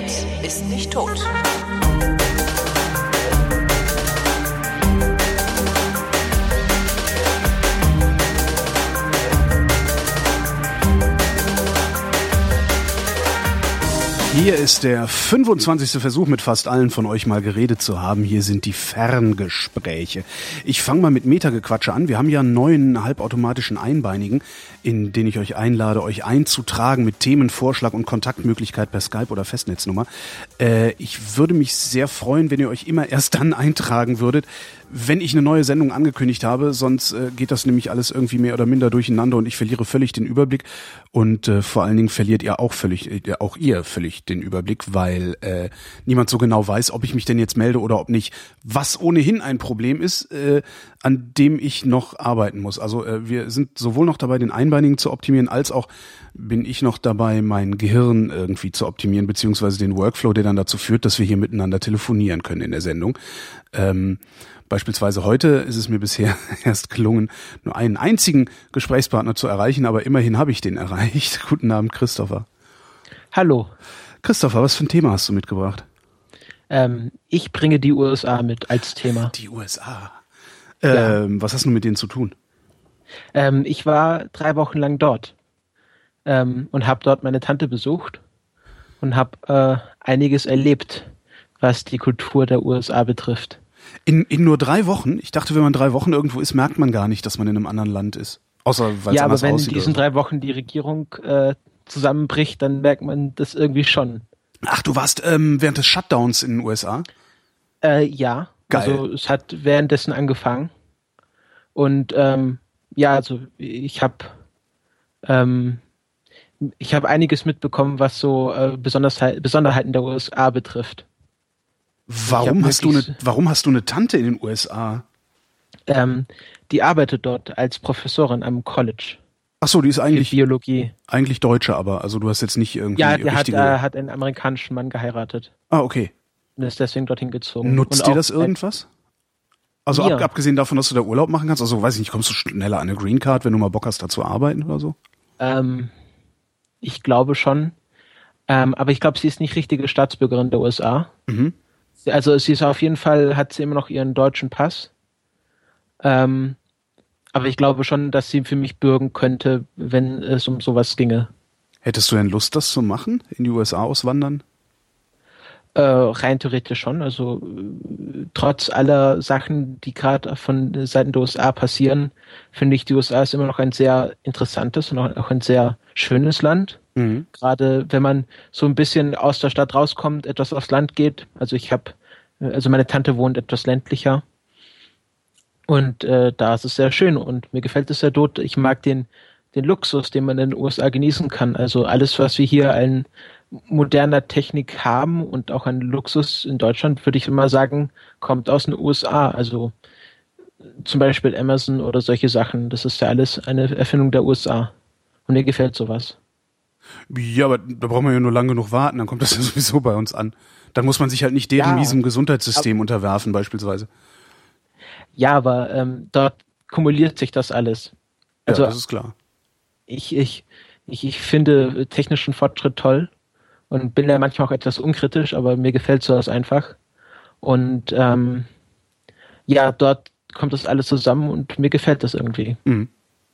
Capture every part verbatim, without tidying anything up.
Internet ist nicht tot. Hier ist der fünfundzwanzigste Versuch, mit fast allen von euch mal geredet zu haben. Hier sind die Ferngespräche. Ich fange mal mit Metagequatsche an. Wir haben ja einen neuen halbautomatischen Einbeinigen, in den ich euch einlade, euch einzutragen mit Themenvorschlag und Kontaktmöglichkeit per Skype oder Festnetznummer. Äh, ich würde mich sehr freuen, wenn ihr euch immer erst dann eintragen würdet, wenn ich eine neue Sendung angekündigt habe, sonst äh, geht das nämlich alles irgendwie mehr oder minder durcheinander und ich verliere völlig den Überblick und äh, vor allen Dingen verliert ihr auch völlig, äh, auch ihr völlig den Überblick, weil äh, niemand so genau weiß, ob ich mich denn jetzt melde oder ob nicht, was ohnehin ein Problem ist, äh, an dem ich noch arbeiten muss. Also äh, wir sind sowohl noch dabei, den Einbeinigen zu optimieren, als auch bin ich noch dabei, mein Gehirn irgendwie zu optimieren, beziehungsweise den Workflow, der dann dazu führt, dass wir hier miteinander telefonieren können in der Sendung. Ähm, Beispielsweise heute ist es mir bisher erst gelungen, nur einen einzigen Gesprächspartner zu erreichen, aber immerhin habe ich den erreicht. Guten Abend, Christopher. Hallo. Christopher, was für ein Thema hast du mitgebracht? Ähm, ich bringe die U S A mit als Thema. Die U S A? Ähm, ja. Was hast du mit denen zu tun? Ähm, ich war drei Wochen lang dort ähm, und habe dort meine Tante besucht und habe äh, einiges erlebt, was die Kultur der U S A betrifft. In, in nur drei Wochen? Ich dachte, wenn man drei Wochen irgendwo ist, merkt man gar nicht, dass man in einem anderen Land ist. Außer, weil es ja, anders aber wenn aussieht. in diesen so. drei Wochen die Regierung äh, zusammenbricht, dann merkt man das irgendwie schon. Ach, du warst ähm, während des Shutdowns in den U S A? Äh, ja. Geil. Also es hat währenddessen angefangen. Und ähm, ja, also ich habe ähm, ich habe einiges mitbekommen, was so äh, Besonderheit, Besonderheiten der U S A betrifft. Warum hast du eine, warum hast du eine Tante in den U S A? Ähm, die arbeitet dort als Professorin am College. Ach so, die ist eigentlich Biologie. Eigentlich Deutsche, aber also du hast jetzt nicht irgendwie ja, die richtige... hat, äh, hat einen amerikanischen Mann geheiratet. Ah, okay. Und ist deswegen dorthin gezogen. Nutzt und dir das irgendwas? Also ab, abgesehen davon, dass du da Urlaub machen kannst, also weiß ich nicht, kommst du schneller an eine Green Card, wenn du mal Bock hast, da zu arbeiten oder so? Ähm, ich glaube schon. Ähm, aber ich glaube, sie ist nicht richtige Staatsbürgerin der U S A. Mhm. Also sie ist auf jeden Fall, hat sie immer noch ihren deutschen Pass. Ähm, aber ich glaube schon, dass sie für mich bürgen könnte, wenn es um sowas ginge. Hättest du denn Lust, das zu machen? In die U S A auswandern? Äh, rein theoretisch schon. Also äh, trotz aller Sachen, die gerade von Seiten der U S A passieren, finde ich, die U S A ist immer noch ein sehr interessantes und auch ein sehr schönes Land. Mhm. Gerade wenn man so ein bisschen aus der Stadt rauskommt, etwas aufs Land geht. Also ich habe, also meine Tante wohnt etwas ländlicher und äh, da ist es sehr schön und mir gefällt es sehr dort. Ich mag den den Luxus, den man in den U S A genießen kann. Also alles, was wir hier an moderner Technik haben und auch an Luxus in Deutschland, würde ich immer sagen, kommt aus den U S A. Also zum Beispiel Amazon oder solche Sachen. Das ist ja alles eine Erfindung der U S A. Und mir gefällt sowas. Ja, aber da braucht man ja nur lang genug warten, dann kommt das ja sowieso bei uns an. Dann muss man sich halt nicht deren ja, miesem Gesundheitssystem ab- unterwerfen beispielsweise. Ja, aber ähm, dort kumuliert sich das alles. Also, ja, das ist klar. Ich, ich, ich, ich finde technischen Fortschritt toll und bin da manchmal auch etwas unkritisch, aber mir gefällt sowas einfach. Und ähm, ja, dort kommt das alles zusammen und mir gefällt das irgendwie. Mhm.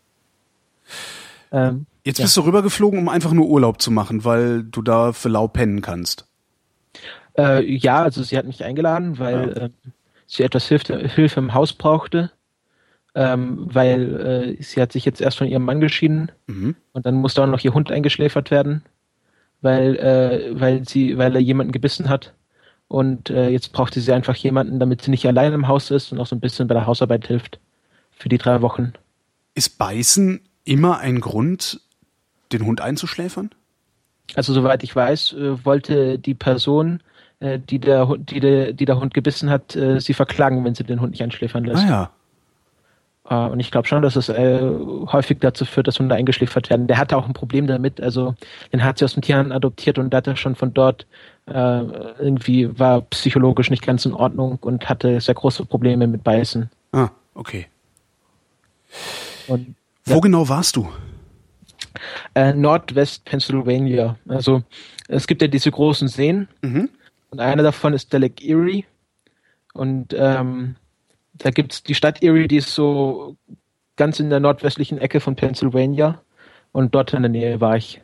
Ähm, Jetzt ja. bist du rübergeflogen, um einfach nur Urlaub zu machen, weil du da für lau pennen kannst. Äh, ja, also sie hat mich eingeladen, weil ja. äh, sie etwas Hilfe, Hilfe im Haus brauchte. Ähm, weil äh, sie hat sich jetzt erst von ihrem Mann geschieden mhm. und dann musste auch noch ihr Hund eingeschläfert werden, weil äh, weil sie weil er jemanden gebissen hat und äh, jetzt brauchte sie einfach jemanden, damit sie nicht allein im Haus ist und auch so ein bisschen bei der Hausarbeit hilft für die drei Wochen. Ist Beißen immer ein Grund, den Hund einzuschläfern? Also soweit ich weiß, äh, wollte die Person, äh, die der die der die der Hund gebissen hat, äh, sie verklagen, wenn sie den Hund nicht einschläfern lässt. Ah ja. Und ich glaube schon, dass es äh, häufig dazu führt, dass Hunde eingeschläfert werden. Der hatte auch ein Problem damit. Also den hat sie aus dem Tierheim adoptiert und da hat er schon von dort äh, irgendwie war psychologisch nicht ganz in Ordnung und hatte sehr große Probleme mit Beißen. Ah, okay. Und, Wo ja. genau warst du? Äh, Nordwest Pennsylvania. Also es gibt ja diese großen Seen Mhm. und einer davon ist der Lake Erie. Und ähm, da gibt's die Stadt Erie, die ist so ganz in der nordwestlichen Ecke von Pennsylvania. Und dort in der Nähe war ich.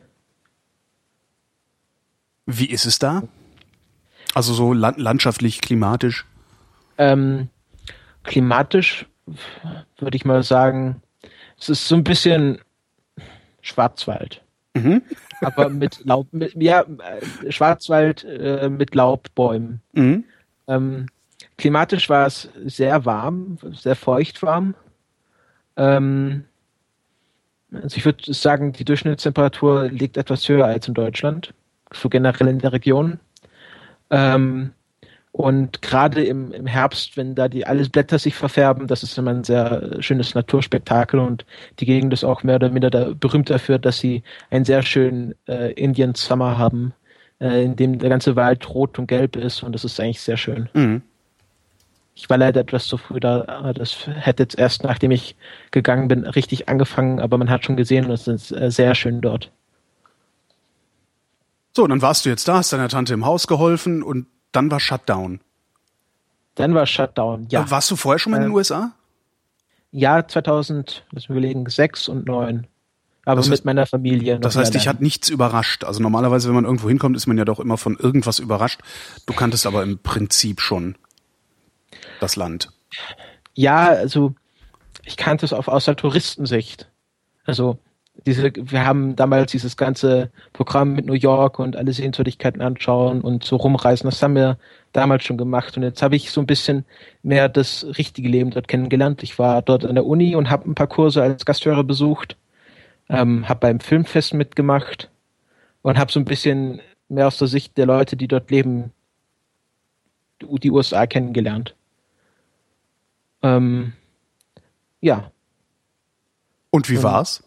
Wie ist es da? Also so land landschaftlich, klimatisch? Ähm, klimatisch würde ich mal sagen, es ist so ein bisschen Schwarzwald. Mhm. Aber mit Laub, mit, ja, äh, Schwarzwald äh, mit Laubbäumen. Mhm. Ähm, klimatisch war es sehr warm, sehr feucht warm. Ähm, also ich würde sagen, die Durchschnittstemperatur liegt etwas höher als in Deutschland, so generell in der Region. Ähm, und gerade im, im Herbst, wenn da die alles Blätter sich verfärben, das ist immer ein sehr schönes Naturspektakel und die Gegend ist auch mehr oder minder da, berühmt dafür, dass sie einen sehr schönen äh, Indian Summer haben, äh, in dem der ganze Wald rot und gelb ist und das ist eigentlich sehr schön. Mhm. Ich war leider etwas zu früh da, das hätte jetzt erst, nachdem ich gegangen bin, richtig angefangen, aber man hat schon gesehen, es ist äh, sehr schön dort. So, dann warst du jetzt da, hast deiner Tante im Haus geholfen und dann war Shutdown. Dann war Shutdown, ja. Äh, Warst du vorher schon mal in den Ähm, U S A? Jahr zweitausend, lass mich überlegen, sechs und neun. Aber Das heißt- mit meiner Familie noch Das heißt, nie dich allein. hat nichts überrascht. Also normalerweise, wenn man irgendwo hinkommt, ist man ja doch immer von irgendwas überrascht. Du kanntest aber im Prinzip schon das Land. Ja, also ich kannte es auf, aus der Touristensicht. Also diese, wir haben damals dieses ganze Programm mit New York und alle Sehenswürdigkeiten anschauen und so rumreisen. Das haben wir damals schon gemacht. Und jetzt habe ich so ein bisschen mehr das richtige Leben dort kennengelernt. Ich war dort an der Uni und habe ein paar Kurse als Gasthörer besucht, ähm, habe beim Filmfest mitgemacht und habe so ein bisschen mehr aus der Sicht der Leute, die dort leben, die U S A kennengelernt. Ähm, ja. Und wie Und war's?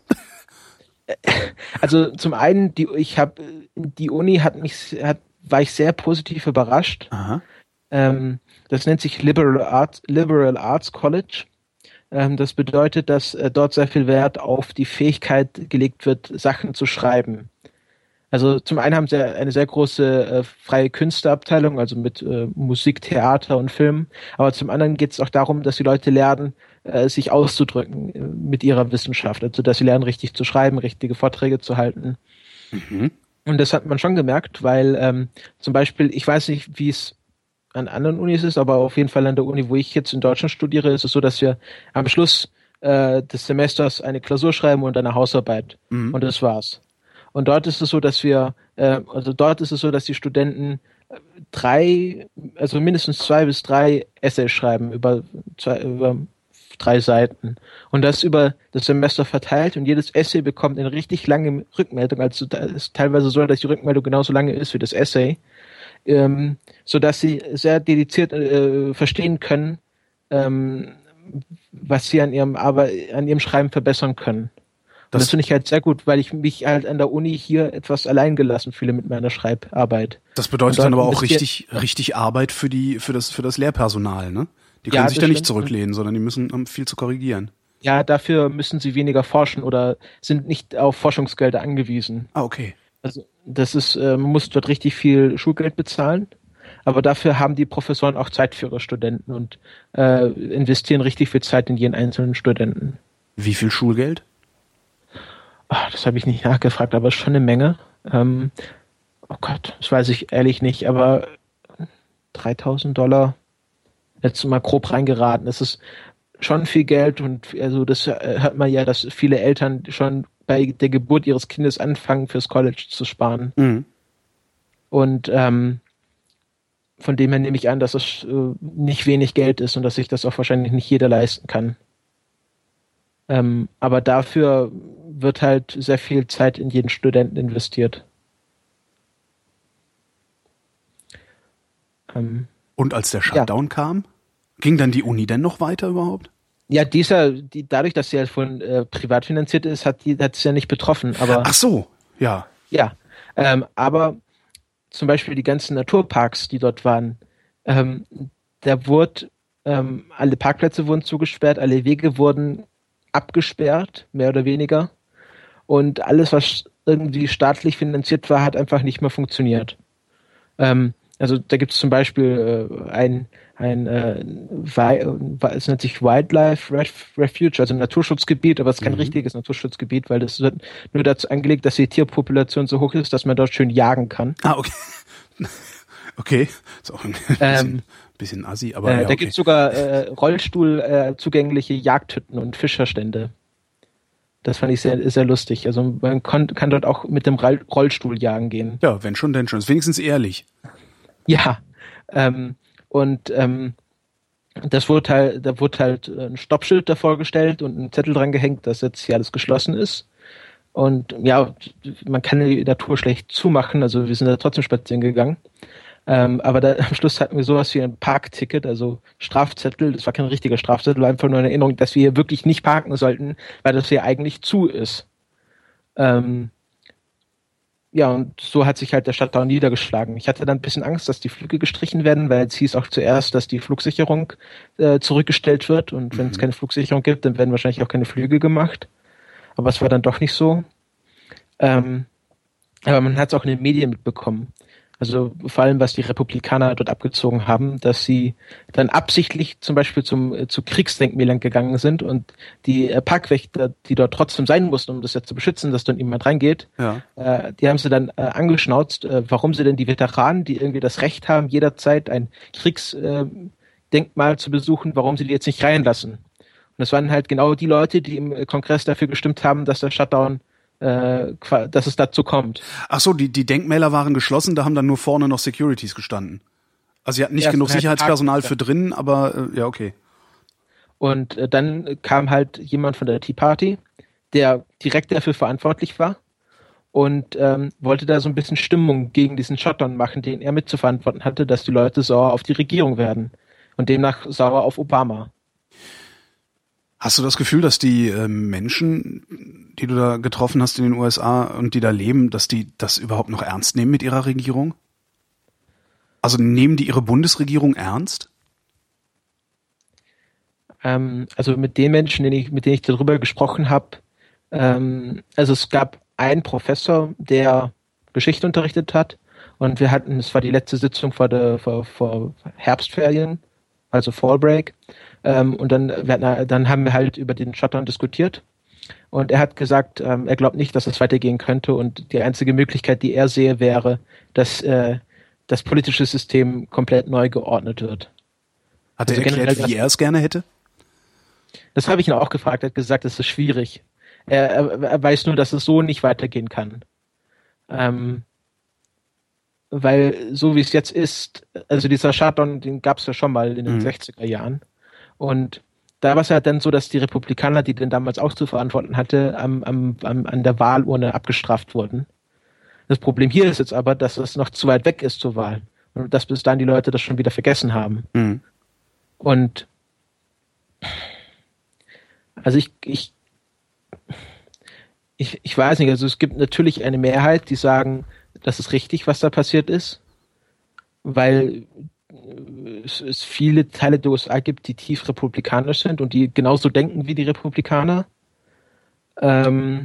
Also zum einen, die, ich habe die Uni hat mich hat, war ich sehr positiv überrascht. Aha. Ähm, das nennt sich Liberal Arts Liberal Arts College. Ähm, das bedeutet, dass äh, dort sehr viel Wert auf die Fähigkeit gelegt wird, Sachen zu schreiben. Also zum einen haben sie eine sehr große äh, freie Künsteabteilung, also mit äh, Musik, Theater und Film. Aber zum anderen geht es auch darum, dass die Leute lernen, äh, sich auszudrücken äh, mit ihrer Wissenschaft. Also dass sie lernen, richtig zu schreiben, richtige Vorträge zu halten. Mhm. Und das hat man schon gemerkt, weil ähm, zum Beispiel, ich weiß nicht, wie es an anderen Unis ist, aber auf jeden Fall an der Uni, wo ich jetzt in Deutschland studiere, ist es so, dass wir am Schluss äh, des Semesters eine Klausur schreiben und eine Hausarbeit. Mhm. Und das war's. Und dort ist es so, dass wir, äh, also dort ist es so, dass die Studenten äh, drei, also mindestens zwei bis drei Essays schreiben über, zwei, über drei Seiten. Und das über das Semester verteilt und jedes Essay bekommt eine richtig lange Rückmeldung. Also da ist teilweise so, dass die Rückmeldung genauso lange ist wie das Essay, ähm, so dass sie sehr dediziert äh, verstehen können, ähm, was sie an ihrem Arbeit, an ihrem Schreiben verbessern können. Und das, Das, finde ich halt sehr gut, weil ich mich halt an der Uni hier etwas allein gelassen fühle mit meiner Schreibarbeit. das bedeutet Und dann dort aber auch investiert- richtig, richtig Arbeit für die, für das, für das Lehrpersonal, ne? Die Ja, können sich das da nicht stimmt. zurücklehnen, sondern die müssen haben viel zu korrigieren. Ja, dafür müssen sie weniger forschen oder sind nicht auf Forschungsgelder angewiesen. Ah, okay. Also das ist, äh, man muss dort richtig viel Schulgeld bezahlen, aber dafür haben die Professoren auch Zeit für ihre Studenten und äh, investieren richtig viel Zeit in jeden einzelnen Studenten. Wie viel Schulgeld? Ah, das habe ich nicht nachgefragt, aber es ist schon eine Menge. Ähm, oh Gott, das weiß ich ehrlich nicht, aber dreitausend Dollar, jetzt mal grob reingeraten, das ist schon viel Geld und also das äh, hört man ja, dass viele Eltern schon bei der Geburt ihres Kindes anfangen, fürs College zu sparen. Mhm. Und ähm, von dem her nehme ich an, dass es äh, nicht wenig Geld ist und dass sich das auch wahrscheinlich nicht jeder leisten kann. Ähm, aber dafür wird halt sehr viel Zeit in jeden Studenten investiert. Ähm, Und als der Ja. Shutdown kam, ging dann die Uni denn noch weiter überhaupt? ja, dieser, die, dadurch, dass sie halt von äh, privat finanziert ist, hat die hat es ja nicht betroffen. Aber Ach so, ja. ja, ähm, aber zum Beispiel die ganzen Naturparks, die dort waren, ähm, da wurde ähm, alle Parkplätze wurden zugesperrt, alle Wege wurden abgesperrt, mehr oder weniger. und alles, was irgendwie staatlich finanziert war, hat einfach nicht mehr funktioniert. Ähm, also da gibt es zum Beispiel äh, ein, ein äh, es nennt sich Wildlife Refuge, also ein Naturschutzgebiet, aber es ist kein mhm. richtiges Naturschutzgebiet, weil das wird nur dazu angelegt, dass die Tierpopulation so hoch ist, dass man dort schön jagen kann. Ah, okay. Okay, ist auch ein bisschen, ähm, bisschen assi, aber äh, ja, Da okay. gibt es sogar äh, Rollstuhl äh, zugängliche Jagdhütten und Fischerstände. Das fand ich sehr, sehr lustig. Also man kann, kann dort auch mit dem Rollstuhl jagen gehen. Ja, wenn schon, denn schon. Ist wenigstens ehrlich. Ja, ähm, und ähm, das wurde halt, da wurde halt ein Stoppschild davor gestellt und ein Zettel dran gehängt, dass jetzt hier alles geschlossen ist. Und ja, man kann die Natur schlecht zumachen, also wir sind da trotzdem spazieren gegangen. Ähm, aber da, am Schluss hatten wir sowas wie ein Parkticket, also Strafzettel. Das war kein richtiger Strafzettel, war einfach nur eine Erinnerung, dass wir hier wirklich nicht parken sollten, weil das hier eigentlich zu ist. Ähm, ja, und so hat sich halt der Shutdown niedergeschlagen. Ich hatte dann ein bisschen Angst, dass die Flüge gestrichen werden, weil es hieß auch zuerst, dass die Flugsicherung äh, zurückgestellt wird. Und wenn es mhm. keine Flugsicherung gibt, dann werden wahrscheinlich auch keine Flüge gemacht. Aber es war dann doch nicht so. Ähm, aber man hat es auch in den Medien mitbekommen. Also vor allem, was die Republikaner dort abgezogen haben, dass sie dann absichtlich zum Beispiel zum, äh, zu Kriegsdenkmälern gegangen sind und die äh, Parkwächter, die dort trotzdem sein mussten, um das ja zu beschützen, dass dort niemand reingeht, ja. äh, die haben sie dann äh, angeschnauzt, äh, warum sie denn die Veteranen, die irgendwie das Recht haben, jederzeit ein Kriegsdenkmal äh, zu besuchen, warum sie die jetzt nicht reinlassen. Und das waren halt genau die Leute, die im Kongress dafür gestimmt haben, dass der Shutdown dass es dazu kommt. Ach so, die, die Denkmäler waren geschlossen, da haben dann nur vorne noch Securities gestanden. Also sie hatten nicht ja, genug Sicherheitspersonal für drinnen, aber äh, ja, okay. Und äh, dann kam halt jemand von der Tea Party, der direkt dafür verantwortlich war und ähm, wollte da so ein bisschen Stimmung gegen diesen Shutdown machen, den er mitzuverantworten hatte, dass die Leute sauer auf die Regierung werden und demnach sauer auf Obama. Hast du das Gefühl, dass die äh, Menschen, die du da getroffen hast in den U S A und die da leben, dass die das überhaupt noch ernst nehmen mit ihrer Regierung? Also nehmen die ihre Bundesregierung ernst? Ähm, also mit den Menschen, den ich, mit denen ich darüber gesprochen habe, ähm, also es gab einen Professor, der Geschichte unterrichtet hat und wir hatten, es war die letzte Sitzung vor der vor, vor Herbstferien, also Fall Break. Ähm, und dann, dann haben wir halt über den Shutdown diskutiert und er hat gesagt, ähm, er glaubt nicht, dass es weitergehen könnte und die einzige Möglichkeit, die er sehe, wäre, dass äh, das politische System komplett neu geordnet wird. Hat er also erklärt, generell, wie er es gerne hätte? Das habe ich ihn auch gefragt, er hat gesagt, es ist schwierig. Er, er, er weiß nur, dass es so nicht weitergehen kann. Ähm, weil so wie es jetzt ist, also dieser Shutdown, den gab es ja schon mal in den mhm. sechziger Jahren. Und da war es ja dann so, dass die Republikaner, die den damals auch zu verantworten hatte, am, am, am, an der Wahlurne abgestraft wurden. Das Problem hier ist jetzt aber, dass es noch zu weit weg ist zur Wahl. Und dass bis dahin die Leute das schon wieder vergessen haben. Mhm. Und also ich, ich, ich, ich weiß nicht, also es gibt natürlich eine Mehrheit, die sagen, das ist richtig, was da passiert ist, weil es, es viele Teile der U S A gibt, die tief republikanisch sind und die genauso denken wie die Republikaner. Ähm,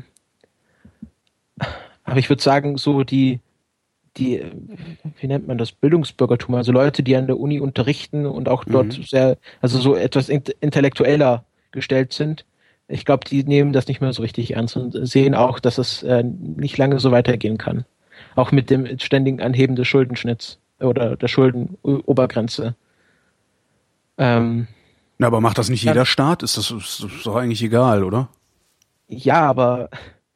aber ich würde sagen, so die, die, wie nennt man das, Bildungsbürgertum, also Leute, die an der Uni unterrichten und auch dort mhm. sehr, also so etwas intellektueller gestellt sind, ich glaube, die nehmen das nicht mehr so richtig ernst und sehen auch, dass es äh, nicht lange so weitergehen kann. Auch mit dem ständigen Anheben des Schuldenschnitts oder der Schuldenobergrenze. Ähm, Na, aber macht das nicht jeder ja, Staat? Ist das, ist das doch eigentlich egal, oder? Ja, aber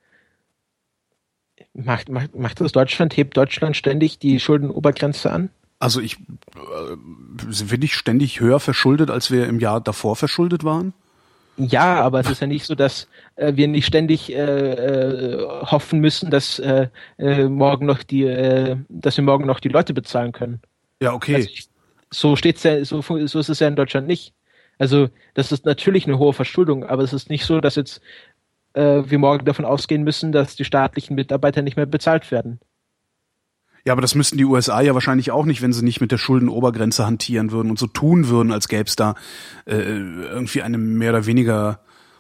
macht, macht, macht das Deutschland, hebt Deutschland ständig die Schuldenobergrenze an? Also ich, äh, sind wir nicht ständig höher verschuldet, als wir im Jahr davor verschuldet waren? Ja, aber es ist ja nicht so, dass äh, wir nicht ständig äh, äh, hoffen müssen, dass äh, äh, morgen noch die, äh, dass wir morgen noch die Leute bezahlen können. Ja, okay. Also, so steht's ja, so, so ist es ja in Deutschland nicht. Also das ist natürlich eine hohe Verschuldung, aber es ist nicht so, dass jetzt äh, wir morgen davon ausgehen müssen, dass die staatlichen Mitarbeiter nicht mehr bezahlt werden. Ja, aber das müssten die U S A ja wahrscheinlich auch nicht, wenn sie nicht mit der Schuldenobergrenze hantieren würden und so tun würden, als gäbe es da äh, irgendwie eine mehr oder weniger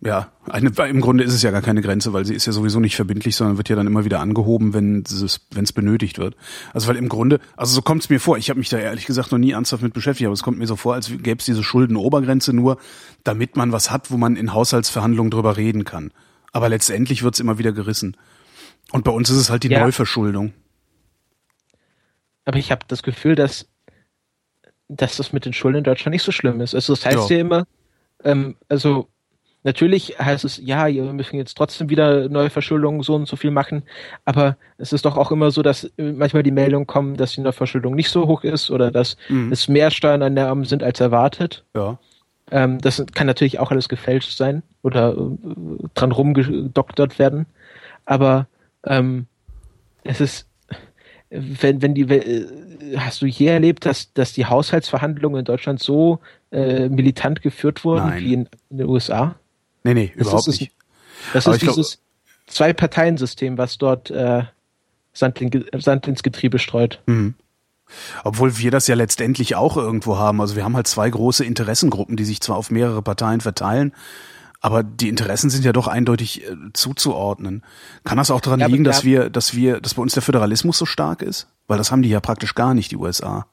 Ja, eine, im Grunde ist es ja gar keine Grenze, weil sie ist ja sowieso nicht verbindlich, sondern wird ja dann immer wieder angehoben, wenn es wenn es benötigt wird. Also weil im Grunde, also so kommt es mir vor, ich habe mich da ehrlich gesagt noch nie ernsthaft mit beschäftigt, aber es kommt mir so vor, als gäbe es diese Schuldenobergrenze nur, damit man was hat, wo man in Haushaltsverhandlungen drüber reden kann. Aber letztendlich wird es immer wieder gerissen. Und bei uns ist es halt die ja. Neuverschuldung. Aber ich habe das Gefühl, dass, dass das mit den Schulden in Deutschland nicht so schlimm ist. Also das heißt ja, ja immer, ähm, also natürlich heißt es, ja, wir müssen jetzt trotzdem wieder neue Verschuldungen so und so viel machen, aber es ist doch auch immer so, dass manchmal die Meldungen kommen, dass die Neuverschuldung nicht so hoch ist oder dass mhm. es mehr Steuereinnahmen sind als erwartet. Ja. Ähm, das kann natürlich auch alles gefälscht sein oder äh, dran rumgedoktert werden, aber ähm, es ist, wenn, wenn die, äh, hast du je erlebt, dass, dass die Haushaltsverhandlungen in Deutschland so äh, militant geführt wurden Nein. wie in, in den U S A? Nee, nee, das überhaupt ist, nicht. Das Aber ist dieses Zwei-Parteien-System, was dort äh, Sand, in, Sand ins Getriebe streut. Mhm. Obwohl wir das ja letztendlich auch irgendwo haben. Also wir haben halt zwei große Interessengruppen, die sich zwar auf mehrere Parteien verteilen, aber die Interessen sind ja doch eindeutig äh, zuzuordnen. Kann das auch daran ja, liegen, dass wir, dass wir, dass bei uns der Föderalismus so stark ist? Weil das haben die ja praktisch gar nicht, die U S A.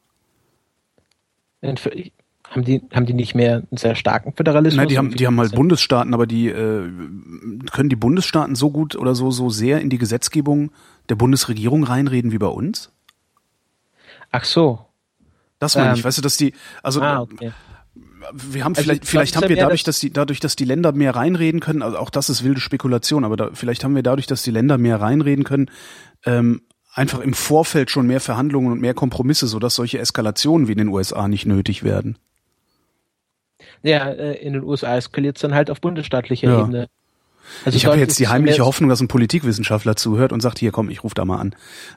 Haben die, haben die nicht mehr einen sehr starken Föderalismus? Nein, die haben, die haben halt Bundesstaaten, aber die äh, können die Bundesstaaten so gut oder so so sehr in die Gesetzgebung der Bundesregierung reinreden wie bei uns? Ach so. Das meine ähm, ich, weißt du, dass die, also ah, okay. wir haben also vielleicht, vielleicht haben wir dadurch, dass die, dadurch, dass die Länder mehr reinreden können, also auch das ist wilde Spekulation, aber da, vielleicht haben wir dadurch, dass die Länder mehr reinreden können, ähm, einfach im Vorfeld schon mehr Verhandlungen und mehr Kompromisse, sodass solche Eskalationen wie in den U S A nicht nötig werden. Ja, in den U S A eskaliert es dann halt auf bundesstaatlicher ja. Ebene. Also ich habe jetzt die heimliche Hoffnung, dass ein Politikwissenschaftler zuhört und sagt, hier komm, ich rufe da mal an.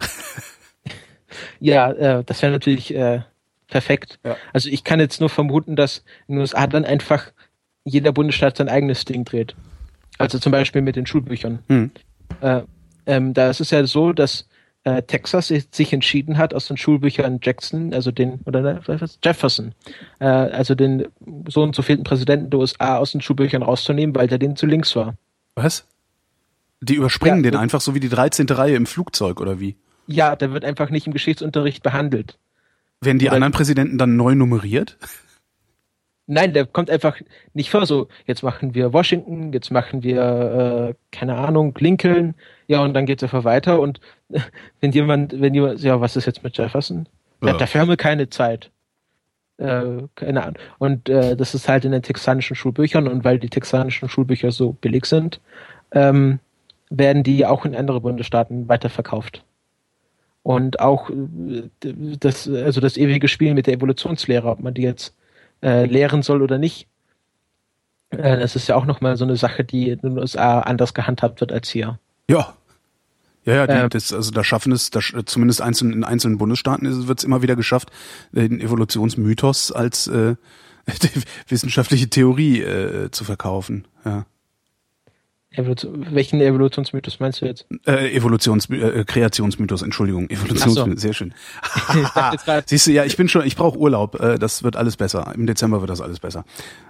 Ja, äh, das wäre natürlich äh, perfekt. Ja. Also ich kann jetzt nur vermuten, dass in den U S A dann einfach jeder Bundesstaat sein eigenes Ding dreht. Also zum Beispiel mit den Schulbüchern. Hm. Äh, ähm, da ist es ja so, dass äh, Texas sich entschieden hat, aus den Schulbüchern Jackson, also den, oder was, Jefferson, äh, also den so und so vierten Präsidenten der U S A aus den Schulbüchern rauszunehmen, weil der denen zu links war. Was? Die überspringen ja, den so, einfach so wie die dreizehnte Reihe im Flugzeug, oder wie? Ja, der wird einfach nicht im Geschichtsunterricht behandelt. Werden die oder anderen Präsidenten dann neu nummeriert? Nein, der kommt einfach nicht vor, so, jetzt machen wir Washington, jetzt machen wir, äh, keine Ahnung, Lincoln, ja, und dann geht's einfach weiter und äh, wenn jemand, wenn jemand, ja, was ist jetzt mit Jefferson? Ja. Ja, dafür haben wir keine Zeit. Äh, keine Ahnung. Und äh, das ist halt in den texanischen Schulbüchern und weil die texanischen Schulbücher so billig sind, ähm, werden die auch in andere Bundesstaaten weiterverkauft. Und auch das, also das ewige Spiel mit der Evolutionslehre, ob man die jetzt äh, lehren soll oder nicht, äh, das ist ja auch nochmal so eine Sache, die in den U S A anders gehandhabt wird als hier. Ja. Ja, ja, die, ähm, das, also da schaffen es, da, zumindest einzeln, in einzelnen Bundesstaaten wird es immer wieder geschafft, den Evolutionsmythos als äh, wissenschaftliche Theorie äh, zu verkaufen. Ja. Evolution, welchen Evolutionsmythos meinst du jetzt? Äh, Evolutions, äh, Kreationsmythos, Entschuldigung, Evolutionsmythos, so. Sehr schön. Siehst du, ja, ich bin schon, ich brauche Urlaub, äh, das wird alles besser. Im Dezember wird das alles besser.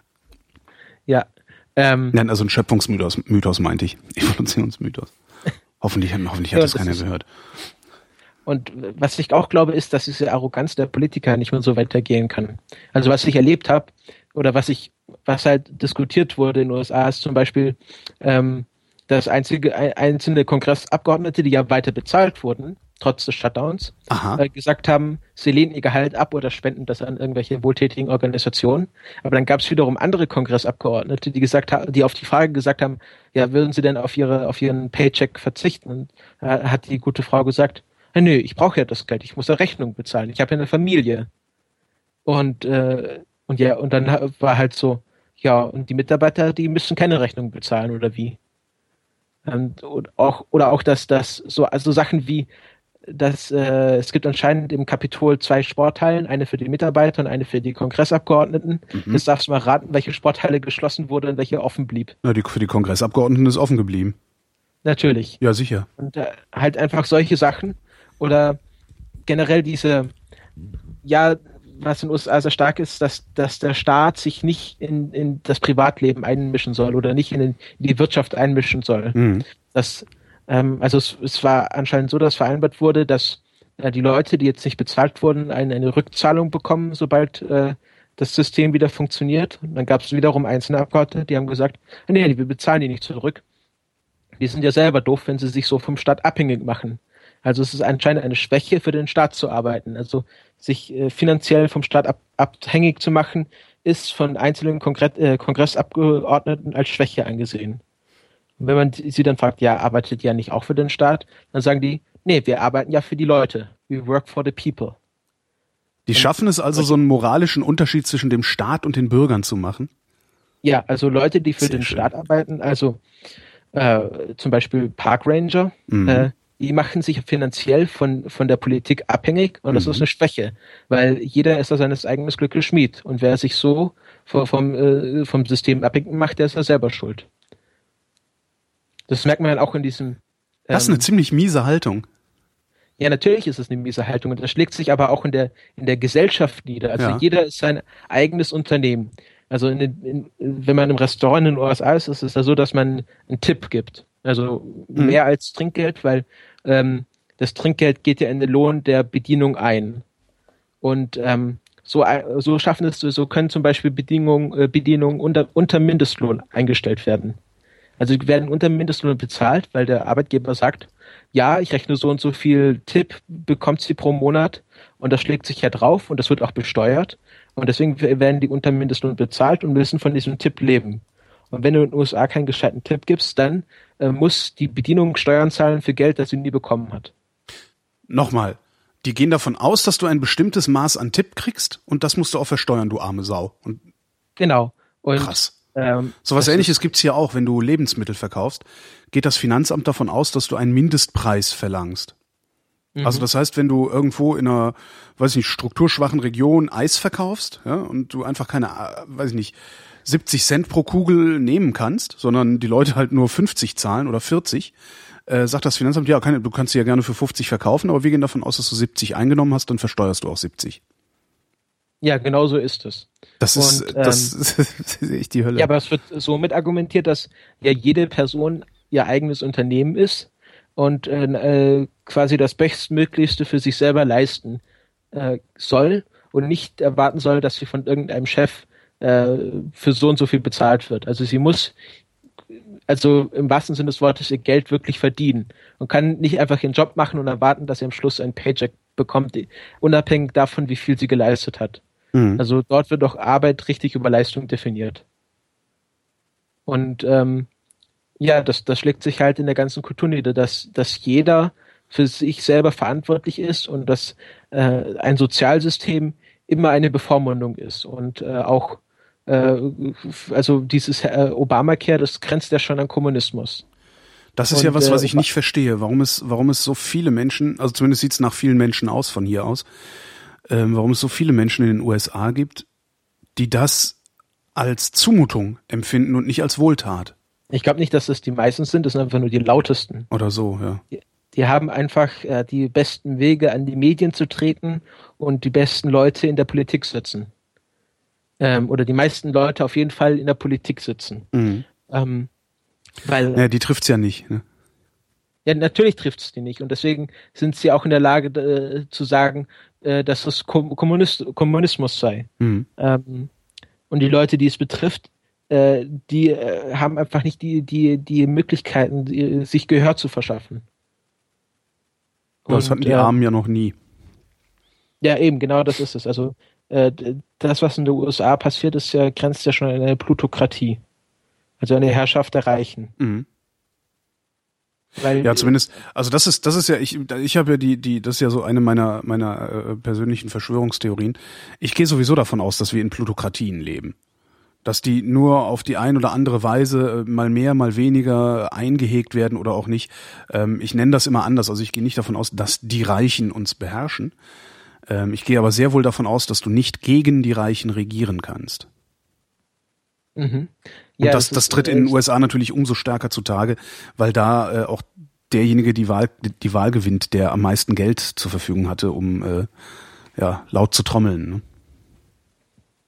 Ja. Ähm, Nein, also ein Schöpfungsmythos, Mythos meinte ich, Evolutionsmythos. Hoffentlich, hoffentlich hat ja, das, das keiner gehört. Und was ich auch glaube, ist, dass diese Arroganz der Politiker nicht mehr so weitergehen kann. Also was ich erlebt habe, oder was ich, was halt diskutiert wurde in den U S A, ist zum Beispiel, ähm, dass einzige, einzelne Kongressabgeordnete, die ja weiter bezahlt wurden, trotz des Shutdowns, äh, gesagt haben, sie lehnen ihr Gehalt ab oder spenden das an irgendwelche wohltätigen Organisationen. Aber dann gab es wiederum andere Kongressabgeordnete, die gesagt haben, die auf die Frage gesagt haben, ja, würden sie denn auf ihre, auf ihren Paycheck verzichten? Und da hat die gute Frau gesagt, ja, nö, ich brauche ja das Geld, ich muss ja Rechnung bezahlen, ich habe ja eine Familie. Und äh, Und ja, und dann war halt so, ja, und die Mitarbeiter, die müssen keine Rechnung bezahlen, oder wie? Und, und auch, oder auch, dass das so, also Sachen wie, dass äh, es gibt anscheinend im Kapitol zwei Sporthallen, eine für die Mitarbeiter und eine für die Kongressabgeordneten. Mhm. Jetzt darfst du mal raten, welche Sporthalle geschlossen wurde und welche offen blieb. Na, die, für die Kongressabgeordneten ist offen geblieben. Natürlich. Ja, sicher. Und äh, halt einfach solche Sachen oder generell diese, ja, was in den U S A sehr stark ist, dass, dass der Staat sich nicht in, in das Privatleben einmischen soll oder nicht in, den, in die Wirtschaft einmischen soll. Mhm. Das, ähm, also es, es war anscheinend so, dass vereinbart wurde, dass äh, die Leute, die jetzt nicht bezahlt wurden, eine, eine Rückzahlung bekommen, sobald äh, das System wieder funktioniert. Und dann gab es wiederum einzelne Abgeordnete, die haben gesagt, nee, wir bezahlen die nicht zurück. Die sind ja selber doof, wenn sie sich so vom Staat abhängig machen. Also es ist anscheinend eine Schwäche für den Staat zu arbeiten. Also sich äh, finanziell vom Staat ab, abhängig zu machen, ist von einzelnen Kongress, äh, Kongressabgeordneten als Schwäche angesehen. Und wenn man sie dann fragt, ja, arbeitet ihr ja nicht auch für den Staat? Dann sagen die, nee, wir arbeiten ja für die Leute. We work for the people. Die und schaffen es also, so einen moralischen Unterschied zwischen dem Staat und den Bürgern zu machen? Ja, also Leute, die für Sehr den schön. Staat arbeiten, also äh, zum Beispiel Park Ranger, mhm. äh, die machen sich finanziell von, von der Politik abhängig und das mhm. ist eine Schwäche, weil jeder ist ja seines eigenen Glückes Schmied und wer sich so vom, vom, äh, vom System abhängig macht, der ist ja selber schuld. Das merkt man dann auch in diesem... Ähm, das ist eine ziemlich miese Haltung. Ja, natürlich ist es eine miese Haltung und das schlägt sich aber auch in der, in der Gesellschaft nieder. Also ja. Jeder ist sein eigenes Unternehmen. Also in den, in, wenn man im Restaurant in den U S A ist, ist es ja so, dass man einen Tipp gibt. Also mhm. mehr als Trinkgeld, weil ähm, das Trinkgeld geht ja in den Lohn der Bedienung ein. Und ähm, so, so schaffen es, so können zum Beispiel Bedingungen, äh, Bedienungen unter, unter Mindestlohn eingestellt werden. Also die werden unter Mindestlohn bezahlt, weil der Arbeitgeber sagt, ja, ich rechne so und so viel Tipp, bekommt sie pro Monat und das schlägt sich ja drauf und das wird auch besteuert und deswegen werden die unter Mindestlohn bezahlt und müssen von diesem Tipp leben. Und wenn du in den U S A keinen gescheiten Tipp gibst, dann äh, muss die Bedienung Steuern zahlen für Geld, das sie nie bekommen hat. Nochmal, die gehen davon aus, dass du ein bestimmtes Maß an Tipp kriegst und das musst du auch versteuern, du arme Sau. Und genau. Und krass. Ähm, so was Ähnliches gibt's hier auch, wenn du Lebensmittel verkaufst, geht das Finanzamt davon aus, dass du einen Mindestpreis verlangst. Mhm. Also das heißt, wenn du irgendwo in einer, weiß ich nicht, strukturschwachen Region Eis verkaufst, ja, und du einfach keine, weiß ich nicht, siebzig Cent pro Kugel nehmen kannst, sondern die Leute halt nur fünfzig zahlen oder vierzig, äh, sagt das Finanzamt, ja, keine, du kannst sie ja gerne für fünfzig verkaufen, aber wir gehen davon aus, dass du siebzig eingenommen hast, dann versteuerst du auch siebzig. Ja, genau so ist es. Das ist, und, ähm, das ist echt die Hölle. Ja, aber es wird somit argumentiert, dass ja jede Person ihr eigenes Unternehmen ist und äh, quasi das Bestmöglichste für sich selber leisten äh, soll und nicht erwarten soll, dass sie von irgendeinem Chef äh, für so und so viel bezahlt wird. Also sie muss, also im wahrsten Sinne des Wortes, ihr Geld wirklich verdienen und kann nicht einfach ihren Job machen und erwarten, dass sie am Schluss ein Paycheck bekommt, unabhängig davon, wie viel sie geleistet hat. Mhm. Also dort wird doch Arbeit richtig über Leistung definiert. Und ähm, ja, das, das schlägt sich halt in der ganzen Kultur nieder, dass, dass jeder für sich selber verantwortlich ist und dass äh, ein Sozialsystem immer eine Bevormundung ist. Und äh, auch, äh, also dieses äh, Obamacare, das grenzt ja schon an Kommunismus. Das ist und, ja was, was ich nicht verstehe. Warum es, warum es so viele Menschen, also zumindest sieht es nach vielen Menschen aus von hier aus, ähm, warum es so viele Menschen in den U S A gibt, die das als Zumutung empfinden und nicht als Wohltat. Ich glaube nicht, dass das die meisten sind, das sind einfach nur die lautesten. Oder so, ja. Die, die haben einfach äh, die besten Wege, an die Medien zu treten und die besten Leute in der Politik sitzen. Ähm, oder die meisten Leute auf jeden Fall in der Politik sitzen. Mhm. Ähm, weil, ja, die trifft's ja nicht, ne? Ja, natürlich trifft's die nicht. Und deswegen sind sie auch in der Lage äh, zu sagen, äh, dass es Kommunist, Kommunismus sei. Mhm. Ähm, und die Leute, die es betrifft, äh, die äh, haben einfach nicht die, die, die Möglichkeiten, die, sich Gehör zu verschaffen. Und, das hatten die äh, Armen ja noch nie. Ja, eben, genau das ist es. Also äh, das, was in den U S A passiert, ist ja, grenzt ja schon an eine Plutokratie. Also eine Herrschaft der Reichen. Mhm. Weil, ja, zumindest, also das ist, das ist ja, ich, ich habe ja die, die, das ist ja so eine meiner, meiner äh, persönlichen Verschwörungstheorien. Ich gehe sowieso davon aus, dass wir in Plutokratien leben. Dass die nur auf die ein oder andere Weise äh, mal mehr, mal weniger eingehegt werden oder auch nicht. Ähm, ich nenne das immer anders. Also ich gehe nicht davon aus, dass die Reichen uns beherrschen. Ähm, ich gehe aber sehr wohl davon aus, dass du nicht gegen die Reichen regieren kannst. Mhm. Und ja, das, das, das tritt in den U S A natürlich umso stärker zutage, weil da äh, auch derjenige die Wahl, die Wahl gewinnt, der am meisten Geld zur Verfügung hatte, um äh, ja laut zu trommeln. Ne?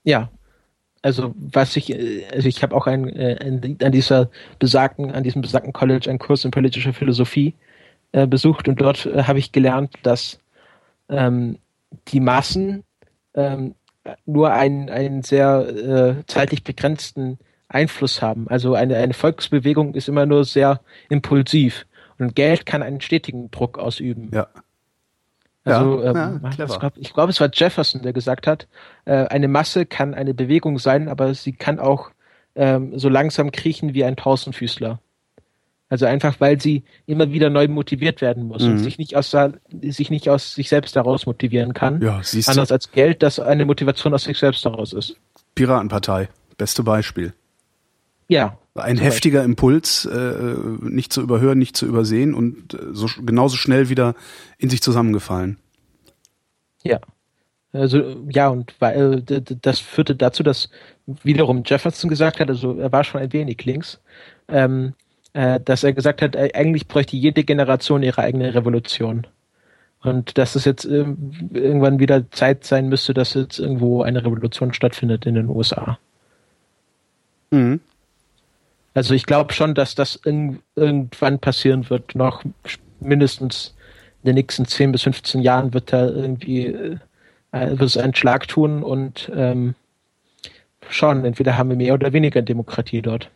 Ja, also was ich, also ich habe auch ein, ein, an dieser besagten, an diesem besagten College einen Kurs in politischer Philosophie äh, besucht und dort äh, habe ich gelernt, dass ähm, die Massen ähm, nur einen, einen sehr äh, zeitlich begrenzten Einfluss haben. Also eine, eine Volksbewegung ist immer nur sehr impulsiv und Geld kann einen stetigen Druck ausüben. Ja. Also ja, ähm, ja, clever. ich glaube, ich glaub, es war Jefferson, der gesagt hat, äh, eine Masse kann eine Bewegung sein, aber sie kann auch ähm, so langsam kriechen wie ein Tausendfüßler. Also einfach, weil sie immer wieder neu motiviert werden muss Mhm. und sich nicht aus sich nicht aus sich selbst heraus motivieren kann. Ja, siehst du. Anders als Geld, das eine Motivation aus sich selbst heraus ist. Piratenpartei, beste Beispiel. Ja. Ein heftiger Beispiel. Impuls, äh, nicht zu überhören, nicht zu übersehen und äh, so genauso schnell wieder in sich zusammengefallen. Ja. Also ja, und weil, äh, das führte dazu, dass wiederum Jefferson gesagt hat, also er war schon ein wenig links, ähm, äh, dass er gesagt hat, eigentlich bräuchte jede Generation ihre eigene Revolution. Und dass es jetzt äh, irgendwann wieder Zeit sein müsste, dass jetzt irgendwo eine Revolution stattfindet in den U S A. Mhm. Also ich glaube schon, dass das in, irgendwann passieren wird, noch mindestens in den nächsten zehn bis fünfzehn Jahren wird da irgendwie äh, wird es einen Schlag tun und ähm, schauen, entweder haben wir mehr oder weniger Demokratie dort.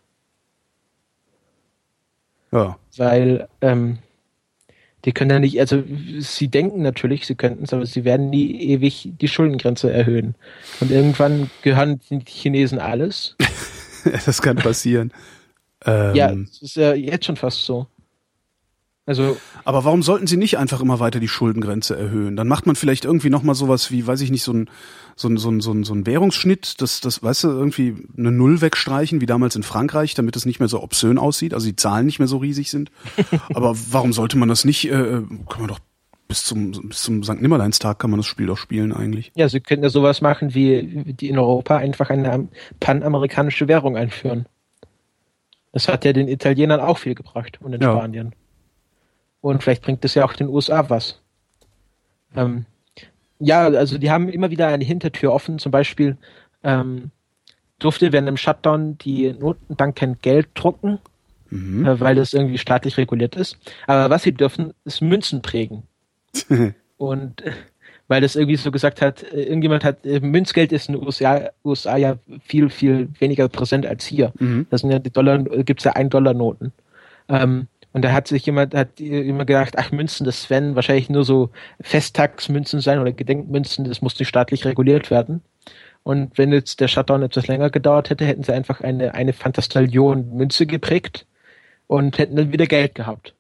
Ja. Weil ähm, die können ja nicht, also sie denken natürlich, sie könnten es, aber sie werden nie ewig die Schuldengrenze erhöhen. Und irgendwann gehören die Chinesen alles. Das kann passieren. Ähm, ja, es ist ja jetzt schon fast so. Also, aber warum sollten sie nicht einfach immer weiter die Schuldengrenze erhöhen? Dann macht man vielleicht irgendwie nochmal sowas wie, weiß ich nicht, so ein, so ein, so ein, so ein, so ein Währungsschnitt, das, das, weißt du, irgendwie eine Null wegstreichen, wie damals in Frankreich, damit es nicht mehr so obszön aussieht, also die Zahlen nicht mehr so riesig sind. Aber warum sollte man das nicht, äh, kann man doch bis zum, bis zum Sankt Nimmerleinstag kann man das Spiel doch spielen eigentlich. Ja, sie könnten ja sowas machen, wie die in Europa einfach eine panamerikanische Währung einführen. Das hat ja den Italienern auch viel gebracht und in ja. Spanien. Und vielleicht bringt es ja auch den U S A was. Ähm, ja, also die haben immer wieder eine Hintertür offen. Zum Beispiel ähm, durfte während dem Shutdown die Notenbank kein Geld drucken, mhm. äh, weil das irgendwie staatlich reguliert ist. Aber was sie dürfen, ist Münzen prägen. Und äh, weil das irgendwie so gesagt hat, äh, irgendjemand hat, äh, Münzgeld ist in den U S A, U S A ja viel, viel weniger präsent als hier. Mhm. Das sind ja die Dollar, gibt's ja ein-Dollar-Noten. Ähm, Und da hat sich jemand, hat immer gedacht, ach Münzen, das werden wahrscheinlich nur so Festtagsmünzen sein oder Gedenkmünzen, das muss nicht staatlich reguliert werden. Und wenn jetzt der Shutdown etwas länger gedauert hätte, hätten sie einfach eine, eine Fantastillion Münze geprägt und hätten dann wieder Geld gehabt.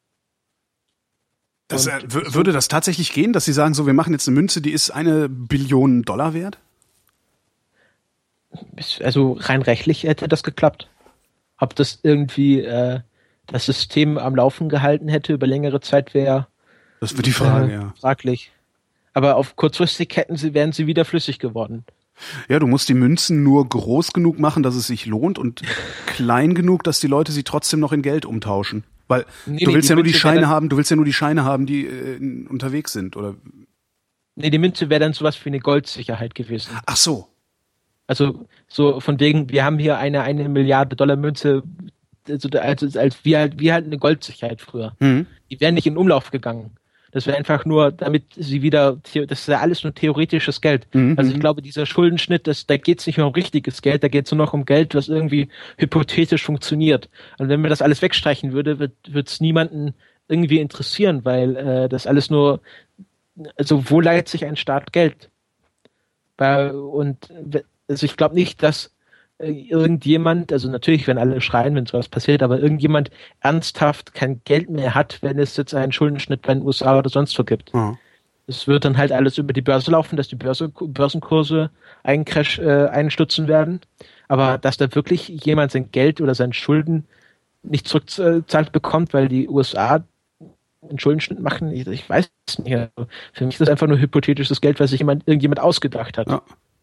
Das, äh, w- würde das tatsächlich gehen, dass sie sagen, so, wir machen jetzt eine Münze, die ist eine Billion Dollar wert? Also rein rechtlich hätte das geklappt. Ob das irgendwie, äh, das System am Laufen gehalten hätte über längere Zeit, wäre das wird die Frage, äh, ja. fraglich. Aber auf kurzfristig hätten sie, wären sie wieder flüssig geworden. Ja, du musst die Münzen nur groß genug machen, dass es sich lohnt und klein genug, dass die Leute sie trotzdem noch in Geld umtauschen. Weil nee, du willst nee, ja nur die Scheine dann, haben, du willst ja nur die Scheine haben, die äh, unterwegs sind, oder? Nee, die Münze wäre dann sowas wie eine Goldsicherheit gewesen. Ach so. Also so von wegen, wir haben hier eine eine Milliarde Dollar Münze, also als, als wie halt wie halt eine Goldsicherheit früher. Mhm. Die wären nicht in Umlauf gegangen. Das wäre einfach nur, damit sie wieder, das ist ja alles nur theoretisches Geld. Mhm. Also ich glaube, dieser Schuldenschnitt, das, da geht es nicht mehr um richtiges Geld, da geht es nur noch um Geld, was irgendwie hypothetisch funktioniert. Und wenn man das alles wegstreichen würde, wird es niemanden irgendwie interessieren, weil äh, das alles nur, also wo leiht sich ein Staat Geld? Weil, und also ich glaube nicht, dass irgendjemand, also natürlich werden alle schreien, wenn sowas passiert, aber irgendjemand ernsthaft kein Geld mehr hat, wenn es jetzt einen Schuldenschnitt bei den U S A oder sonst wo gibt. Mhm. Es wird dann halt alles über die Börse laufen, dass die Börse, Börsenkurse einen Crash äh, einstürzen werden, aber dass da wirklich jemand sein Geld oder seine Schulden nicht zurückzahlt bekommt, weil die U S A einen Schuldenschnitt machen, ich, ich weiß es nicht. Also für mich ist das einfach nur hypothetisches Geld, was sich jemand, irgendjemand ausgedacht hat. Ja.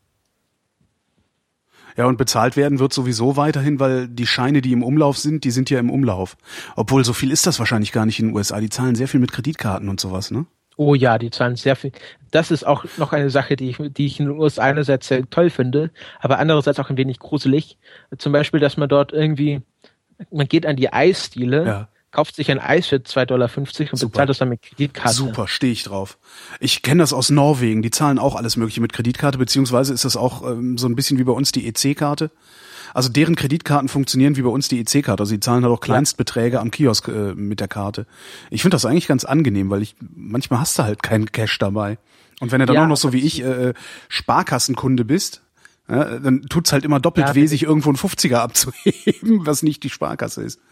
Ja, und bezahlt werden wird sowieso weiterhin, weil die Scheine, die im Umlauf sind, die sind ja im Umlauf. Obwohl, so viel ist das wahrscheinlich gar nicht in den U S A. Die zahlen sehr viel mit Kreditkarten und sowas, ne? Oh ja, die zahlen sehr viel. Das ist auch noch eine Sache, die ich, die ich in den U S A einerseits sehr toll finde, aber andererseits auch ein wenig gruselig. Zum Beispiel, dass man dort irgendwie, man geht an die Eisdiele, Ja. kauft sich ein Eis für zwei Dollar fünfzig und Super. bezahlt das dann mit Kreditkarte. Super, stehe ich drauf. Ich kenne das aus Norwegen, die zahlen auch alles Mögliche mit Kreditkarte, beziehungsweise ist das auch ähm, so ein bisschen wie bei uns die E C-Karte. Also deren Kreditkarten funktionieren wie bei uns die E C-Karte. Also die zahlen halt auch Kleinstbeträge am Kiosk äh, mit der Karte. Ich finde das eigentlich ganz angenehm, weil ich manchmal hast du halt keinen Cash dabei. Und wenn du dann Ja, auch noch so wie ich äh, Sparkassenkunde bist, ja, dann tut's halt immer doppelt Ja, weh, sich irgendwo einen fünfziger abzuheben, was nicht die Sparkasse ist.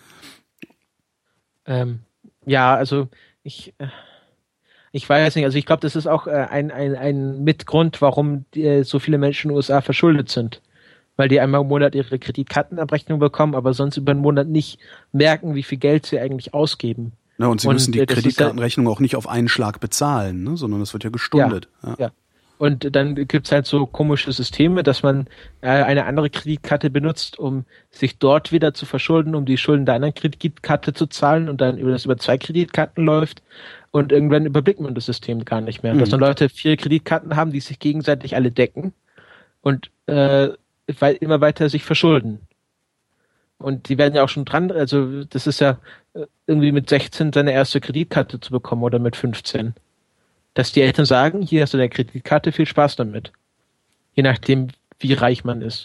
Ähm, ja, also ich, äh, ich weiß nicht, also ich glaube, das ist auch äh, ein, ein, ein Mitgrund, warum die, äh, so viele Menschen in den U S A verschuldet sind. Weil die einmal im Monat ihre Kreditkartenabrechnung bekommen, aber sonst über den Monat nicht merken, wie viel Geld sie eigentlich ausgeben. Ja, und sie Und, müssen die äh, das ist Kreditkartenrechnung auch nicht auf einen Schlag bezahlen, ne, sondern das wird ja gestundet. Ja. Ja. Und dann gibt's halt so komische Systeme, dass man äh, eine andere Kreditkarte benutzt, um sich dort wieder zu verschulden, um die Schulden der anderen Kreditkarte zu zahlen und dann über das über zwei Kreditkarten läuft. Und irgendwann überblickt man das System gar nicht mehr. Mhm. Dass dann Leute vier Kreditkarten haben, die sich gegenseitig alle decken und äh, weil immer weiter sich verschulden. Und die werden ja auch schon dran, also das ist ja äh, irgendwie mit sechzehn seine erste Kreditkarte zu bekommen oder mit fünfzehn. Dass die Eltern sagen, hier hast du deine Kreditkarte, viel Spaß damit. Je nachdem, wie reich man ist.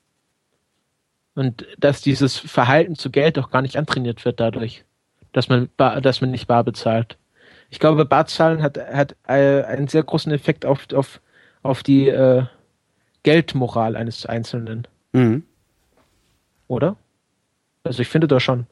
Und dass dieses Verhalten zu Geld auch gar nicht antrainiert wird dadurch, dass man, bar, dass man nicht bar bezahlt. Ich glaube, Barzahlen hat, hat äh, einen sehr großen Effekt auf, auf, auf die äh, Geldmoral eines Einzelnen. Mhm. Oder? Also ich finde das schon.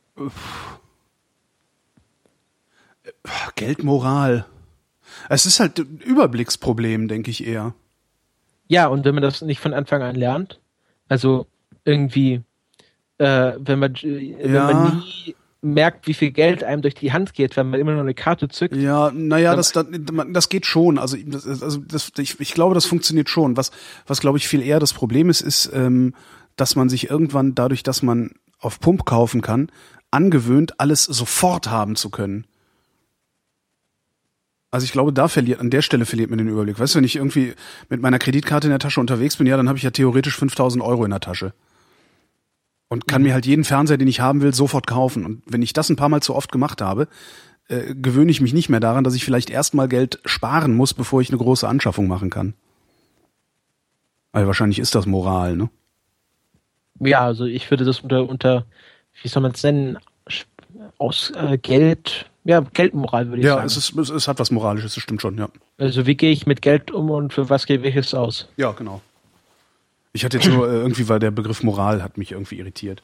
Geldmoral. Es ist halt ein Überblicksproblem, denke ich eher. Ja, und wenn man das nicht von Anfang an lernt, also irgendwie, äh, wenn man, äh, wenn Ja. man nie merkt, wie viel Geld einem durch die Hand geht, wenn man immer nur eine Karte zückt. Ja, naja, das, das, das geht schon. Also, das, also das, ich, ich glaube, das funktioniert schon. Was, was glaube ich viel eher das Problem ist, ist, ähm, dass man sich irgendwann dadurch, dass man auf Pump kaufen kann, angewöhnt, alles sofort haben zu können. Also ich glaube, da verliert, an der Stelle verliert man den Überblick. Weißt du, wenn ich irgendwie mit meiner Kreditkarte in der Tasche unterwegs bin, ja, dann habe ich ja theoretisch fünftausend Euro in der Tasche. Und kann Mhm. mir halt jeden Fernseher, den ich haben will, sofort kaufen. Und wenn ich das ein paar Mal zu oft gemacht habe, äh, gewöhne ich mich nicht mehr daran, dass ich vielleicht erstmal Geld sparen muss, bevor ich eine große Anschaffung machen kann. Also wahrscheinlich ist das Moral, ne? Ja, also ich würde das unter, unter, wie soll man es nennen, aus äh, Geld, ja, Geldmoral würde ich Ja, sagen. es, ist, es, es hat was Moralisches, das stimmt schon, ja. Also wie gehe ich mit Geld um und für was gebe ich es aus? Ja, genau. Ich hatte jetzt nur, äh, irgendwie war der Begriff Moral, hat mich irgendwie irritiert.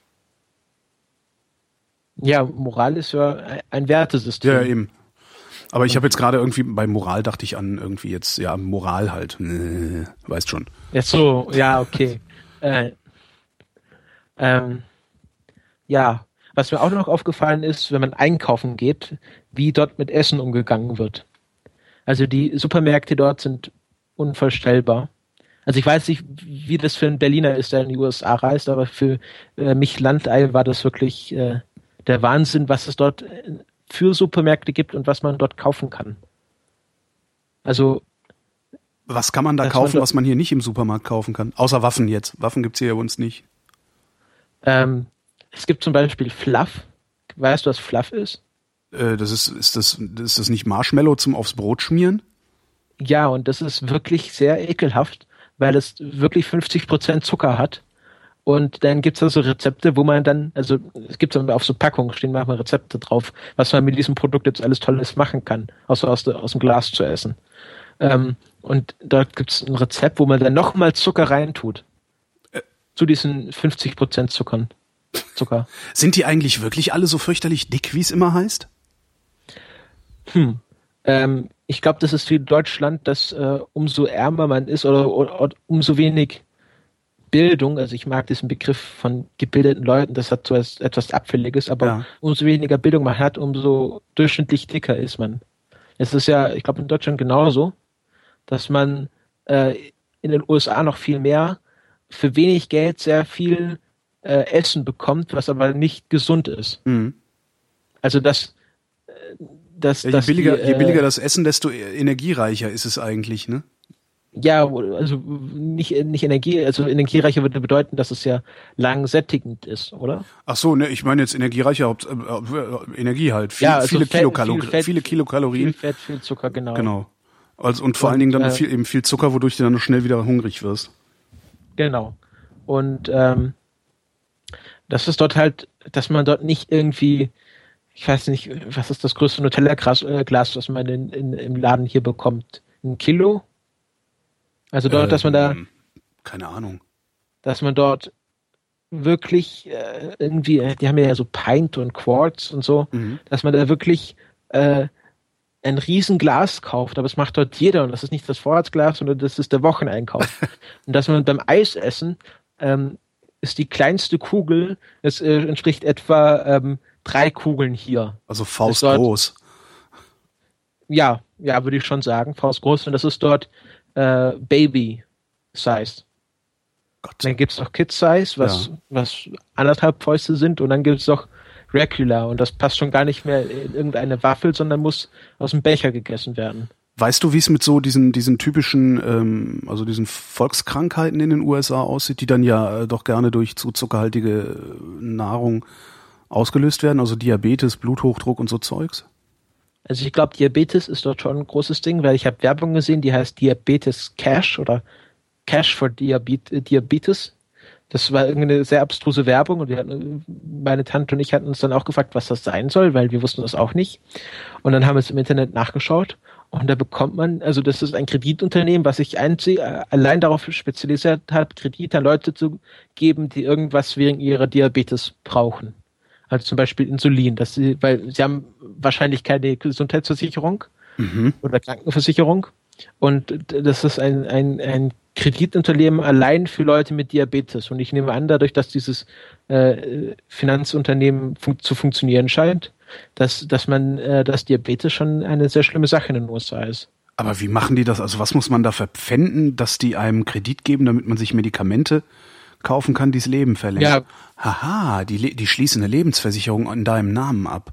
Ja, Moral ist ja ein- ein Wertesystem. Ja, ja, eben. Aber ich habe jetzt gerade irgendwie, bei Moral dachte ich an irgendwie jetzt, ja, Moral halt. Äh, weißt schon. Ja, so, ja, okay. äh, ähm, ja, was mir auch noch aufgefallen ist, wenn man einkaufen geht, wie dort mit Essen umgegangen wird. Also die Supermärkte dort sind unvorstellbar. Also ich weiß nicht, wie das für einen Berliner ist, der in die U S A reist, aber für äh, mich Landei war das wirklich äh, der Wahnsinn, was es dort äh, für Supermärkte gibt und was man dort kaufen kann. Also Was kann man da Das kaufen, war doch- was man hier nicht im Supermarkt kaufen kann? Außer Waffen jetzt. Waffen gibt's hier bei uns nicht. ähm, es gibt zum Beispiel Fluff. Weißt du, was Fluff ist? Äh, das ist, ist das, ist das nicht Marshmallow zum aufs Brot schmieren? Ja, und das ist wirklich sehr ekelhaft, weil es wirklich fünfzig Prozent Zucker hat. Und dann gibt's da so Rezepte, wo man dann, also es gibt dann auf so Packungen stehen manchmal Rezepte drauf, was man mit diesem Produkt jetzt alles Tolles machen kann, außer aus, de, aus dem Glas zu essen. Ähm, und da gibt's ein Rezept, wo man dann nochmal Zucker reintut. Zu diesen fünfzig Prozent Zuckern. Zucker. Sind die eigentlich wirklich alle so fürchterlich dick, wie es immer heißt? Hm. Ähm, ich glaube, das ist wie in Deutschland, dass äh, umso ärmer man ist oder, oder, oder umso wenig Bildung, also ich mag diesen Begriff von gebildeten Leuten, das hat so etwas, etwas Abfälliges, aber Ja. umso weniger Bildung man hat, umso durchschnittlich dicker ist man. Es ist ja, ich glaube, in Deutschland genauso, dass man äh, in den U S A noch viel mehr für wenig Geld sehr viel äh, Essen bekommt, was aber nicht gesund ist. Mhm. Also dass äh, dass, Ja, je, dass billiger, die, je billiger äh, das Essen, desto energiereicher ist es eigentlich, ne? ja, also nicht, nicht Energie, also energiereicher würde bedeuten, dass es ja langsättigend ist, oder? Ach so, ne, ich meine jetzt energiereicher Haupt, äh, äh, Energie halt. Viel, Ja, also viele, Fett, Kilokalo viel Fett, viele Kilokalorien. Viel Fett, viel Zucker, genau. Genau. Also, und vor Und, allen Dingen dann äh, viel, eben viel Zucker, wodurch du dann noch schnell wieder hungrig wirst. Genau. Und ähm, das ist dort halt, dass man dort nicht irgendwie, ich weiß nicht, was ist das größte Nutella-Glas, äh, Glas, was man in, in, im Laden hier bekommt? Ein Kilo? Also dort, Ähm, dass man da, keine Ahnung. dass man dort wirklich äh, irgendwie, äh, die haben ja so Pint und Quarts und so, Mhm. dass man da wirklich äh, ein Riesenglas kauft, aber es macht dort jeder und das ist nicht das Vorratsglas, sondern das ist der Wocheneinkauf. Und dass man beim Eisessen ähm, ist die kleinste Kugel, es äh, entspricht etwa ähm, drei Kugeln hier. Also Faust dort, groß. Ja, ja, würde ich schon sagen, Faust groß und das ist dort äh, Baby-Size. Gott. Dann gibt's noch Kid-Size, was, Ja. was anderthalb Fäuste sind und dann gibt's noch Regular und das passt schon gar nicht mehr in irgendeine Waffel, sondern muss aus dem Becher gegessen werden. Weißt du, wie es mit so diesen diesen typischen, ähm, also diesen Volkskrankheiten in den U S A aussieht, die dann ja äh, doch gerne durch zu zuckerhaltige äh, Nahrung ausgelöst werden, also Diabetes, Bluthochdruck und so Zeugs? Also ich glaube, Diabetes ist dort schon ein großes Ding, weil ich habe Werbung gesehen, die heißt Diabetes Cash oder Cash for Diabet- Diabetes. Das war irgendeine sehr abstruse Werbung und wir hatten, meine Tante und ich hatten uns dann auch gefragt, was das sein soll, weil wir wussten das auch nicht. Und dann haben wir es im Internet nachgeschaut und da bekommt man, also das ist ein Kreditunternehmen, was sich einzig, allein darauf spezialisiert hat, Kredite an Leute zu geben, die irgendwas wegen ihrer Diabetes brauchen. Also zum Beispiel Insulin, dass sie, weil sie haben wahrscheinlich keine Gesundheitsversicherung Mhm. oder Krankenversicherung und das ist ein, ein, ein Kreditunternehmen allein für Leute mit Diabetes. Und ich nehme an, dadurch, dass dieses äh, Finanzunternehmen fun- zu funktionieren scheint, dass, dass man, äh, dass Diabetes schon eine sehr schlimme Sache in den U S A ist. Aber wie machen die das? Also was muss man da verpfänden, dass die einem Kredit geben, damit man sich Medikamente kaufen kann, die das Leben verlängern? Ja. Haha, die, le- die schließen eine Lebensversicherung in deinem Namen ab.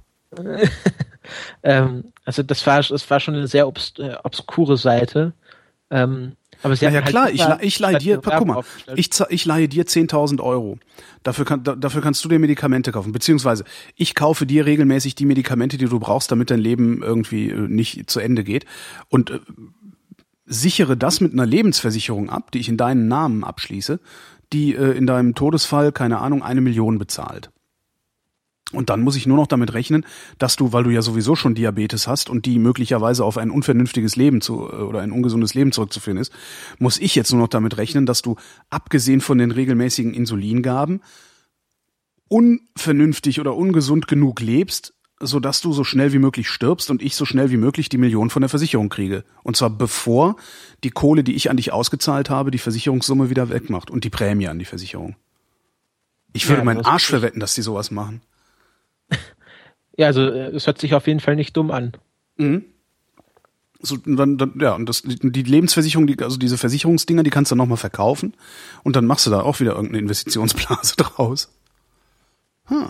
ähm, also das war, das war schon eine sehr obs- äh, obskure Seite. Ähm, aber sie Na ja hatten klar, halt ich, le- ich leihe dir, guck mal, aufgestellt. ich, za- ich leihe dir zehntausend Euro. Dafür, kann, da, dafür kannst du dir Medikamente kaufen. Beziehungsweise ich kaufe dir regelmäßig die Medikamente, die du brauchst, damit dein Leben irgendwie äh, nicht zu Ende geht. Und äh, sichere das mit einer Lebensversicherung ab, die ich in deinen Namen abschließe, die äh, in deinem Todesfall, keine Ahnung, eine Million bezahlt. Und dann muss ich nur noch damit rechnen, dass du, weil du ja sowieso schon Diabetes hast und die möglicherweise auf ein unvernünftiges Leben zu oder ein ungesundes Leben zurückzuführen ist, muss ich jetzt nur noch damit rechnen, dass du abgesehen von den regelmäßigen Insulingaben unvernünftig oder ungesund genug lebst, sodass du so schnell wie möglich stirbst und ich so schnell wie möglich die Million von der Versicherung kriege. Und zwar bevor die Kohle, die ich an dich ausgezahlt habe, die Versicherungssumme wieder wegmacht und die Prämie an die Versicherung. Ich würde Ja, meinen das Arsch ist- verwetten, dass die sowas machen. Ja, also äh, es hört sich auf jeden Fall nicht dumm an. Mhm. So, und dann, dann, ja, und das, die die Lebensversicherung, die, also diese Versicherungsdinger, die kannst du nochmal verkaufen und dann machst du da auch wieder irgendeine Investitionsblase draus. Hm.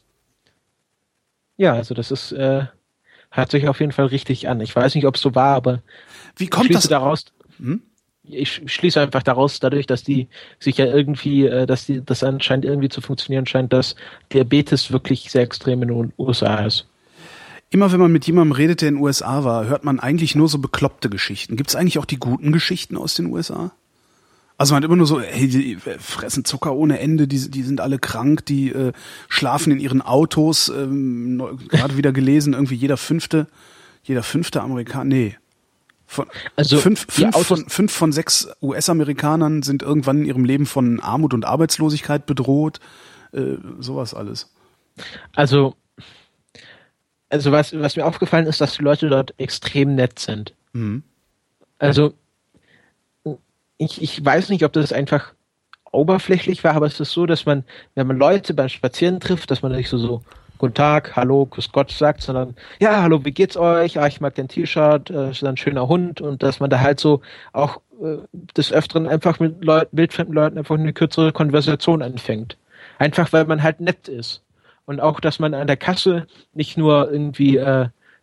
Ja, also das ist, äh, hört sich auf jeden Fall richtig an. Ich weiß nicht, ob es so war, aber Wie ich kommt schließe das? daraus, Hm? ich schließe einfach daraus, dadurch, dass die sich ja irgendwie, äh, dass die, das anscheinend irgendwie zu funktionieren scheint, dass Diabetes wirklich sehr extrem in den U S A ist. Immer wenn man mit jemandem redet, der in den U S A war, hört man eigentlich nur so bekloppte Geschichten. Gibt es eigentlich auch die guten Geschichten aus den U S A? Also man hat immer nur so, hey, die fressen Zucker ohne Ende, die, die sind alle krank, die äh, schlafen in ihren Autos, ähm, neu- gerade wieder gelesen, irgendwie jeder fünfte, jeder fünfte Amerikaner, nee. Von, Also fünf, die fünf, Autos- von, fünf von sechs U S-Amerikanern sind irgendwann in ihrem Leben von Armut und Arbeitslosigkeit bedroht. Äh, sowas alles. Also, also was, was mir aufgefallen ist, dass die Leute dort extrem nett sind. Mhm. Also, ich, ich weiß nicht, ob das einfach oberflächlich war, aber es ist so, dass man, wenn man Leute beim Spazieren trifft, dass man nicht so, so Guten Tag, hallo, grüß Gott sagt, sondern ja, hallo, wie geht's euch? Ah, ich mag dein T-Shirt, äh, ist ein schöner Hund und dass man da halt so auch äh, des Öfteren einfach mit Leuten, wildfremden Leuten einfach eine kürzere Konversation anfängt. Einfach, weil man halt nett ist. Und auch, dass man an der Kasse nicht nur irgendwie äh,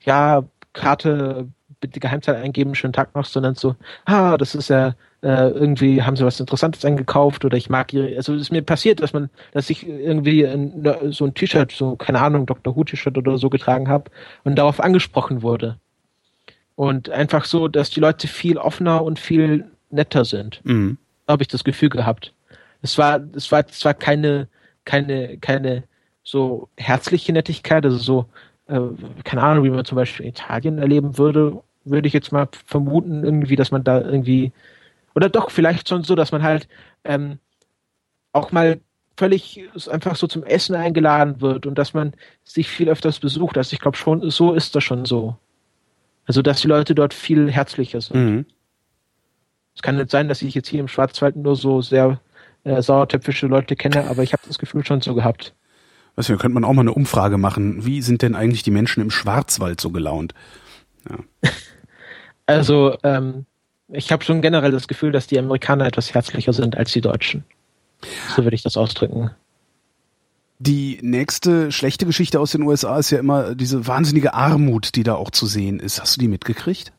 ja, Karte, bitte Geheimzahl eingeben, schönen Tag noch, sondern so, ah, das ist ja, äh, irgendwie haben sie was Interessantes eingekauft oder ich mag ihre, also es ist mir passiert, dass man, dass ich irgendwie ein, so ein T-Shirt, so, keine Ahnung, Doctor Who T-Shirt oder so getragen habe und darauf angesprochen wurde. Und einfach so, dass die Leute viel offener und viel netter sind. Mhm. Da habe ich das Gefühl gehabt. Es war, es war zwar keine, keine, keine so herzliche Nettigkeit, also so, äh, keine Ahnung, wie man zum Beispiel in Italien erleben würde, würde ich jetzt mal vermuten, irgendwie, dass man da irgendwie, oder doch, vielleicht schon so, dass man halt ähm, auch mal völlig einfach so zum Essen eingeladen wird und dass man sich viel öfters besucht. Also ich glaube schon, so ist das schon so. Also, dass die Leute dort viel herzlicher sind. Mhm. Es kann nicht sein, dass ich jetzt hier im Schwarzwald nur so sehr äh, sauertöpfische Leute kenne, aber ich habe das Gefühl schon so gehabt. Weißt du, da könnte man auch mal eine Umfrage machen. Wie sind denn eigentlich die Menschen im Schwarzwald so gelaunt? Ja. Also, ähm, ich habe schon generell das Gefühl, dass die Amerikaner etwas herzlicher sind als die Deutschen. So würde ich das ausdrücken. Die nächste schlechte Geschichte aus den U S A ist ja immer diese wahnsinnige Armut, die da auch zu sehen ist. Hast du die mitgekriegt?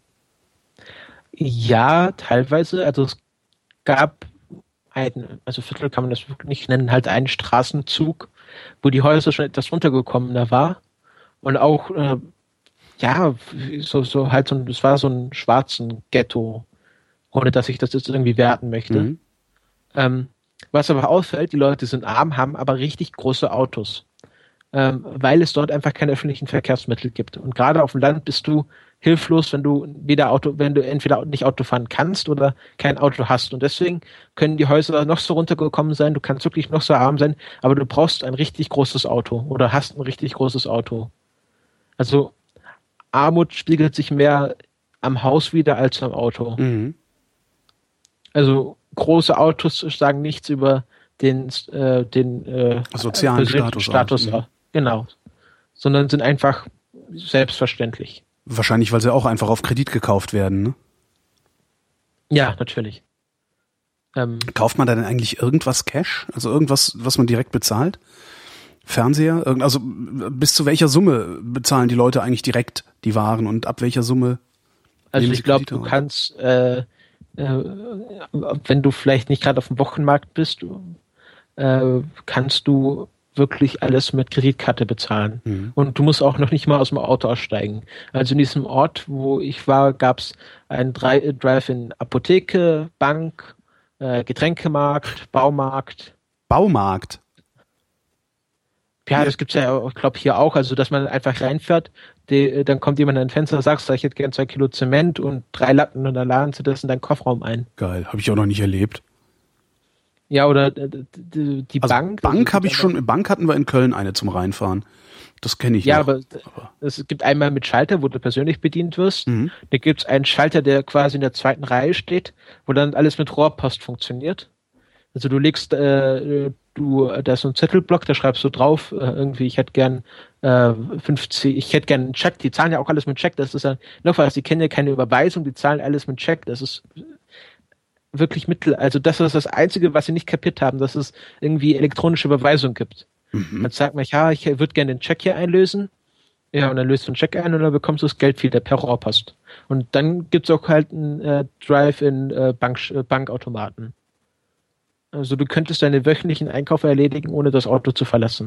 Ja, teilweise. Also es gab einen, also Viertel kann man das wirklich nicht nennen, halt einen Straßenzug, wo die Häuser schon etwas runtergekommener war. Und auch, äh, ja, so, so halt so ein, das war so ein schwarzen Ghetto, ohne dass ich das jetzt irgendwie werten möchte. Mhm. Ähm, was aber auffällt, die Leute sind arm, haben aber richtig große Autos, ähm, weil es dort einfach keine öffentlichen Verkehrsmittel gibt. Und gerade auf dem Land bist du hilflos, wenn du weder Auto, wenn du entweder nicht Auto fahren kannst oder kein Auto hast. Und deswegen können die Häuser noch so runtergekommen sein, du kannst wirklich noch so arm sein, aber du brauchst ein richtig großes Auto oder hast ein richtig großes Auto. Also Armut spiegelt sich mehr am Haus wieder als am Auto. Mhm. Also große Autos sagen nichts über den, äh, den äh, Sozialen persönlichen Status. Status, Aus. genau, sondern sind einfach selbstverständlich. Wahrscheinlich, weil sie auch einfach auf Kredit gekauft werden, ne? Ja, natürlich. Ähm, Kauft man da denn eigentlich irgendwas Cash? Also irgendwas, was man direkt bezahlt? Fernseher? Irgend- Also bis zu welcher Summe bezahlen die Leute eigentlich direkt die Waren und ab welcher Summe? also nehmen ich sie glaube, Kredite du auf? kannst, äh, äh, wenn du vielleicht nicht gerade auf dem Wochenmarkt bist, äh, kannst du wirklich alles mit Kreditkarte bezahlen. Mhm. Und du musst auch noch nicht mal aus dem Auto aussteigen. Also in diesem Ort, wo ich war, gab es einen Dri- Drive-in Apotheke, Bank, äh, Getränkemarkt, Baumarkt. Baumarkt. Ja, Ja. das gibt's ja, ich glaube, hier auch. Also, dass man einfach reinfährt, die, dann kommt jemand an ein Fenster, sagst, ich hätte gern zwei Kilo Zement und drei Latten und dann laden sie das in deinen Kofferraum ein. Geil, habe ich auch noch nicht erlebt. Ja, oder äh, die, die Also Bank. Bank also, habe ich schon, Bank hatten wir in Köln eine zum Reinfahren. Das kenne ich Ja, noch. aber es gibt einmal mit Schalter, wo du persönlich bedient wirst. Mhm. Da gibt's einen Schalter, der quasi in der zweiten Reihe steht, wo dann alles mit Rohrpost funktioniert. Also du legst, äh, du, da ist so ein Zettelblock, da schreibst du drauf, äh, irgendwie, ich hätte gern äh, fünfzig, ich hätte gern einen Check, die zahlen ja auch alles mit Check, das ist ja noch was, die kennen ja keine Überweisung, die zahlen alles mit Check, das ist wirklich mittel, also das ist das Einzige, was sie nicht kapiert haben, dass es irgendwie elektronische Überweisung gibt. Mhm. Dann sagt man, ja, ich würde gerne den Check hier einlösen. Ja, und dann löst du einen Check ein und dann bekommst du das Geld wieder per Rohrpost. Und dann gibt's auch halt einen äh, Drive-in äh, Bank, äh, Bankautomaten. Also du könntest deine wöchentlichen Einkäufe erledigen, ohne das Auto zu verlassen.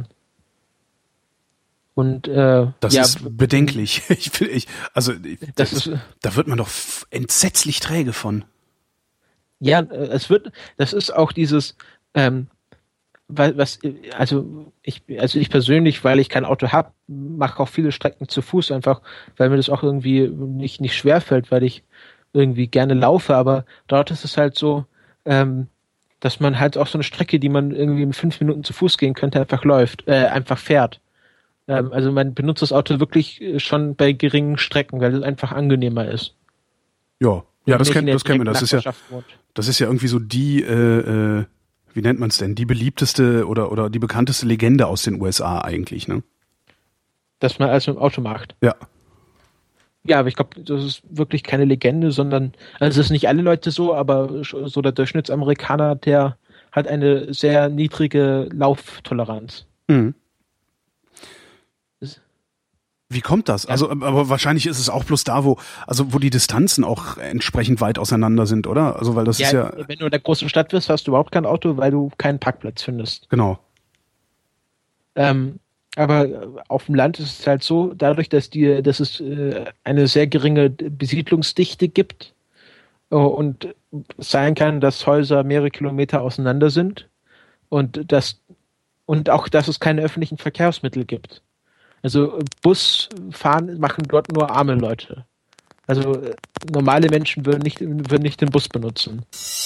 Und äh, Das ja, ist bedenklich. Ich, will- ich, also das das, ist da wird man doch f- entsetzlich träge von. ja, äh, es wird, das ist auch dieses, ähm, weil was, also ich, also ich persönlich, weil ich kein Auto habe, mache auch viele Strecken zu Fuß einfach, weil mir das auch irgendwie nicht nicht schwer fällt, weil ich irgendwie gerne laufe. Aber dort ist es halt so, ähm, dass man halt auch so eine Strecke, die man irgendwie in fünf Minuten zu Fuß gehen könnte, einfach läuft, äh, einfach fährt. Ähm, also man benutzt das Auto wirklich äh, schon bei geringen Strecken, weil es einfach angenehmer ist. Ja, ja, das Nicht in kennt der das kennen wir. Das ist ja, Nachbarschaft wohnt. das ist ja irgendwie so die, äh, äh, wie nennt man es denn? Die beliebteste oder oder die bekannteste Legende aus den U S A eigentlich, ne? Dass man also im Auto macht. Ja. Ja, aber ich glaube, das ist wirklich keine Legende, sondern, also es ist nicht alle Leute so, aber so der Durchschnittsamerikaner, der hat eine sehr niedrige Lauftoleranz. Mhm. Wie kommt das? Also, aber wahrscheinlich ist es auch bloß da, wo, also wo die Distanzen auch entsprechend weit auseinander sind, oder? Also, weil das ja, ist ja. Wenn du in der großen Stadt bist, hast du überhaupt kein Auto, weil du keinen Parkplatz findest. Genau. Ähm, aber auf dem Land ist es halt so, dadurch, dass die, dass es äh, eine sehr geringe Besiedlungsdichte gibt äh, und es sein kann, dass Häuser mehrere Kilometer auseinander sind und das und auch, dass es keine öffentlichen Verkehrsmittel gibt. Also Bus fahren machen dort nur arme Leute. Also äh, normale Menschen würden nicht, würden nicht den Bus benutzen.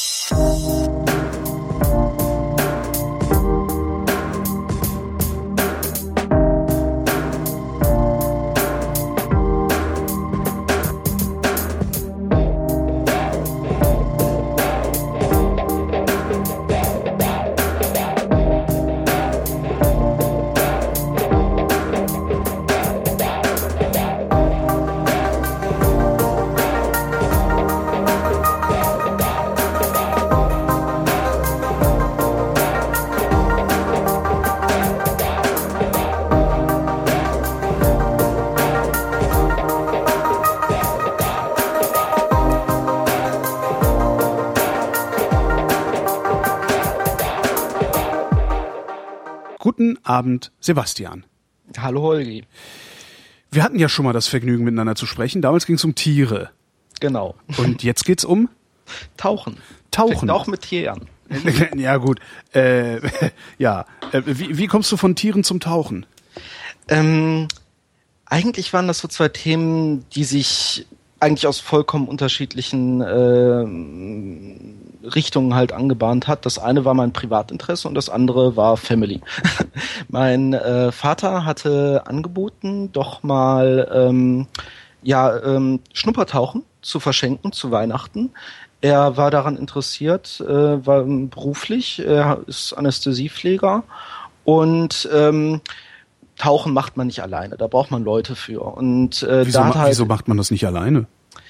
Guten Abend, Sebastian. Hallo Holgi. Wir hatten ja schon mal das Vergnügen, miteinander zu sprechen. Damals ging es um Tiere. Genau. Und jetzt geht's um? Tauchen. Tauchen. Fängt auch mit Tieren. Ja, gut. Äh, ja. Äh, wie, wie kommst du von Tieren zum Tauchen? Ähm, eigentlich waren das so zwei Themen, die sich eigentlich aus vollkommen unterschiedlichen äh, Richtungen halt angebahnt hat. Das eine war mein Privatinteresse und das andere war Family. Mein äh, Vater hatte angeboten, doch mal ähm, ja ähm, Schnuppertauchen zu verschenken zu Weihnachten. Er war daran interessiert, äh, war beruflich, er ist Anästhesiepfleger und ähm, Tauchen macht man nicht alleine, da braucht man Leute für. Und äh, wieso, da hat ma- halt, wieso macht man das nicht alleine?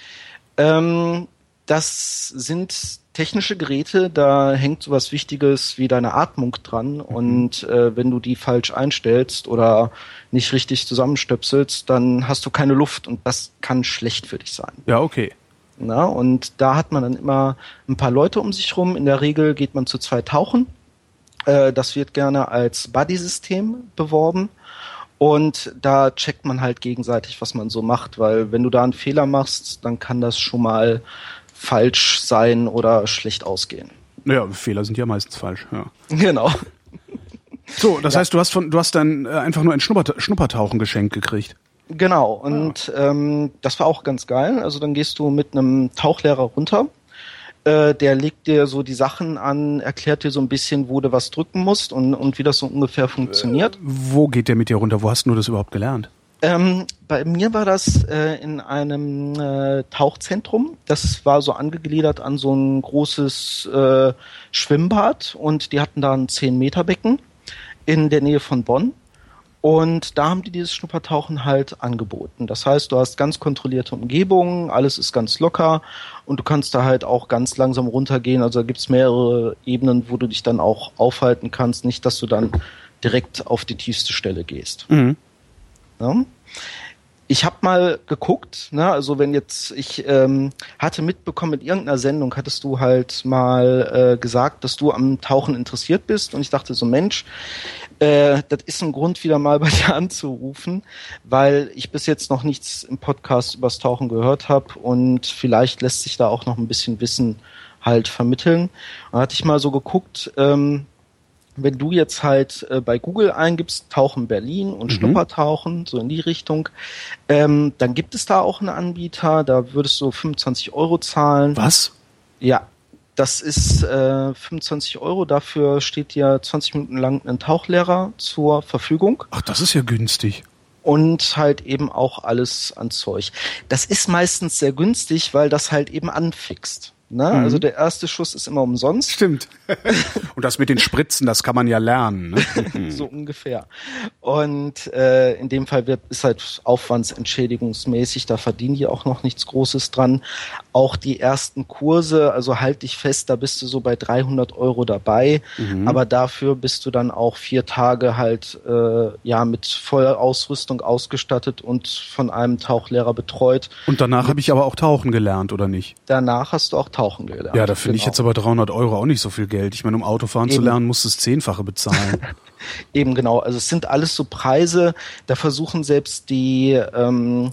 Ähm, das sind technische Geräte, da hängt sowas Wichtiges wie deine Atmung dran. Mhm. Und äh, wenn du die falsch einstellst oder nicht richtig zusammenstöpselst, dann hast du keine Luft und das kann schlecht für dich sein. Ja, okay. Na, und da hat man dann immer ein paar Leute um sich rum. In der Regel geht man zu zwei tauchen. Äh, das wird gerne als Buddy-System beworben. Und da checkt man halt gegenseitig, was man so macht, weil wenn du da einen Fehler machst, dann kann das schon mal falsch sein oder schlecht ausgehen. Naja, Fehler sind ja meistens falsch, ja. Genau. So, das Ja. heißt, du hast von, du hast dann äh, einfach nur ein Schnuppert- Schnuppertauchen geschenkt gekriegt. Genau, und ja. ähm, das war auch ganz geil. Also dann gehst du mit einem Tauchlehrer runter. Äh, der legt dir so die Sachen an, erklärt dir so ein bisschen, wo du was drücken musst und, und wie das so ungefähr funktioniert. Äh, wo geht der mit dir runter? Wo hast du das überhaupt gelernt? Ähm, bei mir war das äh, in einem äh, Tauchzentrum. Das war so angegliedert an so ein großes äh, Schwimmbad und die hatten da ein zehn Meter Becken in der Nähe von Bonn. Und da haben die dieses Schnuppertauchen halt angeboten. Das heißt, du hast ganz kontrollierte Umgebungen, alles ist ganz locker und du kannst da halt auch ganz langsam runtergehen. Also da gibt's mehrere Ebenen, wo du dich dann auch aufhalten kannst. Nicht, dass du dann direkt auf die tiefste Stelle gehst. Mhm. Ja. Ich habe mal geguckt, ne, also wenn jetzt, ich ähm, hatte mitbekommen, in irgendeiner Sendung hattest du halt mal äh, gesagt, dass du am Tauchen interessiert bist und ich dachte so, Mensch, äh, das ist ein Grund, wieder mal bei dir anzurufen, weil ich bis jetzt noch nichts im Podcast übers Tauchen gehört habe und vielleicht lässt sich da auch noch ein bisschen Wissen halt vermitteln. Und da hatte ich mal so geguckt, ähm, wenn du jetzt halt äh, bei Google eingibst, Tauchen Berlin und mhm. Schnuppertauchen, so in die Richtung, ähm, dann gibt es da auch einen Anbieter, da würdest du fünfundzwanzig Euro zahlen. Was? Ja, das ist äh, fünfundzwanzig Euro, dafür steht dir zwanzig Minuten lang ein Tauchlehrer zur Verfügung. Ach, das ist ja günstig. Und halt eben auch alles an Zeug. Das ist meistens sehr günstig, weil das halt eben anfixt. Ne? Mhm. Also der erste Schuss ist immer umsonst. Stimmt. Und das mit den Spritzen, das kann man ja lernen. Ne? So ungefähr. Und äh, in dem Fall wird ist halt aufwandsentschädigungsmäßig, da verdienen die auch noch nichts Großes dran. Auch die ersten Kurse, also halt dich fest, da bist du so bei dreihundert Euro dabei, mhm. aber dafür bist du dann auch vier Tage halt äh, ja mit voller Ausrüstung ausgestattet und von einem Tauchlehrer betreut. Und danach habe ich aber auch tauchen gelernt, oder nicht? Danach hast du auch tauchen gelernt. Ja, da finde genau. ich jetzt aber dreihundert Euro auch nicht so viel Geld. Ich meine, um Autofahren Eben. zu lernen, musst du das Zehnfache bezahlen. Eben genau, also es sind alles so Preise, da versuchen selbst die ähm,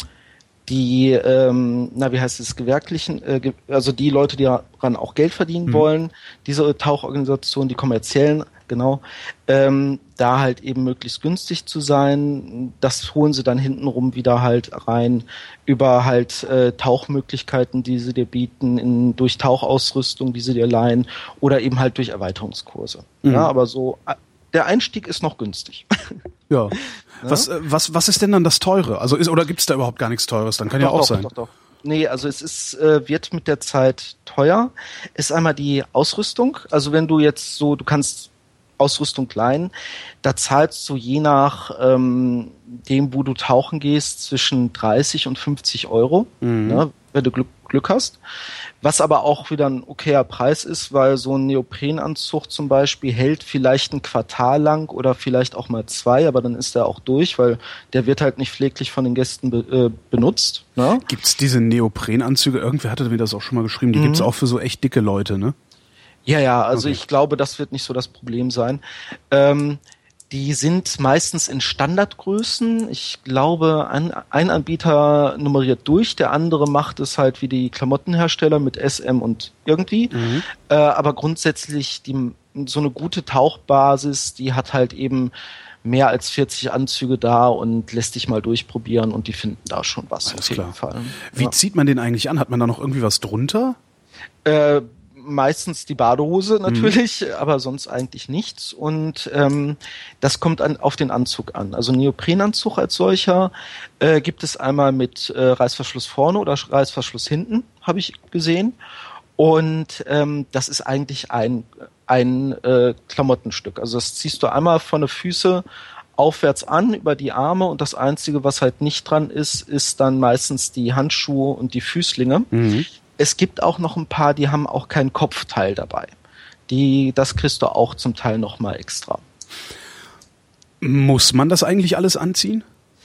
die, ähm, na wie heißt es, gewerklichen, äh, also die Leute, die daran auch Geld verdienen mhm. wollen, diese Tauchorganisationen, die kommerziellen, genau, ähm, da halt eben möglichst günstig zu sein, das holen sie dann hintenrum wieder halt rein über halt äh, Tauchmöglichkeiten, die sie dir bieten, in, durch Tauchausrüstung, die sie dir leihen oder eben halt durch Erweiterungskurse. Mhm. Ja, aber so, der Einstieg ist noch günstig. Ja. Was, äh, was, was ist denn dann das Teure? Also ist, oder gibt's da überhaupt gar nichts Teures? Dann kann doch, ja auch doch, sein. Doch, doch. Nee, also es ist, äh, wird mit der Zeit teuer. Ist einmal die Ausrüstung. Also wenn du jetzt so, du kannst Ausrüstung leihen, da zahlst du je nach ähm, dem, wo du tauchen gehst, zwischen dreißig und fünfzig Euro, mhm. ne, wenn du Glück, Glück hast. Was aber auch wieder ein okayer Preis ist, weil so ein Neoprenanzug zum Beispiel hält vielleicht ein Quartal lang oder vielleicht auch mal zwei, aber dann ist der auch durch, weil der wird halt nicht pfleglich von den Gästen be, äh, benutzt. Ne? Gibt's diese Neoprenanzüge? Irgendwer hatte mir das auch schon mal geschrieben. Die mhm. gibt's auch für so echt dicke Leute, ne? Ja, ja, also okay. ich glaube, das wird nicht so das Problem sein. Ähm, die sind meistens in Standardgrößen. Ich glaube, ein, ein Anbieter nummeriert durch, der andere macht es halt wie die Klamottenhersteller mit S, M und irgendwie. Mhm. Äh, aber grundsätzlich die, so eine gute Tauchbasis, die hat halt eben mehr als vierzig Anzüge da und lässt dich mal durchprobieren und die finden da schon was. Alles auf jeden klar. Fall. Wie ja. zieht man den eigentlich an? Hat man da noch irgendwie was drunter? Äh, meistens die Badehose natürlich, mhm. aber sonst eigentlich nichts. Und ähm, das kommt an, auf den Anzug an. Also Neoprenanzug als solcher äh, gibt es einmal mit äh, Reißverschluss vorne oder Reißverschluss hinten, habe ich gesehen. Und ähm, das ist eigentlich ein, ein äh, Klamottenstück. Also das ziehst du einmal von den Füßen aufwärts an, über die Arme und das Einzige, was halt nicht dran ist, ist dann meistens die Handschuhe und die Füßlinge. Mhm. Es gibt auch noch ein paar, die haben auch kein Kopfteil dabei. Die, das kriegst du auch zum Teil noch mal extra. Muss man das eigentlich alles anziehen?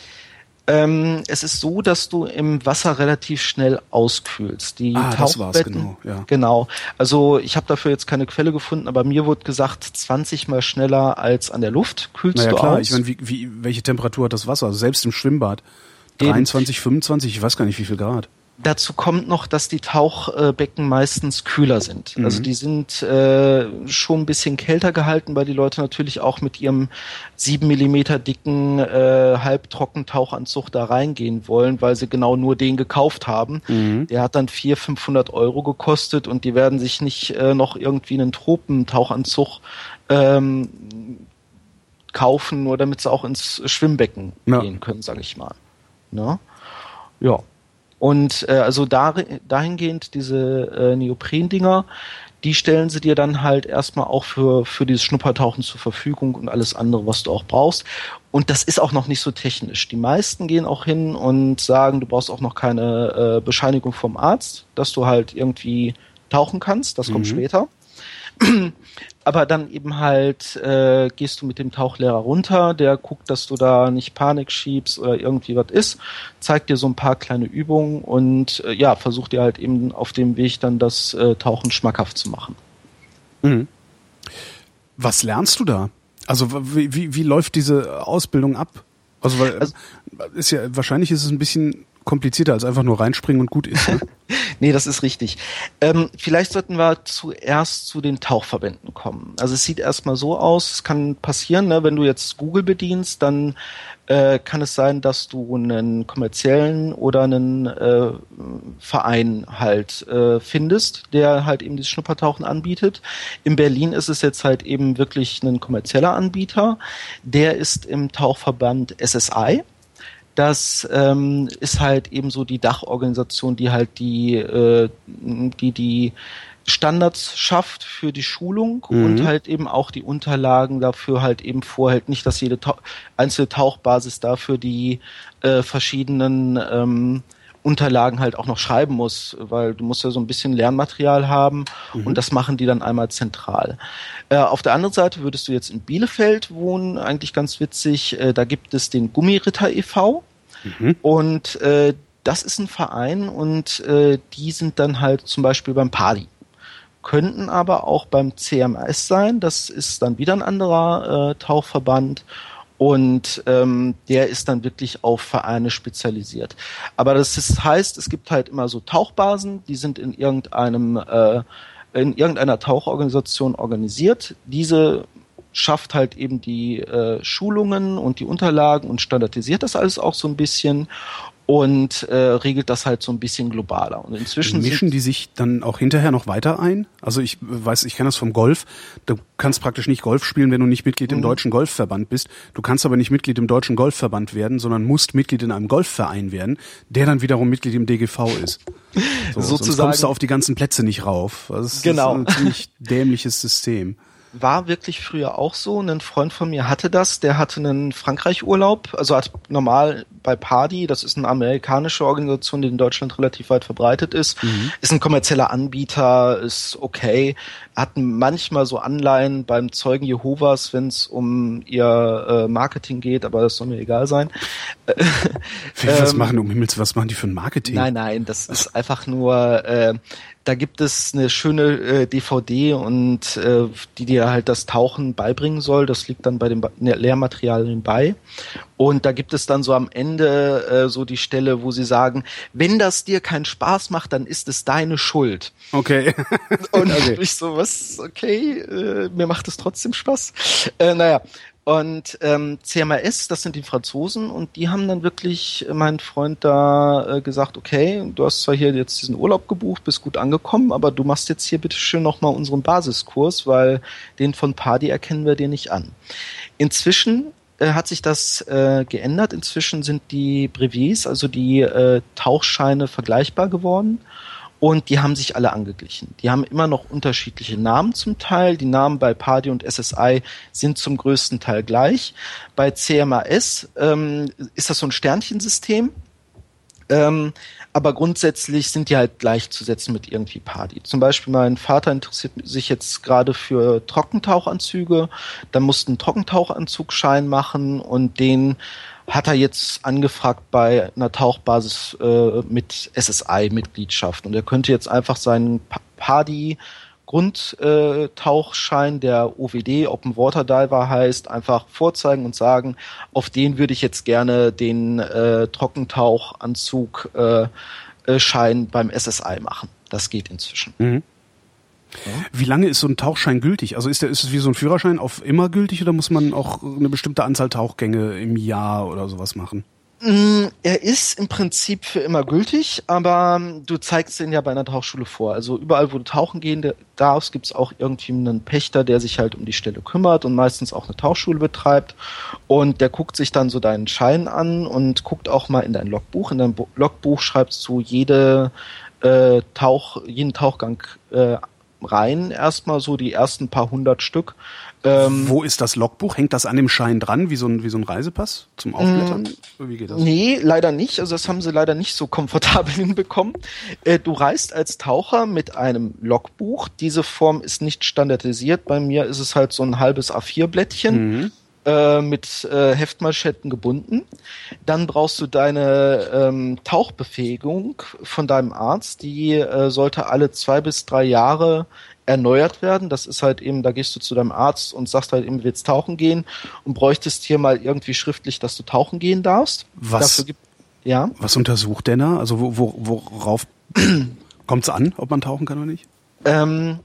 Ähm, es ist so, dass du im Wasser relativ schnell auskühlst. Die ah, das war's, Tauchbetten, genau. Ja. Genau. Also ich habe dafür jetzt keine Quelle gefunden, aber mir wurde gesagt, zwanzig mal schneller als an der Luft kühlst naja, du klar. aus. Ich meine, wie, wie, welche Temperatur hat das Wasser? Also selbst im Schwimmbad. dreiundzwanzig, Eben. fünfundzwanzig, ich weiß gar nicht, wie viel Grad. Dazu kommt noch, dass die Tauchbecken meistens kühler sind. Mhm. Also die sind äh, schon ein bisschen kälter gehalten, weil die Leute natürlich auch mit ihrem sieben Millimeter dicken äh, Halbtrockentauchanzug da reingehen wollen, weil sie genau nur den gekauft haben. Mhm. Der hat dann vierhundert, fünfhundert Euro gekostet und die werden sich nicht äh, noch irgendwie einen Tropentauchanzug ähm, kaufen, nur damit sie auch ins Schwimmbecken ja. gehen können, sage ich mal. Na? Ja. Und äh, also da, dahingehend diese äh, Neopren-Dinger, die stellen sie dir dann halt erstmal auch für für dieses Schnuppertauchen zur Verfügung und alles andere, was du auch brauchst. Und das ist auch noch nicht so technisch. Die meisten gehen auch hin und sagen, du brauchst auch noch keine äh, Bescheinigung vom Arzt, dass du halt irgendwie tauchen kannst. Das kommt mhm. später. Aber dann eben halt äh, gehst du mit dem Tauchlehrer runter, der guckt, dass du da nicht Panik schiebst oder irgendwie was ist, zeigt dir so ein paar kleine Übungen und äh, ja, versucht dir halt eben auf dem Weg dann das äh, Tauchen schmackhaft zu machen. Mhm. Was lernst du da? Also wie, wie, wie läuft diese Ausbildung ab? Also, weil, also ist ja wahrscheinlich ist es ein bisschen komplizierter als einfach nur reinspringen und gut ist. Ne? Nee, das ist richtig. Ähm, vielleicht sollten wir zuerst zu den Tauchverbänden kommen. Also es sieht erstmal so aus, es kann passieren, ne, wenn du jetzt Google bedienst, dann äh, kann es sein, dass du einen kommerziellen oder einen äh, Verein halt äh, findest, der halt eben dieses Schnuppertauchen anbietet. In Berlin ist es jetzt halt eben wirklich ein kommerzieller Anbieter. Der ist im Tauchverband S S I. Das ähm, ist halt eben so die Dachorganisation, die halt die, äh, die, die Standards schafft für die Schulung mhm. und halt eben auch die Unterlagen dafür halt eben vorhält. Nicht, dass jede Tauch- einzelne Tauchbasis dafür die äh, verschiedenen ähm, Unterlagen halt auch noch schreiben muss, weil du musst ja so ein bisschen Lernmaterial haben mhm. und das machen die dann einmal zentral. Äh, auf der anderen Seite würdest du jetzt in Bielefeld wohnen, eigentlich ganz witzig, äh, da gibt es den Gummiritter e V mhm. und äh, das ist ein Verein und äh, die sind dann halt zum Beispiel beim PADI. Könnten aber auch beim C M A S sein, das ist dann wieder ein anderer äh, Tauchverband und ähm, der ist dann wirklich auf Vereine spezialisiert. Aber das ist, heißt, es gibt halt immer so Tauchbasen, die sind in irgendeinem äh, in irgendeiner Tauchorganisation organisiert. Diese schafft halt eben die äh, Schulungen und die Unterlagen und standardisiert das alles auch so ein bisschen und äh, regelt das halt so ein bisschen globaler. Und inzwischen mischen die sich dann auch hinterher noch weiter ein? Also ich weiß, ich kenne das vom Golf. Du kannst praktisch nicht Golf spielen, wenn du nicht Mitglied im mhm. Deutschen Golfverband bist. Du kannst aber nicht Mitglied im Deutschen Golfverband werden, sondern musst Mitglied in einem Golfverein werden, der dann wiederum Mitglied im D G V ist. So, sozusagen, sonst kommst du auf die ganzen Plätze nicht rauf. Das ist, genau. Das ist ein ziemlich dämliches System. War wirklich früher auch so. Ein Freund von mir hatte das, der hatte einen Frankreich-Urlaub, also hat normal bei PADI, das ist eine amerikanische Organisation, die in Deutschland relativ weit verbreitet ist, mhm. ist ein kommerzieller Anbieter, ist okay, hatten manchmal so Anleihen beim Zeugen Jehovas, wenn es um ihr äh, Marketing geht, aber das soll mir egal sein. Was ähm, machen um Himmels, was machen die für ein Marketing? Nein, nein, das ist einfach nur, äh, da gibt es eine schöne äh, D V D und äh, die dir halt das Tauchen beibringen soll. Das liegt dann bei den ba- Lehrmaterialien bei. Und da gibt es dann so am Ende äh, so die Stelle, wo sie sagen, wenn das dir keinen Spaß macht, dann ist es deine Schuld. Okay. Und okay. ich so, was? Okay, äh, mir macht es trotzdem Spaß. Äh, naja. Und ähm, C M A S, das sind die Franzosen und die haben dann wirklich äh, mein Freund da äh, gesagt, okay, du hast zwar hier jetzt diesen Urlaub gebucht, bist gut angekommen, aber du machst jetzt hier bitte schön nochmal unseren Basiskurs, weil den von PADI erkennen wir dir nicht an. Inzwischen äh, hat sich das äh, geändert. Inzwischen sind die Brevets, also die äh, Tauchscheine vergleichbar geworden. Und die haben sich alle angeglichen. Die haben immer noch unterschiedliche Namen zum Teil. Die Namen bei PADI und S S I sind zum größten Teil gleich. Bei C M A S ähm, ist das so ein Sternchensystem. Ähm, aber grundsätzlich sind die halt gleichzusetzen mit irgendwie PADI. Zum Beispiel mein Vater interessiert sich jetzt gerade für Trockentauchanzüge. Da musste einen Trockentauchanzugschein machen und den hat er jetzt angefragt bei einer Tauchbasis äh, mit S S I-Mitgliedschaft. Und er könnte jetzt einfach seinen PADI Grundtauchschein, der O W D, Open Water Diver heißt, einfach vorzeigen und sagen, auf den würde ich jetzt gerne den äh, Trockentauchanzug äh, äh, Schein beim S S I machen. Das geht inzwischen. Mhm. Ja. Wie lange ist so ein Tauchschein gültig? Also ist der, ist es wie so ein Führerschein auf immer gültig oder muss man auch eine bestimmte Anzahl Tauchgänge im Jahr oder sowas machen? Er ist im Prinzip für immer gültig, aber du zeigst den ja bei einer Tauchschule vor. Also überall, wo du tauchen gehen darfst, gibt es auch irgendwie einen Pächter, der sich halt um die Stelle kümmert und meistens auch eine Tauchschule betreibt. Und der guckt sich dann so deinen Schein an und guckt auch mal in dein Logbuch. In dein Logbuch schreibst du jede äh, Tauch, jeden Tauchgang äh, rein, erstmal so die ersten paar hundert Stück. Ähm, Wo ist das Logbuch? Hängt das an dem Schein dran, wie so ein, wie so ein Reisepass zum Aufblättern? Ähm, wie geht das? Nee, leider nicht. Also das haben sie leider nicht so komfortabel hinbekommen. Äh, du reist als Taucher mit einem Logbuch. Diese Form ist nicht standardisiert. Bei mir ist es halt so ein halbes A vier Blättchen. Mhm. Mit äh, Heftmanschetten gebunden. Dann brauchst du deine ähm, Tauchbefähigung von deinem Arzt. Die äh, sollte alle zwei bis drei Jahre erneuert werden. Das ist halt eben, da gehst du zu deinem Arzt und sagst halt eben, du willst tauchen gehen und bräuchtest hier mal irgendwie schriftlich, dass du tauchen gehen darfst. Was, Dafür gibt, ja? Was untersucht der da? Also wo, wo, worauf kommt es an, ob man tauchen kann oder nicht? Ähm,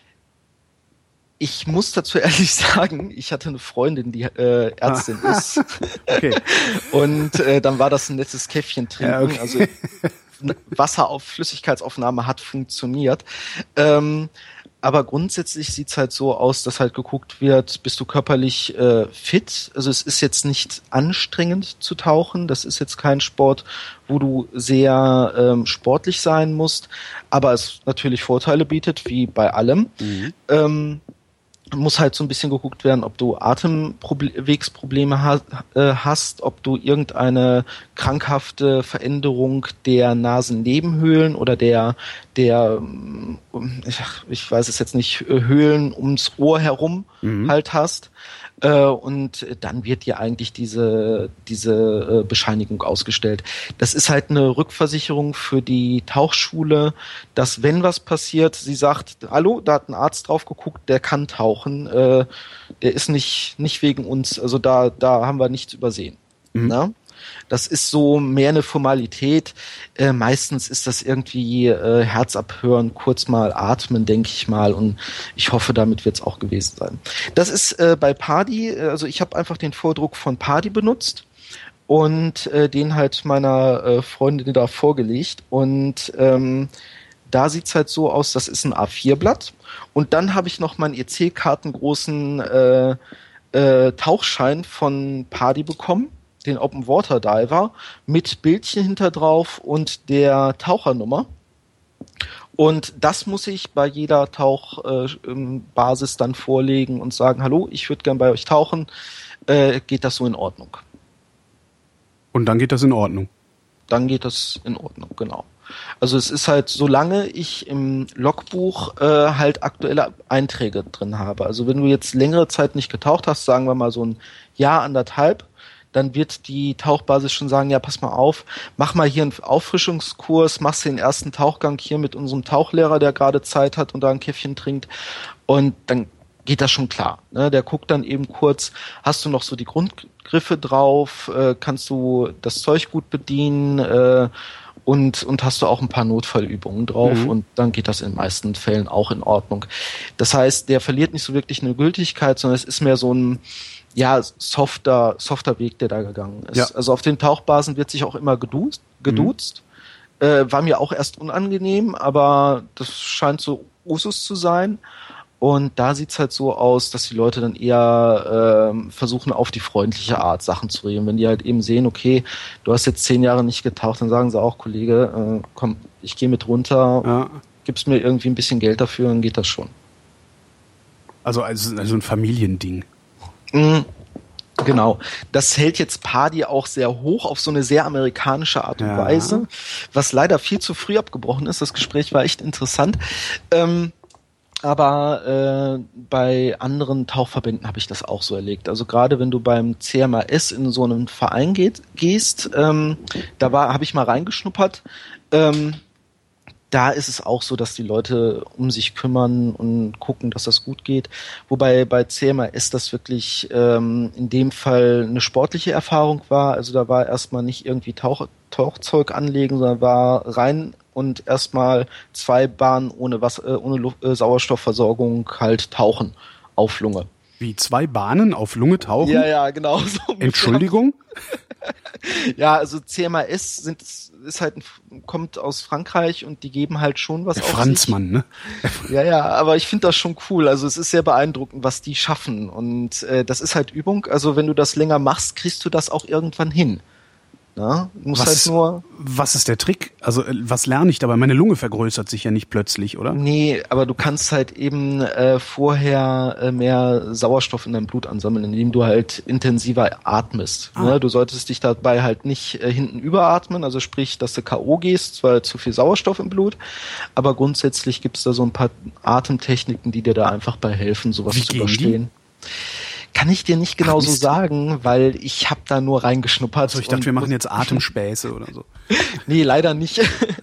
Ich muss dazu ehrlich sagen, ich hatte eine Freundin, die äh, Ärztin ist. Okay. Und äh, dann war das ein nettes Käffchen trinken. Ja, okay. Also Wasser auf Flüssigkeitsaufnahme hat funktioniert. Ähm, aber grundsätzlich sieht's halt so aus, dass halt geguckt wird, bist du körperlich äh, fit? Also es ist jetzt nicht anstrengend zu tauchen, das ist jetzt kein Sport, wo du sehr ähm, sportlich sein musst, aber es natürlich Vorteile bietet, wie bei allem. Mhm. Ähm, muss halt so ein bisschen geguckt werden, ob du Atemwegsprobleme ha- äh, hast, ob du irgendeine krankhafte Veränderung der Nasennebenhöhlen oder der, der ich, ich weiß es jetzt nicht, Höhlen ums Ohr herum mhm. halt hast. Äh, und dann wird dir eigentlich diese diese äh, Bescheinigung ausgestellt. Das ist halt eine Rückversicherung für die Tauchschule, dass wenn was passiert, sie sagt, hallo, da hat ein Arzt drauf geguckt, der kann tauchen, äh, der ist nicht nicht wegen uns, also da da haben wir nichts übersehen. Mhm. Na? Das ist so mehr eine Formalität. Äh, meistens ist das irgendwie äh, Herz abhören, kurz mal atmen, denke ich mal. Und ich hoffe, damit wird es auch gewesen sein. Das ist äh, bei PADI, also ich habe einfach den Vordruck von PADI benutzt und äh, den halt meiner äh, Freundin da vorgelegt. Und ähm, da sieht's halt so aus, das ist ein A vier Blatt. Und dann habe ich noch meinen E C-Kartengroßen äh, äh, Tauchschein von PADI bekommen, den Open Water Diver, mit Bildchen hinter drauf und der Tauchernummer. Und das muss ich bei jeder Tauchbasis äh, dann vorlegen und sagen, hallo, ich würde gern bei euch tauchen. Äh, geht das so in Ordnung? Und dann geht das in Ordnung? Dann geht das in Ordnung, genau. Also es ist halt, solange ich im Logbuch äh, halt aktuelle Einträge drin habe. Also wenn du jetzt längere Zeit nicht getaucht hast, sagen wir mal so ein Jahr, anderthalb, dann wird die Tauchbasis schon sagen, ja, pass mal auf, mach mal hier einen Auffrischungskurs, machst den ersten Tauchgang hier mit unserem Tauchlehrer, der gerade Zeit hat und da ein Käffchen trinkt, und dann geht das schon klar. Ne? Der guckt dann eben kurz, hast du noch so die Grundgriffe drauf, äh, kannst du das Zeug gut bedienen, äh, und und hast du auch ein paar Notfallübungen drauf, mhm. und dann geht das in den meisten Fällen auch in Ordnung. Das heißt, der verliert nicht so wirklich eine Gültigkeit, sondern es ist mehr so ein ja, softer, softer Weg, der da gegangen ist. Ja. Also auf den Tauchbasen wird sich auch immer geduzt. geduzt. Mhm. Äh, war mir auch erst unangenehm, aber das scheint so Usus zu sein. Und da sieht's halt so aus, dass die Leute dann eher äh, versuchen, auf die freundliche Art Sachen zu regeln. Wenn die halt eben sehen, okay, du hast jetzt zehn Jahre nicht getaucht, dann sagen sie auch, Kollege, äh, komm, ich gehe mit runter, ja. gibst mir irgendwie ein bisschen Geld dafür, dann geht das schon. Also, also, also ein Familiending. Mhm. Genau. Das hält jetzt PADI auch sehr hoch auf so eine sehr amerikanische Art und ja. Weise, was leider viel zu früh abgebrochen ist. Das Gespräch war echt interessant. Ähm, aber äh, bei anderen Tauchverbänden habe ich das auch so erlebt. Also gerade wenn du beim C M A S in so einen Verein geht, gehst, ähm, da war, habe ich mal reingeschnuppert, ähm, da ist es auch so, dass die Leute um sich kümmern und gucken, dass das gut geht. Wobei bei C M A S das wirklich ähm, in dem Fall eine sportliche Erfahrung war. Also da war erstmal nicht irgendwie Tauch, Tauchzeug anlegen, sondern war rein und erstmal zwei Bahnen ohne, Wasser, äh, ohne Luft, äh, Sauerstoffversorgung halt tauchen auf Lunge. Wie, zwei Bahnen auf Lunge tauchen? Ja, ja, genau. So Entschuldigung? Ja, also C M A S sind, ist halt, kommt aus Frankreich und die geben halt schon was Der auf Franzmann, sich. Ne? Ja, ja, aber ich finde das schon cool. Also es ist sehr beeindruckend, was die schaffen. Und äh, das ist halt Übung. Also wenn du das länger machst, kriegst du das auch irgendwann hin. Ja, du musst was, halt nur. Was ist der Trick? Also was lerne ich dabei? Meine Lunge vergrößert sich ja nicht plötzlich, oder? Nee, aber du kannst halt eben äh, vorher äh, mehr Sauerstoff in deinem Blut ansammeln, indem du halt intensiver atmest. Ah. Ne? Du solltest dich dabei halt nicht äh, hinten überatmen, also sprich, dass du K O gehst, weil zu viel Sauerstoff im Blut. Aber grundsätzlich gibt's da so ein paar Atemtechniken, die dir da einfach bei helfen, sowas Wie zu gehen überstehen. Die? Kann ich dir nicht genau Ach, so sagen, weil ich habe da nur reingeschnuppert. Also ich dachte, wir machen jetzt Atemspäße oder so. Nee, leider nicht.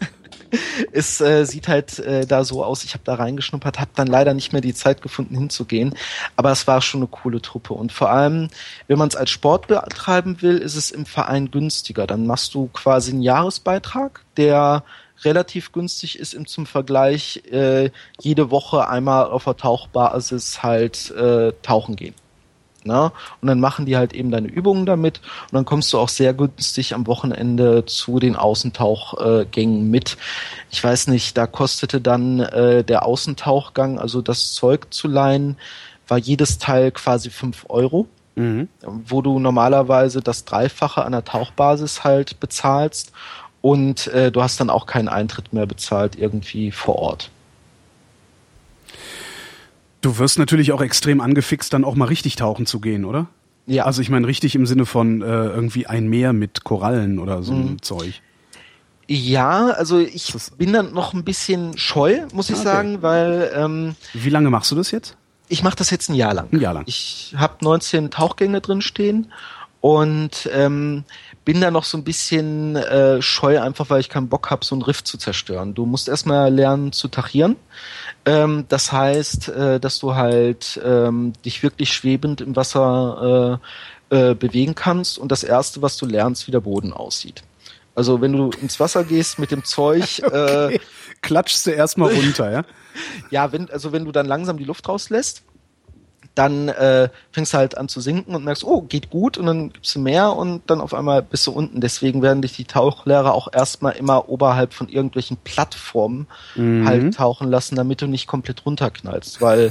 Es äh, sieht halt äh, da so aus, ich habe da reingeschnuppert, habe dann leider nicht mehr die Zeit gefunden hinzugehen, aber es war schon eine coole Truppe und vor allem, wenn man es als Sport betreiben will, ist es im Verein günstiger. Dann machst du quasi einen Jahresbeitrag, der relativ günstig ist im zum Vergleich äh, jede Woche einmal auf der Tauchbasis halt äh, tauchen gehen. Na? Und dann machen die halt eben deine Übungen damit und dann kommst du auch sehr günstig am Wochenende zu den Außentauchgängen mit. Ich weiß nicht, da kostete dann äh, der Außentauchgang, also das Zeug zu leihen, war jedes Teil quasi fünf Euro, mhm. wo du normalerweise das Dreifache an der Tauchbasis halt bezahlst und äh, du hast dann auch keinen Eintritt mehr bezahlt irgendwie vor Ort. Du wirst natürlich auch extrem angefixt, dann auch mal richtig tauchen zu gehen, oder? Ja. Also ich meine richtig im Sinne von äh, irgendwie ein Meer mit Korallen oder so mhm. ein Zeug. Ja, also ich bin dann noch ein bisschen scheu, muss ich okay. sagen, weil... Ähm, Wie lange machst du das jetzt? Ich mache das jetzt ein Jahr lang. Ein Jahr lang. Ich habe neunzehn Tauchgänge drin stehen und ähm, bin da noch so ein bisschen äh, scheu, einfach weil ich keinen Bock habe, so einen Riff zu zerstören. Du musst erstmal lernen zu tachieren. Ähm, das heißt, äh, dass du halt ähm, dich wirklich schwebend im Wasser äh, äh, bewegen kannst und das Erste, was du lernst, wie der Boden aussieht. Also wenn du ins Wasser gehst mit dem Zeug... okay. äh, Klatschst du erstmal runter, ja? Ja, wenn, also wenn du dann langsam die Luft rauslässt, dann äh, fängst du halt an zu sinken und merkst, oh, geht gut, und dann gibst du mehr und dann auf einmal bist du unten. Deswegen werden dich die Tauchlehrer auch erstmal immer oberhalb von irgendwelchen Plattformen mhm. halt tauchen lassen, damit du nicht komplett runterknallst, weil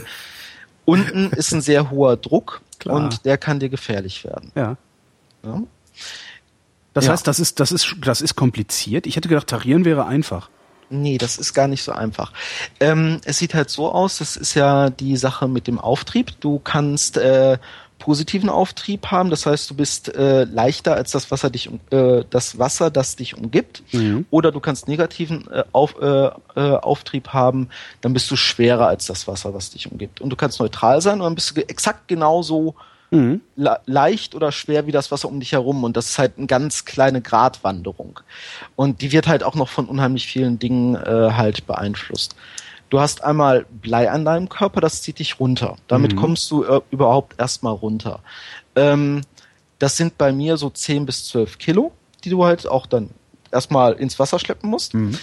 unten ist ein sehr hoher Druck Klar. und der kann dir gefährlich werden. Ja. ja? Das ja. heißt, das ist, das ist, das ist kompliziert. Ich hätte gedacht, tarieren wäre einfach. Nee, das ist gar nicht so einfach. Ähm, es sieht halt so aus, das ist ja die Sache mit dem Auftrieb. Du kannst äh, positiven Auftrieb haben, das heißt, du bist äh, leichter als das Wasser, dich, äh, das Wasser, das dich umgibt. Mhm. Oder du kannst negativen äh, auf, äh, äh, Auftrieb haben, dann bist du schwerer als das Wasser, was dich umgibt. Und du kannst neutral sein und dann bist du exakt genauso Mhm. Le- leicht oder schwer wie das Wasser um dich herum, und das ist halt eine ganz kleine Gratwanderung und die wird halt auch noch von unheimlich vielen Dingen äh, halt beeinflusst. Du hast einmal Blei an deinem Körper, das zieht dich runter. Damit mhm. kommst du äh, überhaupt erstmal runter. Ähm, das sind bei mir so zehn bis zwölf Kilo, die du halt auch dann erstmal ins Wasser schleppen musst. Mhm.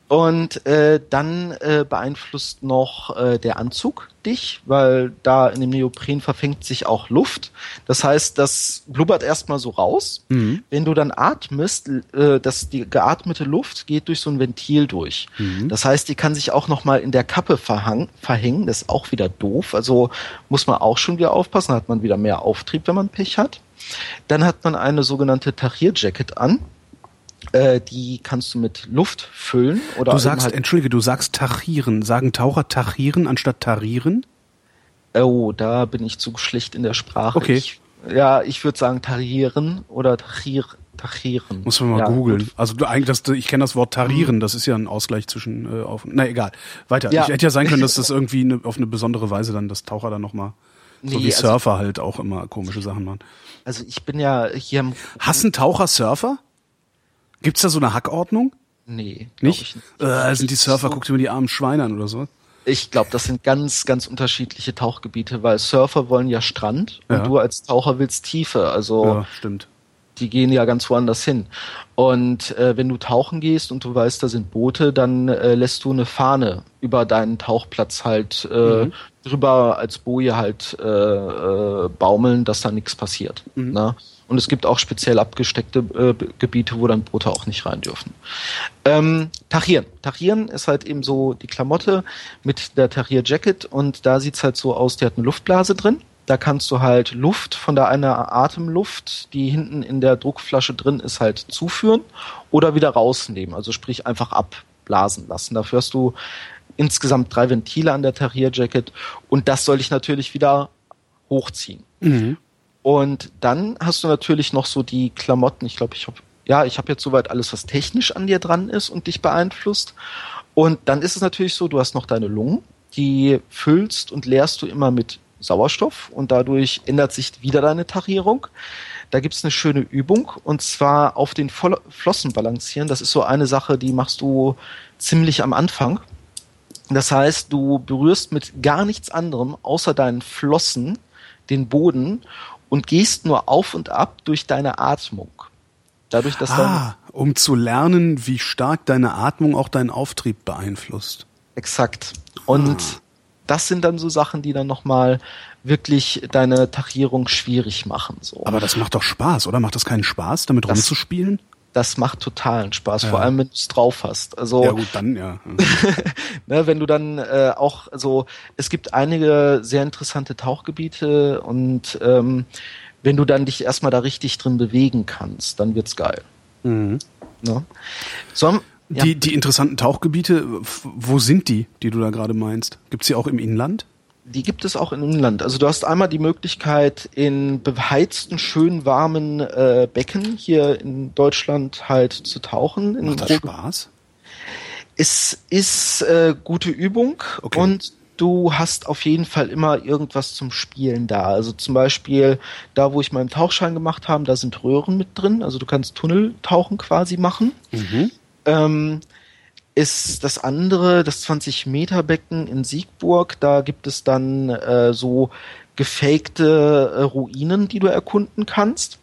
Und äh, dann äh, beeinflusst noch äh, der Anzug dich, weil da in dem Neopren verfängt sich auch Luft. Das heißt, das blubbert erstmal so raus. Mhm. Wenn du dann atmest, äh, das, die geatmete Luft geht durch so ein Ventil durch. Mhm. Das heißt, die kann sich auch nochmal in der Kappe verhang, verhängen. Das ist auch wieder doof. Also muss man auch schon wieder aufpassen. Da hat man wieder mehr Auftrieb, wenn man Pech hat. Dann hat man eine sogenannte Tachir-Jacket an. Äh, die kannst du mit Luft füllen. Oder du sagst, halt entschuldige, du sagst tachieren. Sagen Taucher tachieren anstatt tarieren? Oh, da bin ich zu schlecht in der Sprache. Okay. Ich, ja, ich würde sagen tarieren oder tachir, tachieren. Muss man mal ja, googeln. Also du, eigentlich, das, ich kenne das Wort tarieren, das ist ja ein Ausgleich zwischen äh, auf. Na egal, weiter. Ja. Ich hätte ja sein können, dass das irgendwie eine, auf eine besondere Weise dann das Taucher dann nochmal, so nee, wie also, Surfer halt auch immer komische Sachen machen. Also ich bin ja hier am... Hassen Taucher Surfer? Gibt's da so eine Hackordnung? Nee. Nicht? nicht. Äh, sind die Surfer, so. Guck dir mal die armen Schweine an oder so. Ich glaube, das sind ganz, ganz unterschiedliche Tauchgebiete, weil Surfer wollen ja Strand und ja. du als Taucher willst Tiefe. Also ja, stimmt. Die gehen ja ganz woanders hin. Und äh, wenn du tauchen gehst und du weißt, da sind Boote, dann äh, lässt du eine Fahne über deinen Tauchplatz halt äh, mhm. drüber als Boje halt äh, äh, baumeln, dass da nichts passiert. Mhm. Ne? Und es gibt auch speziell abgesteckte äh, Gebiete, wo dann Boote auch nicht rein dürfen. Ähm, Tachieren. Tachieren ist halt eben so die Klamotte mit der Tachir-Jacket und da sieht's halt so aus, die hat eine Luftblase drin. Da kannst du halt Luft von der einer Atemluft, die hinten in der Druckflasche drin ist, halt zuführen oder wieder rausnehmen. Also sprich einfach abblasen lassen. Dafür hast du insgesamt drei Ventile an der Tachir-Jacket und das soll ich natürlich wieder hochziehen. Mhm. Und dann hast du natürlich noch so die Klamotten. Ich glaube, ich habe ja, ich habe jetzt soweit alles, was technisch an dir dran ist und dich beeinflusst. Und dann ist es natürlich so, du hast noch deine Lungen, die füllst und leerst du immer mit Sauerstoff und dadurch ändert sich wieder deine Tachierung. Da gibt's eine schöne Übung und zwar auf den Flossen balancieren. Das ist so eine Sache, die machst du ziemlich am Anfang. Das heißt, du berührst mit gar nichts anderem außer deinen Flossen den Boden und gehst nur auf und ab durch deine Atmung. Dadurch, dass ah, um zu lernen, wie stark deine Atmung auch deinen Auftrieb beeinflusst. Exakt. Und ah. das sind dann so Sachen, die dann nochmal wirklich deine Tachierung schwierig machen. So. Aber das macht doch Spaß, oder? Macht das keinen Spaß, damit das, rumzuspielen? Das macht totalen Spaß, ja. vor allem wenn du es drauf hast. Also, ja gut, dann ja. ne, wenn du dann äh, auch, also es gibt einige sehr interessante Tauchgebiete und ähm, wenn du dann dich erstmal da richtig drin bewegen kannst, dann wird's geil. Mhm. Ne? So, ja. Die, die interessanten Tauchgebiete, wo sind die, die du da gerade meinst? Gibt's die auch im Inland? Die gibt es auch im Inland. Also du hast einmal die Möglichkeit, in beheizten, schön warmen äh, Becken hier in Deutschland halt zu tauchen. Macht das Spaß? Es ist äh, gute Übung, okay. Und du hast auf jeden Fall immer irgendwas zum Spielen da. Also zum Beispiel da, wo ich meinen Tauchschein gemacht habe, da sind Röhren mit drin. Also du kannst Tunneltauchen quasi machen. Mhm. Ähm, ist das andere, das zwanzig Meter Becken in Siegburg. Da gibt es dann äh, so gefakte äh, Ruinen, die du erkunden kannst.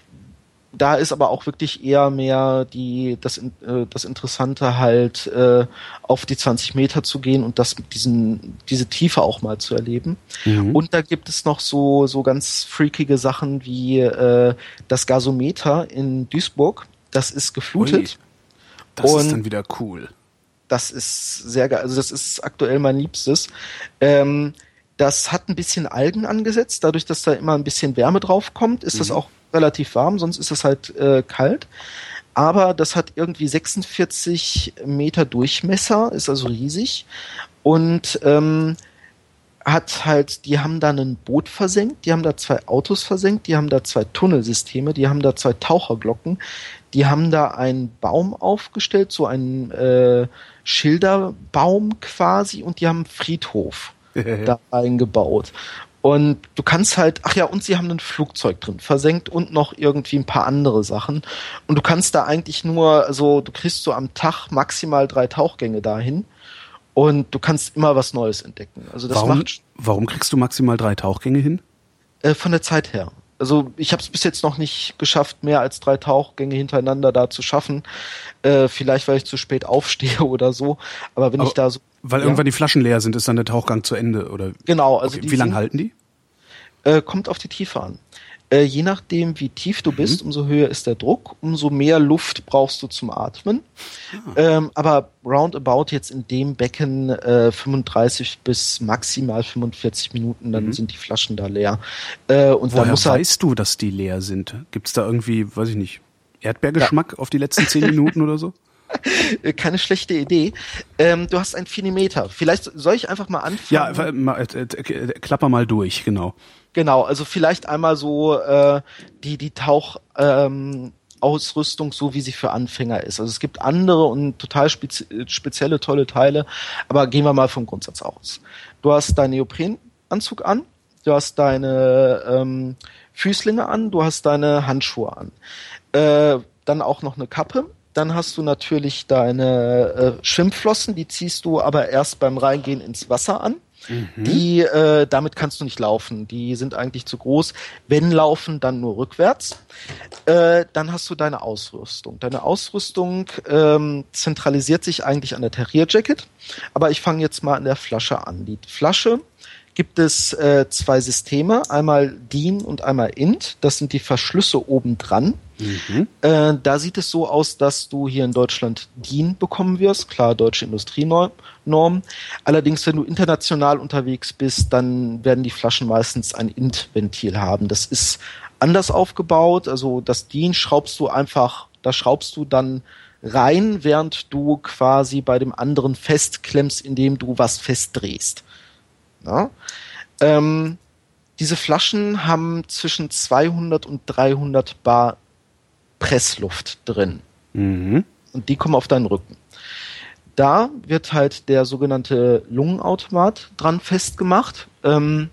Da ist aber auch wirklich eher mehr die das äh, das Interessante halt äh, auf die zwanzig Meter zu gehen und das mit diesen diese Tiefe auch mal zu erleben. Mhm. Und da gibt es noch so so ganz freakige Sachen wie äh, das Gasometer in Duisburg. Das ist geflutet. Ui, das und ist dann wieder cool. Das ist sehr geil. Also das ist aktuell mein Liebstes. Ähm, das hat ein bisschen Algen angesetzt. Dadurch, dass da immer ein bisschen Wärme drauf kommt, ist mhm. das auch relativ warm. Sonst ist es halt äh, kalt. Aber das hat irgendwie sechsundvierzig Meter Durchmesser, ist also riesig. Und ähm, hat halt, die haben da ein Boot versenkt, die haben da zwei Autos versenkt, die haben da zwei Tunnelsysteme, die haben da zwei Taucherglocken, die haben da einen Baum aufgestellt, so einen äh, Schilderbaum quasi, und die haben einen Friedhof da eingebaut. Und du kannst halt, ach ja, und sie haben ein Flugzeug drin versenkt und noch irgendwie ein paar andere Sachen. Und du kannst da eigentlich nur, also du kriegst so am Tag maximal drei Tauchgänge dahin. Und du kannst immer was Neues entdecken. Also das warum, macht. Warum kriegst du maximal drei Tauchgänge hin? Äh, von der Zeit her. Also ich habe es bis jetzt noch nicht geschafft, mehr als drei Tauchgänge hintereinander da zu schaffen. Äh, vielleicht, weil ich zu spät aufstehe oder so. Aber wenn Aber ich da so. Weil ja. irgendwann die Flaschen leer sind, ist dann der Tauchgang zu Ende, oder? Genau. Also okay. Wie lange halten die? Äh, kommt auf die Tiefe an. Äh, je nachdem, wie tief du bist, mhm. umso höher ist der Druck, umso mehr Luft brauchst du zum Atmen. Ah. Ähm, aber roundabout jetzt in dem Becken äh, fünfunddreißig bis maximal fünfundvierzig Minuten, dann mhm. sind die Flaschen da leer. Äh, und Woher dann muss weißt halt du, dass die leer sind? Gibt's da irgendwie, weiß ich nicht, Erdbeergeschmack ja. auf die letzten zehn Minuten oder so? Keine schlechte Idee. Ähm, du hast ein Phinimeter. Vielleicht soll ich einfach mal anfangen. Ja, mal, äh, äh, klapper mal durch, genau. Genau, also vielleicht einmal so äh, die die Tauch ähm, Ausrüstung, so wie sie für Anfänger ist. Also es gibt andere und total spezi- spezielle, tolle Teile, aber gehen wir mal vom Grundsatz aus. Du hast deinen Neoprenanzug an, du hast deine ähm, Füßlinge an, du hast deine Handschuhe an. Äh, dann auch noch eine Kappe. Dann hast du natürlich deine äh, Schwimmflossen, die ziehst du aber erst beim Reingehen ins Wasser an. Mhm. Die, äh, damit kannst du nicht laufen. Die sind eigentlich zu groß. Wenn laufen, dann nur rückwärts. Äh, dann hast du deine Ausrüstung. Deine Ausrüstung ähm, zentralisiert sich eigentlich an der Terrier Jacket. Aber ich fange jetzt mal an der Flasche an. Die Flasche gibt es äh, zwei Systeme. Einmal D I N und einmal I N T. Das sind die Verschlüsse oben dran. Mhm. Äh, da sieht es so aus, dass du hier in Deutschland D I N bekommen wirst, klar, deutsche Industrienorm. Allerdings, wenn du international unterwegs bist, dann werden die Flaschen meistens ein I N T-Ventil haben. Das ist anders aufgebaut, also das D I N schraubst du einfach, da schraubst du dann rein, während du quasi bei dem anderen festklemmst, indem du was festdrehst. Ja? Ähm, diese Flaschen haben zwischen zweihundert und dreihundert Bar Pressluft drin. Mhm. Und die kommen auf deinen Rücken. Da wird halt der sogenannte Lungenautomat dran festgemacht. Ähm,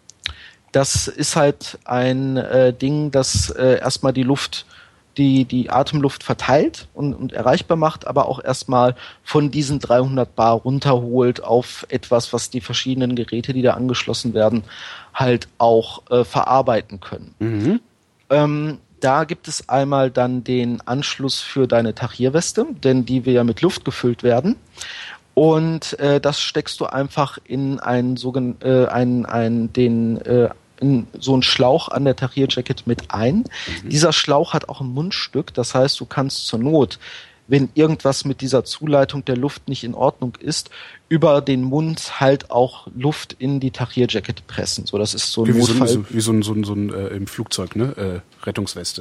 das ist halt ein äh, Ding, das äh, erstmal die Luft, die, die Atemluft verteilt und, und erreichbar macht, aber auch erstmal von diesen dreihundert Bar runterholt auf etwas, was die verschiedenen Geräte, die da angeschlossen werden, halt auch äh, verarbeiten können. Mhm. Ähm, Da gibt es einmal dann den Anschluss für deine Tachierweste, denn die will ja mit Luft gefüllt werden. Und äh, das steckst du einfach in einen sogen äh, einen, einen den äh, in so einen Schlauch an der Tarrierjacket mit ein. Mhm. Dieser Schlauch hat auch ein Mundstück, das heißt, du kannst zur Not, wenn irgendwas mit dieser Zuleitung der Luft nicht in Ordnung ist, über den Mund halt auch Luft in die Tarrierjacket pressen. So, das ist so ein wie, Notfall. So, wie so ein, so ein, so ein äh, im Flugzeug, ne? Äh, Rettungsweste.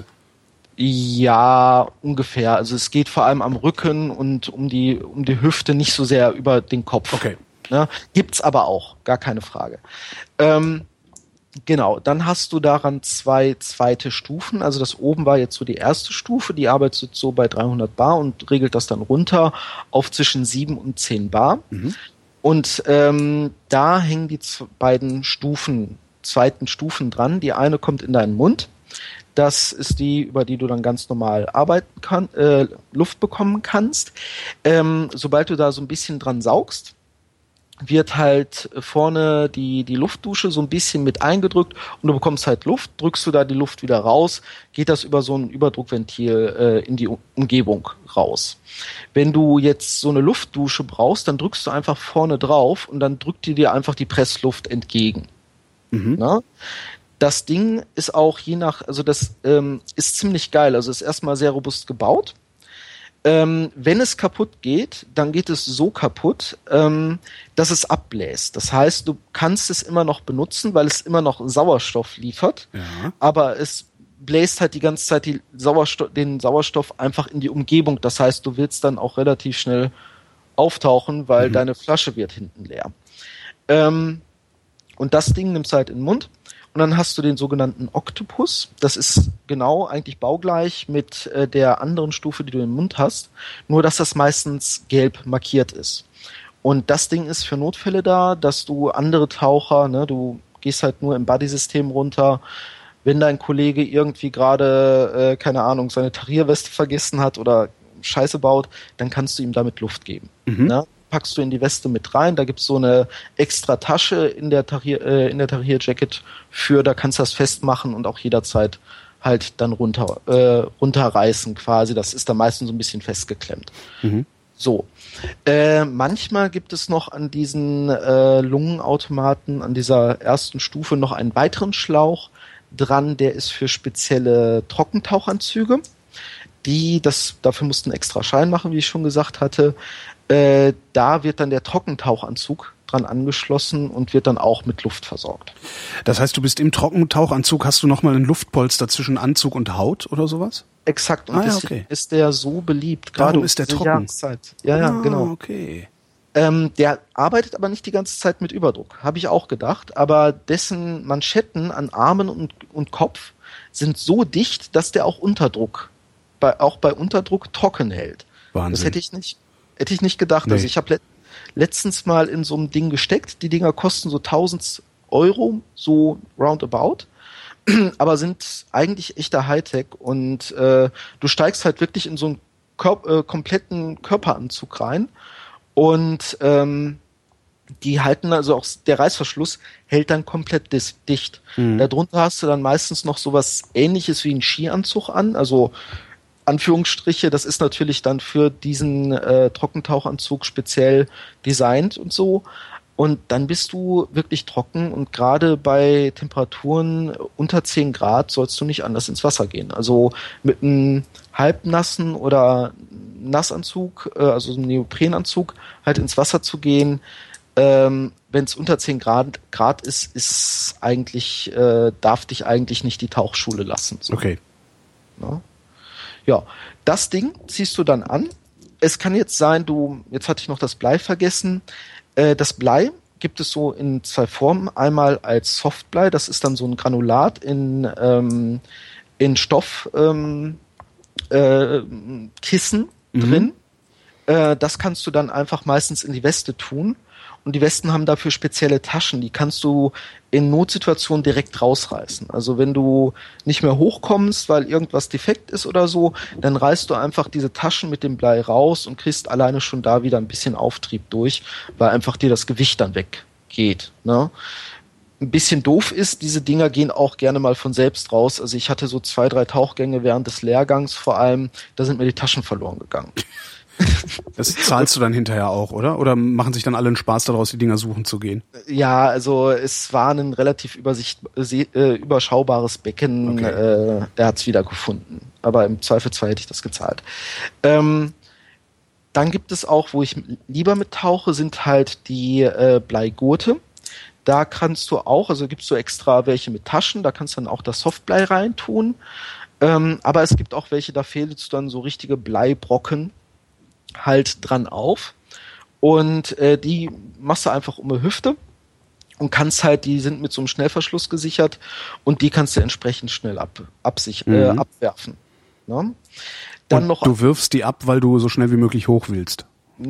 Ja, ungefähr. Also es geht vor allem am Rücken und um die um die Hüfte, nicht so sehr über den Kopf. Okay. Ne? Gibt's aber auch, gar keine Frage. Ähm, genau, dann hast du daran zwei zweite Stufen. Also das oben war jetzt so die erste Stufe, die arbeitet so bei dreihundert Bar und regelt das dann runter auf zwischen sieben und zehn Bar. Mhm. Und ähm, da hängen die z- beiden Stufen, zweiten Stufen dran. Die eine kommt in deinen Mund. Das ist die, über die du dann ganz normal arbeiten kann, äh, Luft bekommen kannst. Ähm, sobald du da so ein bisschen dran saugst, wird halt vorne die, die Luftdusche so ein bisschen mit eingedrückt und du bekommst halt Luft. Drückst du da die Luft wieder raus, geht das über so ein Überdruckventil äh, in die Umgebung raus. Wenn du jetzt so eine Luftdusche brauchst, dann drückst du einfach vorne drauf und dann drückt die dir einfach die Pressluft entgegen. Mhm. Na? Das Ding ist auch je nach, also das ähm, ist ziemlich geil, also ist erstmal sehr robust gebaut. Ähm, wenn es kaputt geht, dann geht es so kaputt, ähm, dass es abbläst. Das heißt, du kannst es immer noch benutzen, weil es immer noch Sauerstoff liefert, ja. Aber es bläst halt die ganze Zeit die Sauerstoff, den Sauerstoff einfach in die Umgebung. Das heißt, du willst dann auch relativ schnell auftauchen, weil mhm. deine Flasche wird hinten leer. Ähm, und das Ding nimmst du halt in den Mund. Und dann hast du den sogenannten Oktopus. Das ist genau eigentlich baugleich mit äh, der anderen Stufe, die du im Mund hast. Nur, dass das meistens gelb markiert ist. Und das Ding ist für Notfälle da, dass du andere Taucher, ne, du gehst halt nur im Buddy-System runter. Wenn dein Kollege irgendwie gerade, äh, keine Ahnung, seine Tarrierweste vergessen hat oder Scheiße baut, dann kannst du ihm damit Luft geben. Mhm. Ne? Packst du in die Weste mit rein, da gibt's so eine extra Tasche in der Tarrier, äh, in der Tarrierjacket für, da kannst du das festmachen und auch jederzeit halt dann runter äh, runterreißen quasi, das ist dann meistens so ein bisschen festgeklemmt. Mhm. So. Äh, manchmal gibt es noch an diesen äh, Lungenautomaten, an dieser ersten Stufe noch einen weiteren Schlauch dran, der ist für spezielle Trockentauchanzüge. Die, das, dafür mussten extra Schein machen, wie ich schon gesagt hatte. Äh, da wird dann der Trockentauchanzug dran angeschlossen und wird dann auch mit Luft versorgt. Das heißt, du bist im Trockentauchanzug, hast du nochmal einen Luftpolster zwischen Anzug und Haut oder sowas? Exakt, und ah, ja, deswegen okay. ist der so beliebt. Gerade ist der trocken. Jahreszeit. Ja, ja, ah, genau. Okay. Ähm, der arbeitet aber nicht die ganze Zeit mit Überdruck, habe ich auch gedacht, aber dessen Manschetten an Armen und, und Kopf sind so dicht, dass der auch Unterdruck, bei, auch bei Unterdruck trocken hält. Wahnsinn. Das hätte ich nicht Hätte ich nicht gedacht. Nee. Also ich habe le- letztens mal in so einem Ding gesteckt. Die Dinger kosten so tausend Euro, so roundabout, aber sind eigentlich echter Hightech. Und äh, du steigst halt wirklich in so einen Kör- äh, kompletten Körperanzug rein und ähm, die halten also auch, der Reißverschluss hält dann komplett dis- dicht. Mhm. Darunter hast du dann meistens noch sowas Ähnliches wie einen Skianzug an, also Anführungsstriche, das ist natürlich dann für diesen äh, Trockentauchanzug speziell designt und so. Und dann bist du wirklich trocken und gerade bei Temperaturen unter zehn Grad sollst du nicht anders ins Wasser gehen. Also mit einem halbnassen oder Nassanzug, äh, also einem Neoprenanzug, halt ins Wasser zu gehen, ähm, wenn es unter zehn Grad, Grad ist, ist eigentlich, äh, darf dich eigentlich nicht die Tauchschule lassen. So. Okay. Ja. Ja, das Ding ziehst du dann an. Es kann jetzt sein, du, jetzt hatte ich noch das Blei vergessen. Äh, das Blei gibt es so in zwei Formen. Einmal als Softblei, das ist dann so ein Granulat in, ähm, in Stoff, ähm, äh, Kissen mhm. drin. Äh, das kannst du dann einfach meistens in die Weste tun. Und die Westen haben dafür spezielle Taschen, die kannst du in Notsituationen direkt rausreißen. Also wenn du nicht mehr hochkommst, weil irgendwas defekt ist oder so, dann reißt du einfach diese Taschen mit dem Blei raus und kriegst alleine schon da wieder ein bisschen Auftrieb durch, weil einfach dir das Gewicht dann weggeht. Ne? Ein bisschen doof ist, diese Dinger gehen auch gerne mal von selbst raus. Also ich hatte so zwei, drei Tauchgänge während des Lehrgangs vor allem, da sind mir die Taschen verloren gegangen. Das zahlst du dann hinterher auch, oder? Oder machen sich dann alle einen Spaß daraus, die Dinger suchen zu gehen? Ja, also es war ein relativ übersicht, äh, überschaubares Becken. Okay. Äh, er hat es wieder gefunden. Aber im Zweifelsfall hätte ich das gezahlt. Ähm, dann gibt es auch, wo ich lieber mittauche, sind halt die äh, Bleigurte. Da kannst du auch, also gibst du extra welche mit Taschen, da kannst du dann auch das Softblei reintun. Ähm, aber es gibt auch welche, da fädelst du dann so richtige Bleibrocken halt dran auf. Und äh, die machst du einfach um die Hüfte und kannst halt, die sind mit so einem Schnellverschluss gesichert und die kannst du entsprechend schnell ab, absich, mhm. äh, abwerfen. Ne? Dann und noch, du wirfst die ab, weil du so schnell wie möglich hoch willst.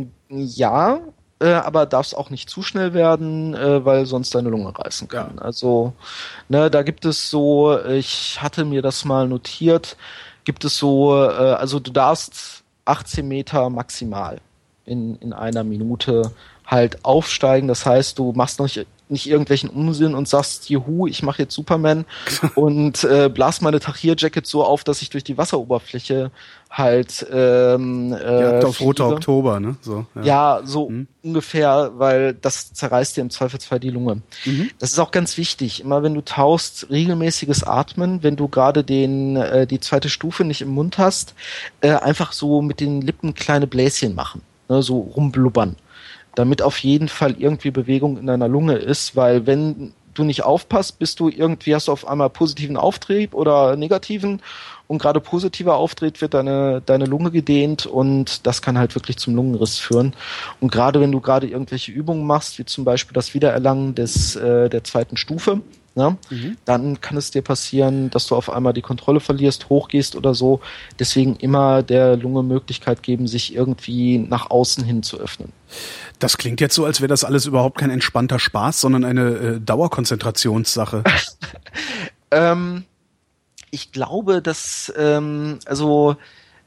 Ja, äh, aber darfst auch nicht zu schnell werden, äh, weil sonst deine Lunge reißen kann. Ja. Also, ne, da gibt es so, ich hatte mir das mal notiert, gibt es so, äh, also du darfst achtzehn Meter maximal in, in einer Minute halt aufsteigen. Das heißt, du machst noch nicht, nicht irgendwelchen Unsinn und sagst, juhu, ich mache jetzt Superman und äh, blas meine Tahir-Jacket so auf, dass ich durch die Wasseroberfläche halt ähm, äh, ja, auf roter Oktober, ne? So, ja. ja, so hm. ungefähr, weil das zerreißt dir im Zweifelsfall die Lunge. Mhm. Das ist auch ganz wichtig. Immer wenn du tauchst, regelmäßiges Atmen, wenn du gerade den äh, die zweite Stufe nicht im Mund hast, äh, einfach so mit den Lippen kleine Bläschen machen, ne, so rumblubbern, damit auf jeden Fall irgendwie Bewegung in deiner Lunge ist, weil wenn du nicht aufpasst, bist du irgendwie, hast du auf einmal positiven Auftrieb oder negativen und gerade positiver Auftrieb wird deine, deine Lunge gedehnt und das kann halt wirklich zum Lungenriss führen. Und gerade wenn du gerade irgendwelche Übungen machst, wie zum Beispiel das Wiedererlangen des, äh, der zweiten Stufe, ne? Mhm. Dann kann es dir passieren, dass du auf einmal die Kontrolle verlierst, hochgehst oder so. Deswegen immer der Lunge Möglichkeit geben, sich irgendwie nach außen hin zu öffnen. Das klingt jetzt so, als wäre das alles überhaupt kein entspannter Spaß, sondern eine äh, Dauerkonzentrationssache. ähm, ich glaube, dass ähm, also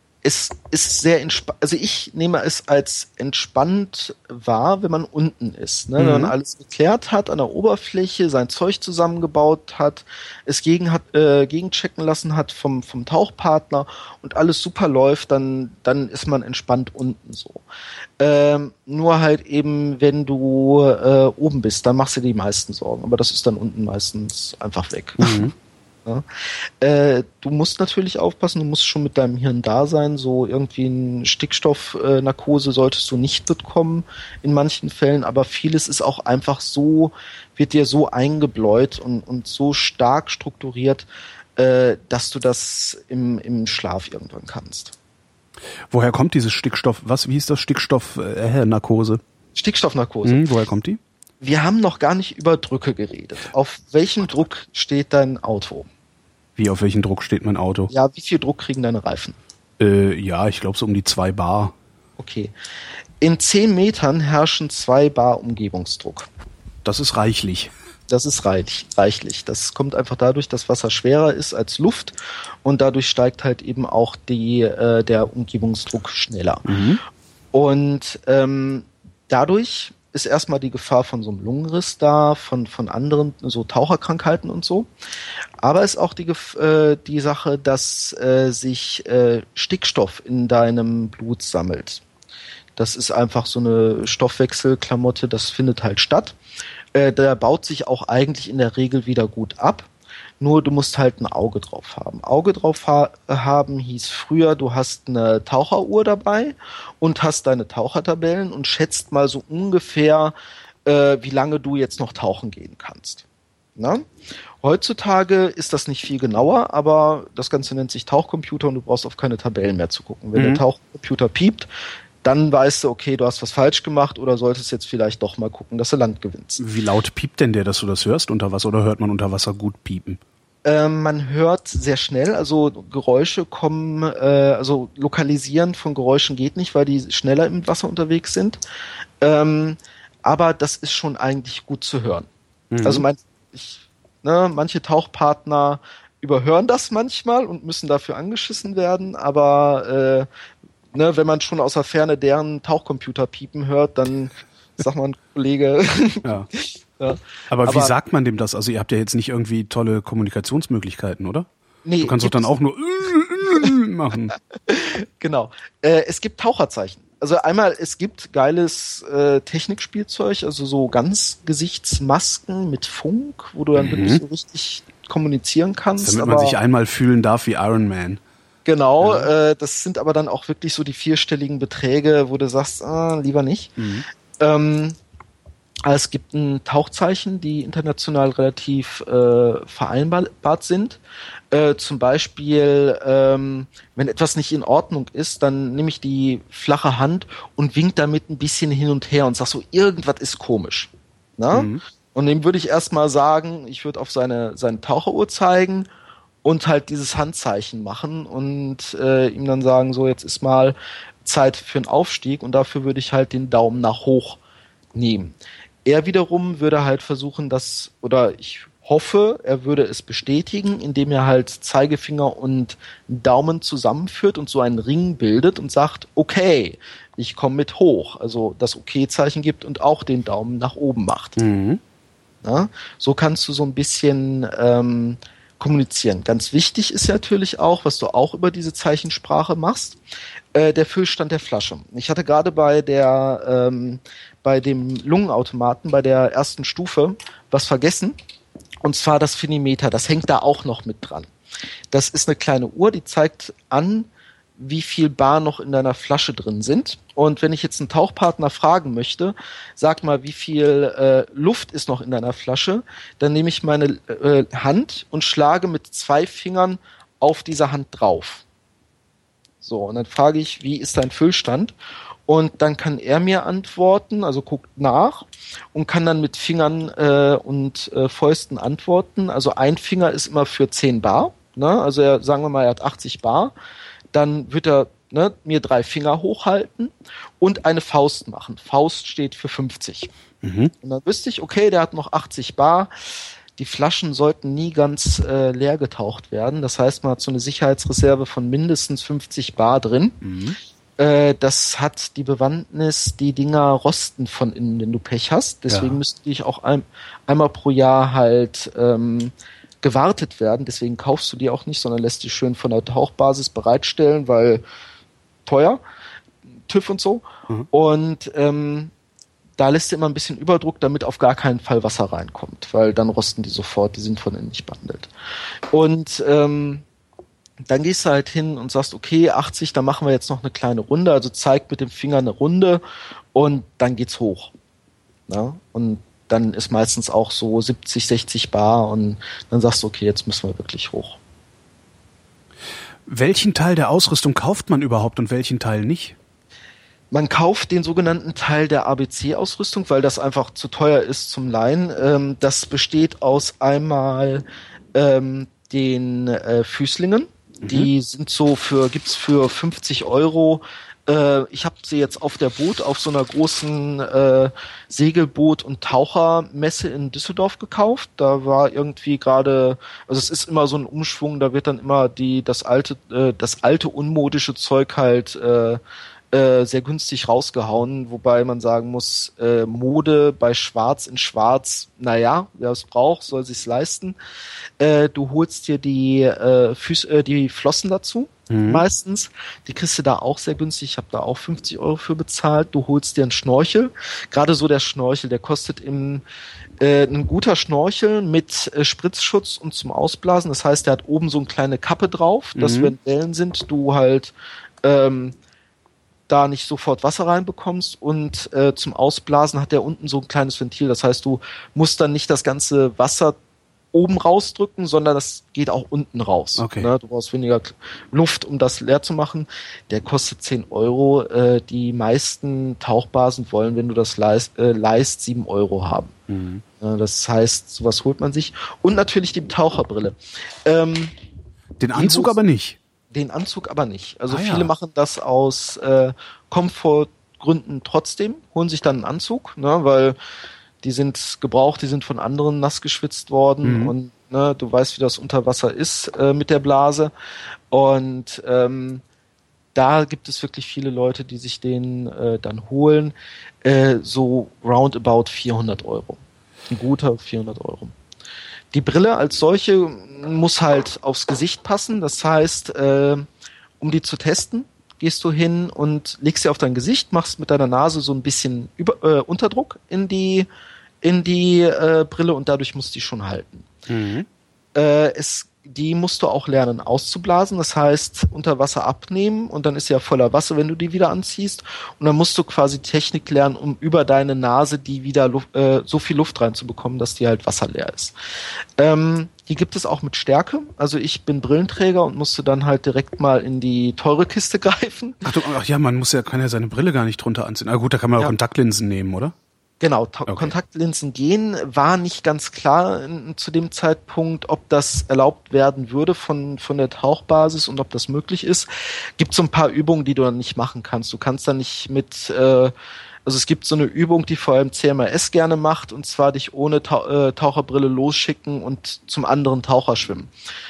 es ist sehr entspannt, also ich nehme es als entspannt wahr, wenn man unten ist, ne? Mhm. Wenn man alles geklärt hat an der Oberfläche, sein Zeug zusammengebaut hat, es gegen hat äh, gegenchecken lassen hat vom vom Tauchpartner und alles super läuft, dann dann ist man entspannt unten so. Ähm, nur halt eben, wenn du äh, oben bist, dann machst du dir die meisten Sorgen, aber das ist dann unten meistens einfach weg. Mhm. Ja. Äh, du musst natürlich aufpassen, du musst schon mit deinem Hirn da sein, so irgendwie eine Stickstoffnarkose solltest du nicht bekommen in manchen Fällen, aber vieles ist auch einfach so, wird dir so eingebläut und, und so stark strukturiert, äh, dass du das im, im Schlaf irgendwann kannst. Woher kommt dieses Stickstoff, was, wie hieß das, Stickstoffnarkose? Stickstoffnarkose. Hm, woher kommt die? Wir haben noch gar nicht über Drücke geredet. Auf welchem Druck steht dein Auto? Wie, auf welchen Druck steht mein Auto? Ja, wie viel Druck kriegen deine Reifen? Äh, ja, ich glaube so um die zwei Bar. Okay. In zehn Metern herrschen zwei Bar Umgebungsdruck. Das ist reichlich. Das ist reich, reichlich. Das kommt einfach dadurch, dass Wasser schwerer ist als Luft und dadurch steigt halt eben auch die, äh, der Umgebungsdruck schneller. Mhm. Und ähm, dadurch ist erstmal die Gefahr von so einem Lungenriss da, von von anderen so Taucherkrankheiten und so. Aber ist auch die äh, die Sache, dass äh, sich äh, Stickstoff in deinem Blut sammelt. Das ist einfach so eine Stoffwechselklamotte, das findet halt statt. Äh, der baut sich auch eigentlich in der Regel wieder gut ab. Nur du musst halt ein Auge drauf haben. Auge drauf ha- haben hieß früher, du hast eine Taucheruhr dabei und hast deine Tauchertabellen und schätzt mal so ungefähr, äh, wie lange du jetzt noch tauchen gehen kannst. Na? Heutzutage ist das nicht viel genauer, aber das Ganze nennt sich Tauchcomputer und du brauchst auf keine Tabellen mehr zu gucken. Wenn mhm. der Tauchcomputer piept, dann weißt du, okay, du hast was falsch gemacht oder solltest jetzt vielleicht doch mal gucken, dass du Land gewinnst. Wie laut piept denn der, dass du das hörst unter Wasser, oder hört man unter Wasser gut piepen? Ähm, man hört sehr schnell, also Geräusche kommen, äh, also lokalisieren von Geräuschen geht nicht, weil die schneller im Wasser unterwegs sind. Ähm, aber das ist schon eigentlich gut zu hören. Mhm. Also mein, ich, ne, manche Tauchpartner überhören das manchmal und müssen dafür angeschissen werden, aber äh, ne, wenn man schon aus der Ferne deren Tauchcomputer piepen hört, dann sagt man, Kollege. Ja. Ja. Aber, Aber wie sagt man dem das? Also ihr habt ja jetzt nicht irgendwie tolle Kommunikationsmöglichkeiten, oder? Nee. Du kannst doch dann auch nur machen. Genau. Äh, es gibt Taucherzeichen. also einmal, es gibt geiles äh, Technikspielzeug, also so ganz Gesichtsmasken mit Funk, wo du dann mhm. wirklich so richtig kommunizieren kannst. Damit aber man sich einmal fühlen darf wie Iron Man. Genau, ja. äh, das sind aber dann auch wirklich so die vierstelligen Beträge, wo du sagst, ah, lieber nicht. Mhm. Ähm, es gibt ein Tauchzeichen, die international relativ äh, vereinbart sind. Äh, zum Beispiel, ähm, wenn etwas nicht in Ordnung ist, dann nehme ich die flache Hand und wink damit ein bisschen hin und her und sag so, irgendwas ist komisch. Na? Mhm. Und dem würde ich erstmal sagen, ich würde auf seine, seine Taucheruhr zeigen und halt dieses Handzeichen machen und äh, ihm dann sagen, so jetzt ist mal Zeit für einen Aufstieg und dafür würde ich halt den Daumen nach hoch nehmen. Er wiederum würde halt versuchen, das, oder ich hoffe, er würde es bestätigen, indem er halt Zeigefinger und Daumen zusammenführt und so einen Ring bildet und sagt, okay, ich komme mit hoch, also das Okay-Zeichen gibt und auch den Daumen nach oben macht. Mhm. Ja, so kannst du so ein bisschen ähm, kommunizieren. Ganz wichtig ist ja natürlich auch, was du auch über diese Zeichensprache machst, äh, der Füllstand der Flasche. Ich hatte gerade bei der ähm, bei dem Lungenautomaten, bei der ersten Stufe, was vergessen. Und zwar das Finimeter, das hängt da auch noch mit dran. Das ist eine kleine Uhr, die zeigt an, wie viel Bar noch in deiner Flasche drin sind. Und wenn ich jetzt einen Tauchpartner fragen möchte, sag mal, wie viel äh, Luft ist noch in deiner Flasche, dann nehme ich meine äh, Hand und schlage mit zwei Fingern auf diese Hand drauf. So, und dann frage ich, wie ist dein Füllstand? Und dann kann er mir antworten, also guckt nach und kann dann mit Fingern äh, und äh, Fäusten antworten. Also ein Finger ist immer für zehn Bar, ne? Also er, sagen wir mal, er hat achtzig Bar. Dann wird er ne, mir drei Finger hochhalten und eine Faust machen. Faust steht für fünfzig. Mhm. Und dann wüsste ich, okay, der hat noch achtzig Bar. Die Flaschen sollten nie ganz äh, leer getaucht werden. Das heißt, man hat so eine Sicherheitsreserve von mindestens fünfzig Bar drin. Mhm. Das hat die Bewandtnis, die Dinger rosten von innen, wenn du Pech hast. Deswegen ja. müssten die auch ein, einmal pro Jahr halt ähm, gewartet werden. Deswegen kaufst du die auch nicht, sondern lässt die schön von der Tauchbasis bereitstellen, weil teuer, TÜV und so. Mhm. Und ähm, da lässt du immer ein bisschen Überdruck, damit auf gar keinen Fall Wasser reinkommt, weil dann rosten die sofort, die sind von innen nicht behandelt. Und ähm, dann gehst du halt hin und sagst, okay, achtzig, dann machen wir jetzt noch eine kleine Runde, also zeig mit dem Finger eine Runde und dann geht's hoch. Ja? Und dann ist meistens auch so siebzig, sechzig Bar und dann sagst du, okay, jetzt müssen wir wirklich hoch. Welchen Teil der Ausrüstung kauft man überhaupt und welchen Teil nicht? Man kauft den sogenannten Teil der A B C-Ausrüstung, weil das einfach zu teuer ist zum Leihen. Ähm, das besteht aus einmal ähm, den äh, Füßlingen. Die sind so für, gibt's für fünfzig Euro. Äh, ich habe sie jetzt auf der Boot, auf so einer großen äh, Segelboot- und Tauchermesse in Düsseldorf gekauft. Da war irgendwie gerade, also es ist immer so ein Umschwung, da wird dann immer die, das alte, äh, das alte unmodische Zeug halt äh, äh, sehr günstig rausgehauen, wobei man sagen muss, äh, Mode bei Schwarz in Schwarz, naja, wer es braucht, soll sich's leisten. Äh, du holst dir die äh, Füß, äh, die Flossen dazu, mhm. meistens. Die kriegst du da auch sehr günstig. Ich habe da auch fünfzig Euro für bezahlt. Du holst dir einen Schnorchel. Gerade so der Schnorchel, der kostet im äh, ein guter Schnorchel mit äh, Spritzschutz und zum Ausblasen. Das heißt, der hat oben so eine kleine Kappe drauf, mhm. dass wenn Wellen sind, du halt ähm, da nicht sofort Wasser reinbekommst und äh, zum Ausblasen hat der unten so ein kleines Ventil. Das heißt, du musst dann nicht das ganze Wasser oben rausdrücken, sondern das geht auch unten raus. Okay. Ne? Du brauchst weniger Luft, um das leer zu machen. Der kostet zehn Euro. Äh, die meisten Tauchbasen wollen, wenn du das leist, äh, leist sieben Euro haben. Mhm. Äh, das heißt, sowas holt man sich. Und natürlich die Taucherbrille. Ähm, Den Anzug aber nicht. Den Anzug aber nicht. Also ah, viele ja. machen das aus äh, Komfortgründen trotzdem, holen sich dann einen Anzug, ne, weil die sind gebraucht, die sind von anderen nass geschwitzt worden mhm. und ne, du weißt, wie das unter Wasser ist äh, mit der Blase. Und ähm, da gibt es wirklich viele Leute, die sich den äh, dann holen, äh, so roundabout vierhundert Euro. Ein guter vierhundert Euro. Die Brille als solche muss halt aufs Gesicht passen. Das heißt, äh, um die zu testen, gehst du hin und legst sie auf dein Gesicht, machst mit deiner Nase so ein bisschen Über, äh, Unterdruck in die, in die äh, Brille und dadurch musst du die schon halten. Mhm. Äh, es Die musst du auch lernen auszublasen, das heißt unter Wasser abnehmen und dann ist sie ja voller Wasser, wenn du die wieder anziehst und dann musst du quasi Technik lernen, um über deine Nase die wieder Luft, äh, so viel Luft reinzubekommen, dass die halt wasserleer ist. Ähm, die gibt es auch mit Stärke, also ich bin Brillenträger und musste dann halt direkt mal in die teure Kiste greifen. Ach, du, ach ja, man muss ja, kann ja seine Brille gar nicht drunter anziehen. Na gut, da kann man auch ja. Kontaktlinsen nehmen, oder? Genau, Ta- okay. Kontaktlinsen gehen, war nicht ganz klar in, zu dem Zeitpunkt, ob das erlaubt werden würde von von der Tauchbasis und ob das möglich ist. Gibt so ein paar Übungen, die du dann nicht machen kannst. Du kannst dann nicht mit, äh, also es gibt so eine Übung, die vor allem C M R S gerne macht, und zwar dich ohne Tau- äh, Taucherbrille losschicken und zum anderen Taucher schwimmen.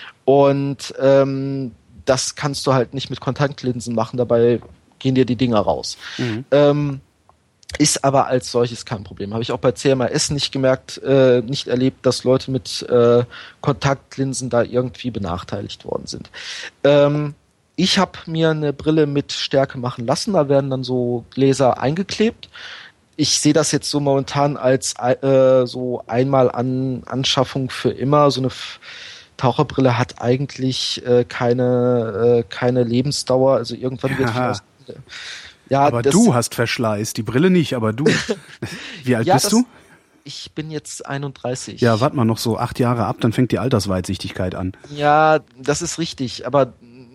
Und ähm, das kannst du halt nicht mit Kontaktlinsen machen, dabei gehen dir die Dinger raus. Mhm. Ähm, Ist aber als solches kein Problem. Habe ich auch bei C M R S nicht gemerkt, äh, nicht erlebt, dass Leute mit äh, Kontaktlinsen da irgendwie benachteiligt worden sind. Ähm, ich habe mir eine Brille mit Stärke machen lassen. Da werden dann so Gläser eingeklebt. Ich sehe das jetzt so momentan als äh, so einmal an Anschaffung für immer. So eine F- Taucherbrille hat eigentlich äh, keine äh, keine Lebensdauer. Also irgendwann wird vielleicht Ja, aber das, du hast Verschleiß, die Brille nicht, aber du. Wie alt ja, bist das, du? Ich bin jetzt einunddreißig. Ja, warte mal noch so acht Jahre ab, dann fängt die Altersweitsichtigkeit an. Ja, das ist richtig, aber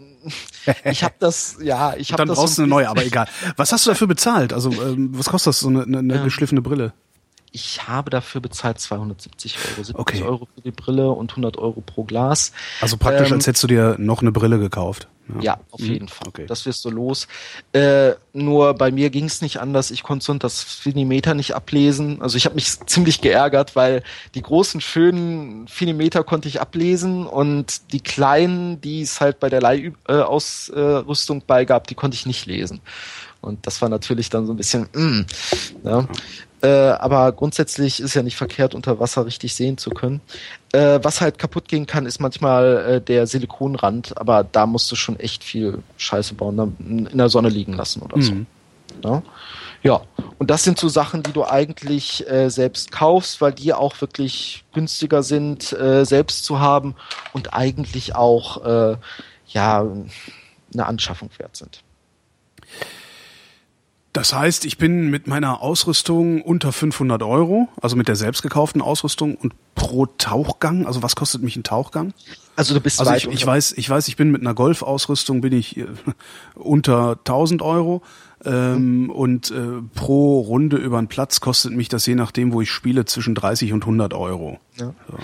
ich habe das, ja, ich habe das. Dann brauchst du eine neue, aber egal. Was hast du dafür bezahlt? Also, ähm, was kostet das, so eine, eine, eine ja. geschliffene Brille? Ich habe dafür bezahlt zweihundertsiebzig Euro, siebzig okay. Euro für die Brille und hundert Euro pro Glas. Also praktisch, ähm, als hättest du dir noch eine Brille gekauft. Ja, ja auf mhm. jeden Fall. Okay. Das wirst du los. Äh, nur bei mir ging es nicht anders. Ich konnte so das Finimeter nicht ablesen. Also ich habe mich ziemlich geärgert, weil die großen, schönen Finimeter konnte ich ablesen und die kleinen, die es halt bei der Leihausrüstung äh, beigab, die konnte ich nicht lesen. Und das war natürlich dann so ein bisschen, mm, ja. Äh, aber grundsätzlich ist ja nicht verkehrt, unter Wasser richtig sehen zu können. Äh, was halt kaputt gehen kann, ist manchmal äh, der Silikonrand, aber da musst du schon echt viel Scheiße bauen, dann in der Sonne liegen lassen oder so. Mhm. Ja? Ja, und das sind so Sachen, die du eigentlich äh, selbst kaufst, weil die auch wirklich günstiger sind, äh, selbst zu haben und eigentlich auch äh, ja eine Anschaffung wert sind. Das heißt, ich bin mit meiner Ausrüstung unter fünfhundert Euro, also mit der selbst gekauften Ausrüstung, und pro Tauchgang, also was kostet mich ein Tauchgang? Also du bist also weit ich, ich weiß, ich weiß, ich bin mit einer Golfausrüstung bin ich äh, unter tausend Euro ähm, mhm. und äh, pro Runde über den Platz kostet mich das, je nachdem, wo ich spiele, zwischen dreißig und hundert Euro. Ja. So.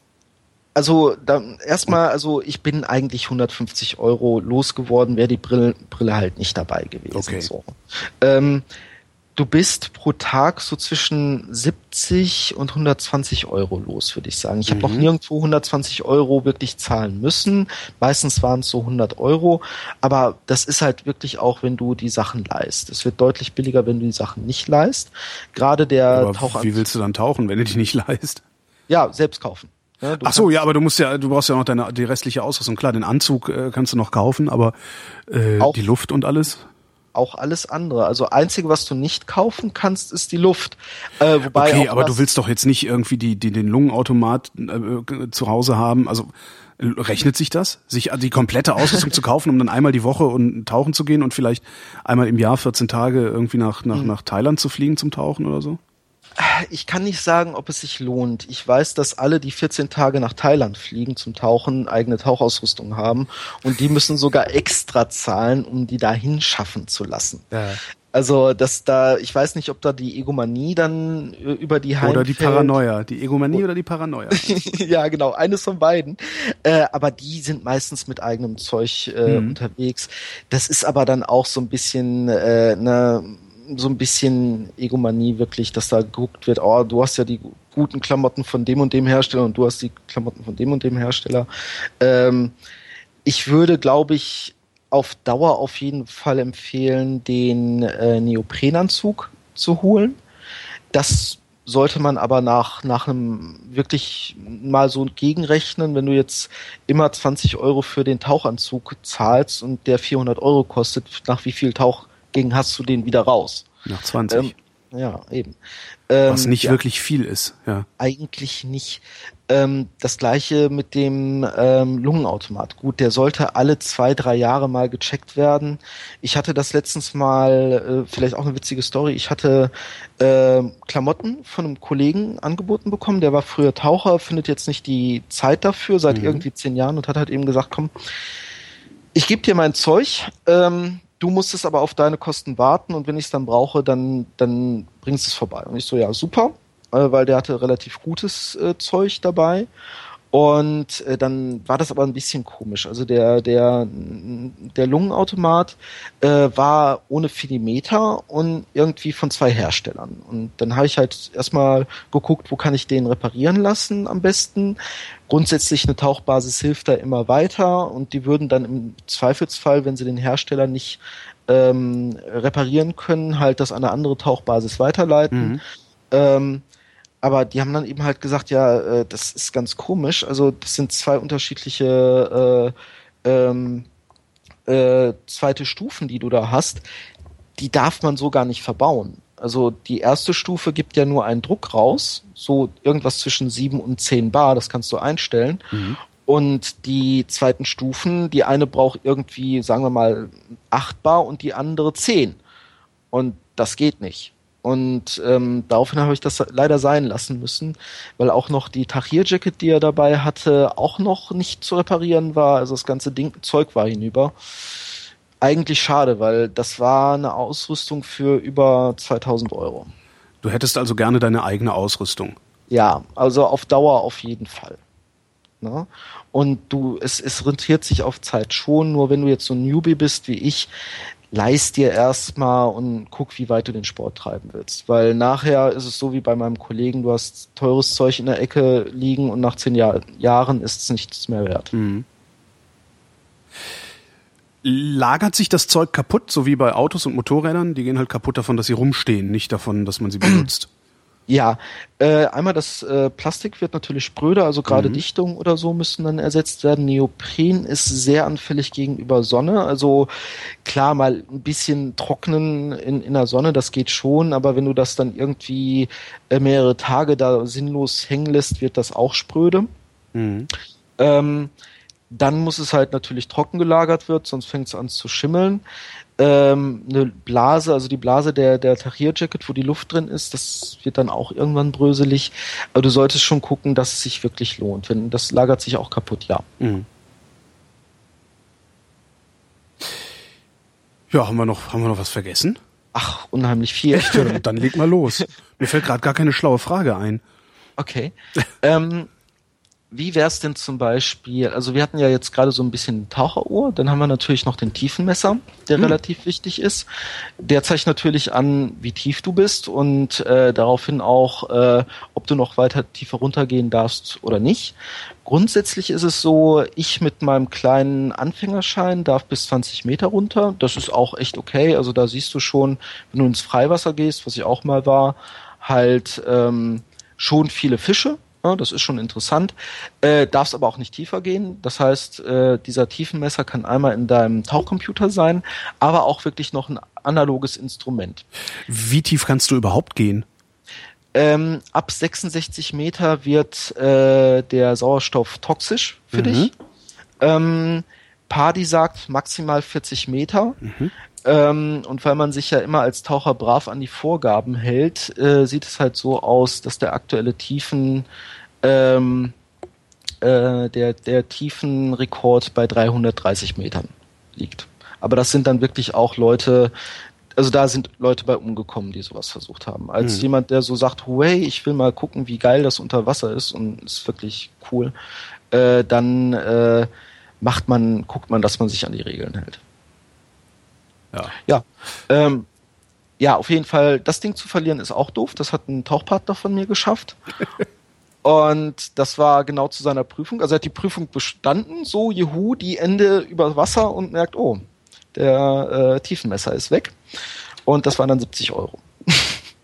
Also da, erstmal, also ich bin eigentlich hundertfünfzig Euro losgeworden, wäre die Brille, Brille halt nicht dabei gewesen. Okay. So. Ähm, du bist pro Tag so zwischen siebzig und hundertzwanzig Euro los, würde ich sagen. Ich mhm. habe noch nirgendwo hundertzwanzig Euro wirklich zahlen müssen. Meistens waren es so hundert Euro. Aber das ist halt wirklich auch, wenn du die Sachen leihst. Es wird deutlich billiger, wenn du die Sachen nicht leihst. Gerade der Tauchanzug. Wie willst du dann tauchen, wenn du dich nicht leihst? Ja, selbst kaufen. Ja, ach so, ja, aber du musst ja, du brauchst ja noch deine die restliche Ausrüstung. Klar, den Anzug äh, kannst du noch kaufen, aber äh, auch, die Luft und alles? Auch alles andere. Also einzige, was du nicht kaufen kannst, ist die Luft. Äh, wobei okay, auch aber du willst doch jetzt nicht irgendwie die, die den Lungenautomat äh, zu Hause haben. Also rechnet sich das, sich die komplette Ausrüstung zu kaufen, um dann einmal die Woche und tauchen zu gehen und vielleicht einmal im Jahr vierzehn Tage irgendwie nach nach, mhm. nach Thailand zu fliegen zum Tauchen oder so? Ich kann nicht sagen, ob es sich lohnt. Ich weiß, dass alle, die vierzehn Tage nach Thailand fliegen zum Tauchen, eigene Tauchausrüstung haben und die müssen sogar extra zahlen, um die dahin schaffen zu lassen. Ja. Also, dass da, ich weiß nicht, ob da die Egomanie dann über die heimfällt. Oder die Paranoia. Die Egomanie oder die Paranoia. Ja, genau, eines von beiden. Äh, aber die sind meistens mit eigenem Zeug äh, mhm. unterwegs. Das ist aber dann auch so ein bisschen äh, eine so ein bisschen Egomanie wirklich, dass da geguckt wird, oh, du hast ja die guten Klamotten von dem und dem Hersteller und du hast die Klamotten von dem und dem Hersteller. Ähm, ich würde, glaube ich, auf Dauer auf jeden Fall empfehlen, den äh, Neoprenanzug zu holen. Das sollte man aber nach, nach einem wirklich mal so gegenrechnen, wenn du jetzt immer zwanzig Euro für den Tauchanzug zahlst und der vierhundert Euro kostet, nach wie viel Tauchgängen hast du den wieder raus? Nach zwanzig. Ähm, ja, eben. Was Ähm, nicht ja, wirklich viel ist, ja. eigentlich nicht. Ähm, das gleiche mit dem ähm, Lungenautomat. Gut, der sollte alle zwei, drei Jahre mal gecheckt werden. Ich hatte das letztens mal, äh, vielleicht auch eine witzige Story, ich hatte äh, Klamotten von einem Kollegen angeboten bekommen, der war früher Taucher, findet jetzt nicht die Zeit dafür, seit Mhm. irgendwie zehn Jahren und hat halt eben gesagt, komm, ich gebe dir mein Zeug, ähm, du musst es aber auf deine Kosten warten und wenn ich es dann brauche, dann, dann bringst du es vorbei. Und ich so, ja, super, äh, weil der hatte relativ gutes äh, Zeug dabei. Und äh, dann war das aber ein bisschen komisch. Also der, der, der Lungenautomat äh, war ohne Millimeter und irgendwie von zwei Herstellern. Und dann habe ich halt erstmal geguckt, wo kann ich den reparieren lassen am besten. Grundsätzlich eine Tauchbasis hilft da immer weiter und die würden dann im Zweifelsfall, wenn sie den Hersteller nicht ähm, reparieren können, halt das an eine andere Tauchbasis weiterleiten. Mhm. Ähm, aber die haben dann eben halt gesagt, ja, äh, das ist ganz komisch. Also das sind zwei unterschiedliche äh, ähm, äh, zweite Stufen, die du da hast. Die darf man so gar nicht verbauen. Also die erste Stufe gibt ja nur einen Druck raus, so irgendwas zwischen sieben und zehn Bar, das kannst du einstellen. Mhm. Und die zweiten Stufen, die eine braucht irgendwie, sagen wir mal, acht Bar und die andere zehn. Und das geht nicht. Und ähm, daraufhin habe ich das leider sein lassen müssen, weil auch noch die Tachir-Jacket, die er dabei hatte, auch noch nicht zu reparieren war. Also das ganze Ding, Zeug war hinüber. Eigentlich schade, weil das war eine Ausrüstung für über zweitausend Euro. Du hättest also gerne deine eigene Ausrüstung. Ja, also auf Dauer auf jeden Fall. Ne? Und du, es, es rentiert sich auf Zeit schon, nur wenn du jetzt so ein Newbie bist wie ich, leist dir erstmal und guck, wie weit du den Sport treiben willst. Weil nachher ist es so wie bei meinem Kollegen, du hast teures Zeug in der Ecke liegen und nach zehn Jahr, Jahren ist es nichts mehr wert. Mhm. Lagert sich das Zeug kaputt, so wie bei Autos und Motorrädern? Die gehen halt kaputt davon, dass sie rumstehen, nicht davon, dass man sie benutzt. Ja, äh, einmal das äh, Plastik wird natürlich spröder, also gerade Mhm. Dichtung oder so müssen dann ersetzt werden. Neopren ist sehr anfällig gegenüber Sonne, also klar, mal ein bisschen trocknen in, in der Sonne, das geht schon, aber wenn du das dann irgendwie äh, mehrere Tage da sinnlos hängen lässt, wird das auch spröde. Mhm. Ähm, dann muss es halt natürlich trocken gelagert wird, sonst fängt es an zu schimmeln. Ähm, eine Blase, also die Blase der, der Tachir-Jacket, wo die Luft drin ist, das wird dann auch irgendwann bröselig. Aber du solltest schon gucken, dass es sich wirklich lohnt. Wenn, das lagert sich auch kaputt, ja. Mhm. Ja, haben wir noch, haben wir noch was vergessen? Ach, unheimlich viel. Echt? Ja, dann, dann leg mal los. Mir fällt gerade gar keine schlaue Frage ein. Okay. ähm, wie wär's denn zum Beispiel, also wir hatten ja jetzt gerade so ein bisschen Taucheruhr, dann haben wir natürlich noch den Tiefenmesser, der Hm. relativ wichtig ist. Der zeigt natürlich an, wie tief du bist und äh, daraufhin auch, äh, ob du noch weiter tiefer runtergehen darfst oder nicht. Grundsätzlich ist es so, ich mit meinem kleinen Anfängerschein darf bis zwanzig Meter runter. Das ist auch echt okay. Also da siehst du schon, wenn du ins Freiwasser gehst, was ich auch mal war, halt ähm, schon viele Fische. Ja, das ist schon interessant. Äh, darfst aber auch nicht tiefer gehen. Das heißt, äh, dieser Tiefenmesser kann einmal in deinem Tauchcomputer sein, aber auch wirklich noch ein analoges Instrument. Wie tief kannst du überhaupt gehen? Ähm, ab sechsundsechzig Meter wird äh, der Sauerstoff toxisch für Mhm. dich. Ähm, Pardy sagt maximal vierzig Meter. Mhm. Ähm, und weil man sich ja immer als Taucher brav an die Vorgaben hält, äh, sieht es halt so aus, dass der aktuelle Tiefen, ähm, äh, der, der Tiefenrekord bei dreihundertdreißig Metern liegt. Aber das sind dann wirklich auch Leute, also da sind Leute bei umgekommen, die sowas versucht haben. Als Mhm. jemand, der so sagt, hey, ich will mal gucken, wie geil das unter Wasser ist und ist wirklich cool, äh, dann äh, macht man, guckt man, dass man sich an die Regeln hält. Ja. Ja, ähm, ja, auf jeden Fall, das Ding zu verlieren ist auch doof. Das hat ein Tauchpartner von mir geschafft. Und das war genau zu seiner Prüfung. Also er hat die Prüfung bestanden, so juhu, die Ende über Wasser und merkt, oh, der äh, Tiefenmesser ist weg. Und das waren dann siebzig Euro.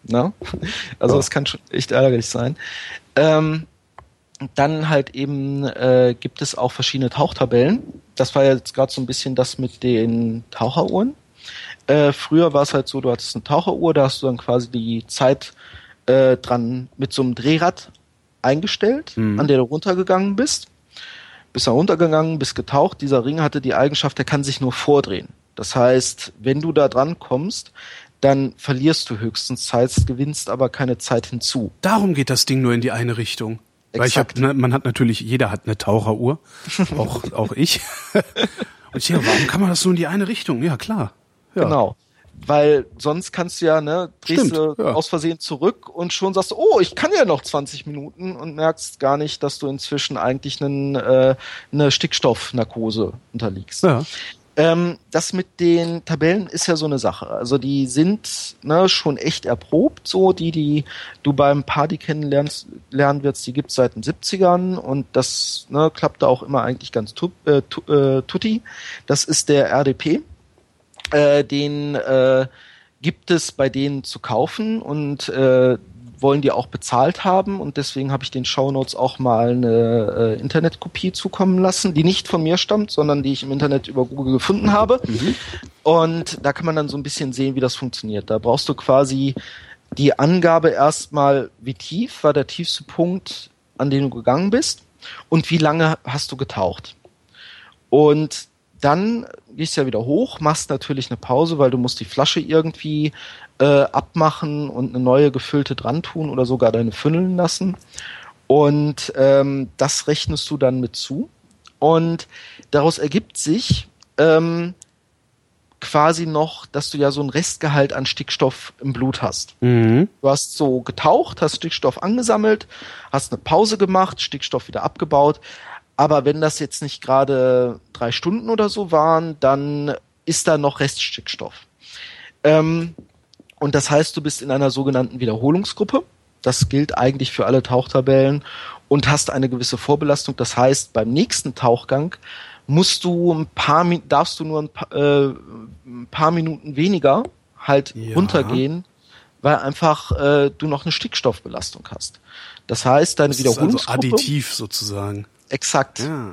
Ne? Also Ja. das kann schon echt ärgerlich sein. Ähm, dann halt eben äh, gibt es auch verschiedene Tauchtabellen. Das war ja jetzt gerade so ein bisschen das mit den Taucheruhren. Äh, früher war es halt so, du hattest eine Taucheruhr, da hast du dann quasi die Zeit äh, dran mit so einem Drehrad eingestellt, Mhm. an der du runtergegangen bist. Bist da runtergegangen, bist getaucht. Dieser Ring hatte die Eigenschaft, der kann sich nur vordrehen. Das heißt, wenn du da dran kommst, dann verlierst du höchstens Zeit, gewinnst aber keine Zeit hinzu. Darum geht das Ding nur in die eine Richtung. Weil ich hab, Exakt. ne, man hat natürlich, jeder hat eine Taucheruhr, auch, auch ich. Und ich denke, warum kann man das nur in die eine Richtung? Ja, klar. Ja. Genau. Weil sonst kannst du ja, ne, drehst Stimmt, du ja. aus Versehen zurück und schon sagst du, oh, ich kann ja noch zwanzig Minuten und merkst gar nicht, dass du inzwischen eigentlich einen, äh, eine Stickstoffnarkose unterliegst. Ja. Ähm, das mit den Tabellen ist ja so eine Sache. Also die sind ne, schon echt erprobt, so die, die du beim Party kennenlernst, lernen wirst, die gibt's seit den siebzigern und das ne, klappt da auch immer eigentlich ganz tu, äh, tu, äh, tutti. Das ist der R D P. Äh, den äh, gibt es bei denen zu kaufen und äh, wollen die auch bezahlt haben und deswegen habe ich den Shownotes auch mal eine äh, Internetkopie zukommen lassen, die nicht von mir stammt, sondern die ich im Internet über Google gefunden habe. Mhm. Und da kann man dann so ein bisschen sehen, wie das funktioniert. Da brauchst du quasi die Angabe erstmal, wie tief war der tiefste Punkt, an den du gegangen bist und wie lange hast du getaucht. Und dann gehst du ja wieder hoch, machst natürlich eine Pause, weil du musst die Flasche irgendwie äh, abmachen und eine neue gefüllte dran tun oder sogar deine füllen lassen. Und ähm, das rechnest du dann mit zu. Und daraus ergibt sich ähm, quasi noch, dass du ja so einen Restgehalt an Stickstoff im Blut hast. Mhm. Du hast so getaucht, hast Stickstoff angesammelt, hast eine Pause gemacht, Stickstoff wieder abgebaut. Aber wenn das jetzt nicht gerade drei Stunden oder so waren, dann ist da noch Reststickstoff. Ähm, und das heißt, du bist in einer sogenannten Wiederholungsgruppe. Das gilt eigentlich für alle Tauchtabellen und hast eine gewisse Vorbelastung. Das heißt, beim nächsten Tauchgang musst du ein paar, darfst du nur ein paar, äh, ein paar Minuten weniger halt Ja. runtergehen, weil einfach äh, du noch eine Stickstoffbelastung hast. Das heißt, deine Das ist also Wiederholungsgruppe... additiv sozusagen. Exakt. Ja.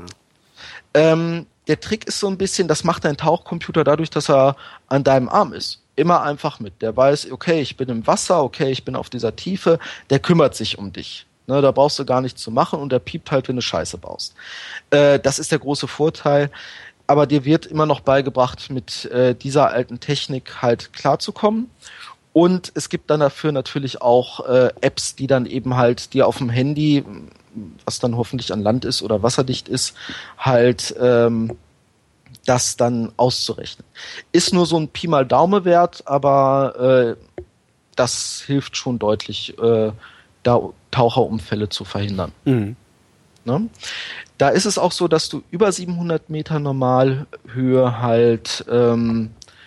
Ähm, der Trick ist so ein bisschen, das macht dein Tauchcomputer dadurch, dass er an deinem Arm ist. Immer einfach mit. Der weiß, okay, ich bin im Wasser, okay, ich bin auf dieser Tiefe, der kümmert sich um dich. Ne, da brauchst du gar nichts zu machen und der piept halt, wenn du Scheiße baust. Äh, das ist der große Vorteil. Aber dir wird immer noch beigebracht, mit äh, dieser alten Technik halt klarzukommen. Und es gibt dann dafür natürlich auch äh, Apps, die dann eben halt dir auf dem Handy, was dann hoffentlich an Land ist oder wasserdicht ist, halt ähm, das dann auszurechnen. Ist nur so ein Pi mal Daumen Wert, aber äh, das hilft schon deutlich, äh, da Taucherunfälle zu verhindern. Mhm. Ne? Da ist es auch so, dass du über siebenhundert Meter Normalhöhe halt ähm,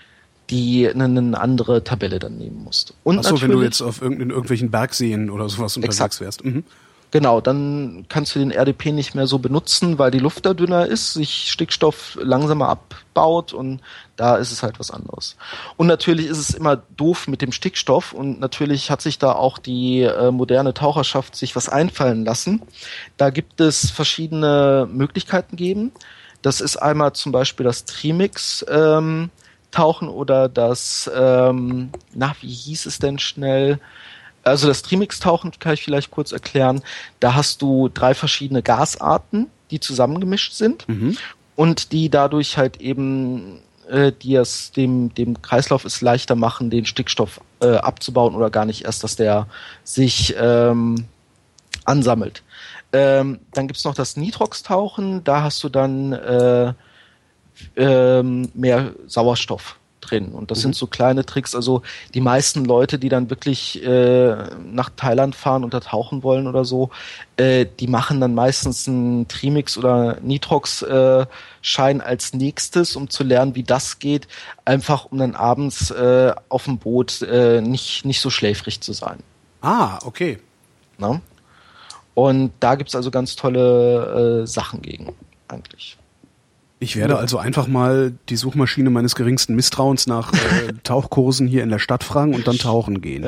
die eine, eine andere Tabelle dann nehmen musst. Und Achso, wenn du natürlich- jetzt auf irgendein, irgendwelchen Bergseen oder sowas unterwegs Exakt. wärst. Mhm. Genau, dann kannst du den R D P nicht mehr so benutzen, weil die Luft da dünner ist, sich Stickstoff langsamer abbaut und da ist es halt was anderes. Und natürlich ist es immer doof mit dem Stickstoff und natürlich hat sich da auch die äh, moderne Taucherschaft sich was einfallen lassen. Da gibt es verschiedene Möglichkeiten geben. Das ist einmal zum Beispiel das Trimix ähm, Tauchen oder das, ähm, na, wie hieß es denn schnell? Also das Trimix-Tauchen kann ich vielleicht kurz erklären. Da hast du drei verschiedene Gasarten, die zusammengemischt sind Mhm. und die dadurch halt eben äh, die es dem, dem Kreislauf es leichter machen, den Stickstoff äh, abzubauen oder gar nicht erst, dass der sich ähm, ansammelt. Ähm, dann gibt's noch das Nitrox-Tauchen. Da hast du dann äh, ähm, mehr Sauerstoff drin. Und das Mhm. sind so kleine Tricks. Also die meisten Leute, die dann wirklich äh, nach Thailand fahren und da tauchen wollen oder so, äh, die machen dann meistens einen Trimix oder Nitrox-Schein äh, als nächstes, um zu lernen, wie das geht. Einfach, um dann abends äh, auf dem Boot äh, nicht, nicht so schläfrig zu sein. Ah, okay. Ne? Und da gibt's also ganz tolle äh, Sachen gegen, eigentlich. Ich werde also einfach mal die Suchmaschine meines geringsten Misstrauens nach äh, Tauchkursen hier in der Stadt fragen und dann tauchen gehen. Ja,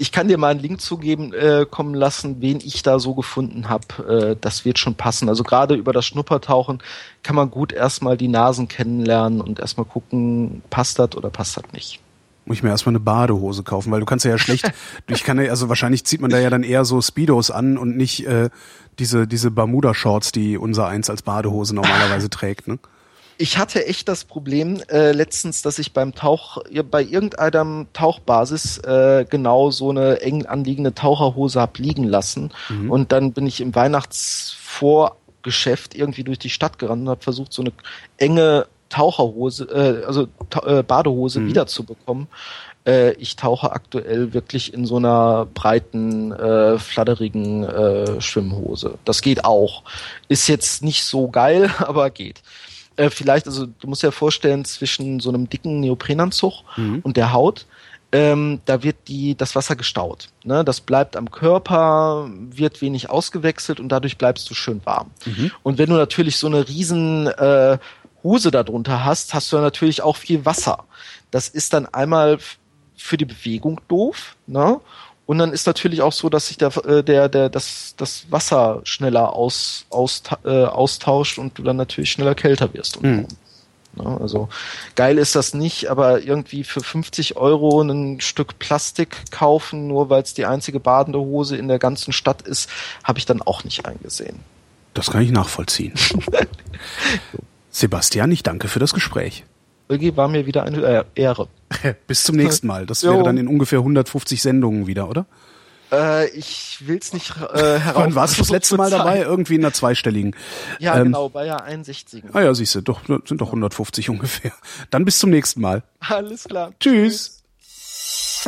ich kann dir mal einen Link zugeben, äh, kommen lassen, wen ich da so gefunden habe. Äh, das wird schon passen. Also gerade über das Schnuppertauchen kann man gut erstmal die Nasen kennenlernen und erstmal gucken, passt das oder passt das nicht. Muss ich mir erstmal eine Badehose kaufen, weil du kannst ja, ja schlecht, ich kann ja, also wahrscheinlich zieht man da ja dann eher so Speedos an und nicht äh, diese diese Bermuda-Shorts, die unser eins als Badehose normalerweise trägt, ne? Ich hatte echt das Problem äh, letztens, dass ich beim Tauch bei irgendeinem Tauchbasis äh, genau so eine eng anliegende Taucherhose hab liegen lassen. Mhm. Und dann bin ich im Weihnachtsvorgeschäft irgendwie durch die Stadt gerannt und habe versucht, so eine enge Taucherhose, äh, also ta- äh, Badehose mhm. wiederzubekommen. Äh, ich tauche aktuell wirklich in so einer breiten, äh, fladderigen äh, Schwimmhose. Das geht auch. Ist jetzt nicht so geil, aber geht. Äh, vielleicht, also du musst dir ja vorstellen, zwischen so einem dicken Neoprenanzug mhm. und der Haut, ähm, da wird die das Wasser gestaut. Ne? Das bleibt am Körper, wird wenig ausgewechselt und dadurch bleibst du schön warm. Mhm. Und wenn du natürlich so eine riesen äh, Hose darunter hast, hast du ja natürlich auch viel Wasser. Das ist dann einmal f- für die Bewegung doof, ne? Und dann ist natürlich auch so, dass sich der, äh, der, der, das, das Wasser schneller aus, aus, äh, austauscht und du dann natürlich schneller kälter wirst. Mhm. Ne? Also geil ist das nicht, aber irgendwie für fünfzig Euro ein Stück Plastik kaufen, nur weil es die einzige badende Hose in der ganzen Stadt ist, habe ich dann auch nicht eingesehen. Das kann ich nachvollziehen. Sebastian, ich danke für das Gespräch. Irgendwie war mir wieder eine Ehre. Bis zum nächsten Mal. Das wäre dann in ungefähr hundertfünfzig Sendungen wieder, oder? Äh, ich will's nicht äh, heraus. Wann warst du das letzte Mal dabei? Irgendwie in einer zweistelligen. Ja, ähm, genau, bei der einundsechzigen. Ah ja, siehst du, doch, sind doch hundertfünfzig ungefähr. Dann bis zum nächsten Mal. Alles klar. Tschüss. Tschüss.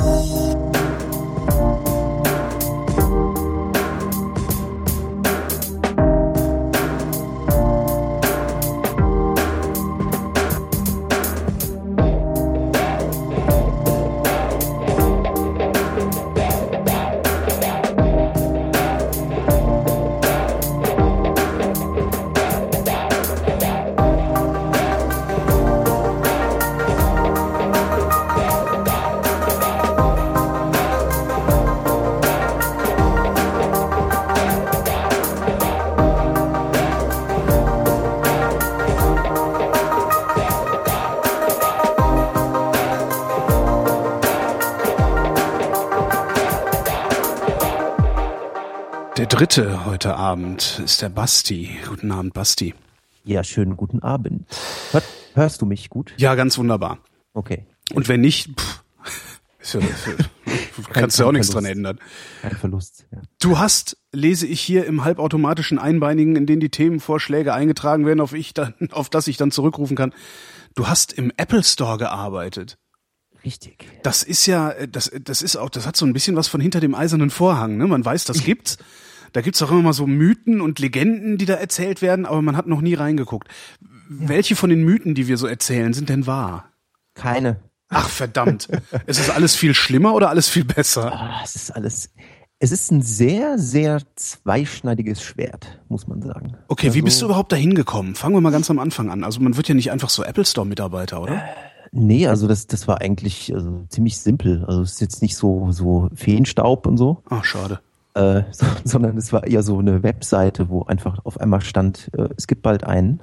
Der dritte heute Abend ist der Basti. Guten Abend, Basti. Ja, schönen guten Abend. Hör, hörst du mich gut? Ja, ganz wunderbar. Okay. Und wenn nicht, pff, ist ja, kannst du ja auch nichts dran ändern. Kein Verlust, ja. Du hast, lese ich hier im halbautomatischen Einbeinigen, in denen die Themenvorschläge eingetragen werden, auf, ich dann, auf das ich dann zurückrufen kann, du hast im Apple Store gearbeitet. Richtig. Das ist ja, das, das ist auch, das hat so ein bisschen was von hinter dem eisernen Vorhang, ne? Man weiß, das gibt's. Da gibt's auch immer mal so Mythen und Legenden, die da erzählt werden, aber man hat noch nie reingeguckt. Ja. Welche von den Mythen, die wir so erzählen, sind denn wahr? Keine. Ach, verdammt. Ist es alles viel schlimmer oder alles viel besser? Ah, es ist alles, es ist ein sehr, sehr zweischneidiges Schwert, muss man sagen. Okay, also, wie bist du überhaupt da hingekommen? Fangen wir mal ganz am Anfang an. Also man wird ja nicht einfach so Apple Store Mitarbeiter, oder? Äh, nee, also das, das war eigentlich also, ziemlich simpel. Also es ist jetzt nicht so, so Feenstaub und so. Ach, schade. Äh, so, sondern es war eher so eine Webseite, wo einfach auf einmal stand, äh, es gibt bald einen.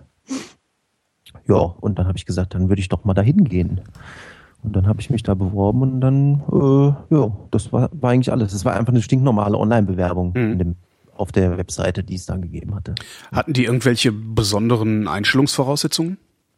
Ja, und dann habe ich gesagt, dann würde ich doch mal da hingehen. Und dann habe ich mich da beworben und dann, äh, ja, das war, war eigentlich alles. Es war einfach eine stinknormale Online-Bewerbung mhm. in dem, auf der Webseite, die es da gegeben hatte. Hatten die irgendwelche besonderen Einstellungsvoraussetzungen?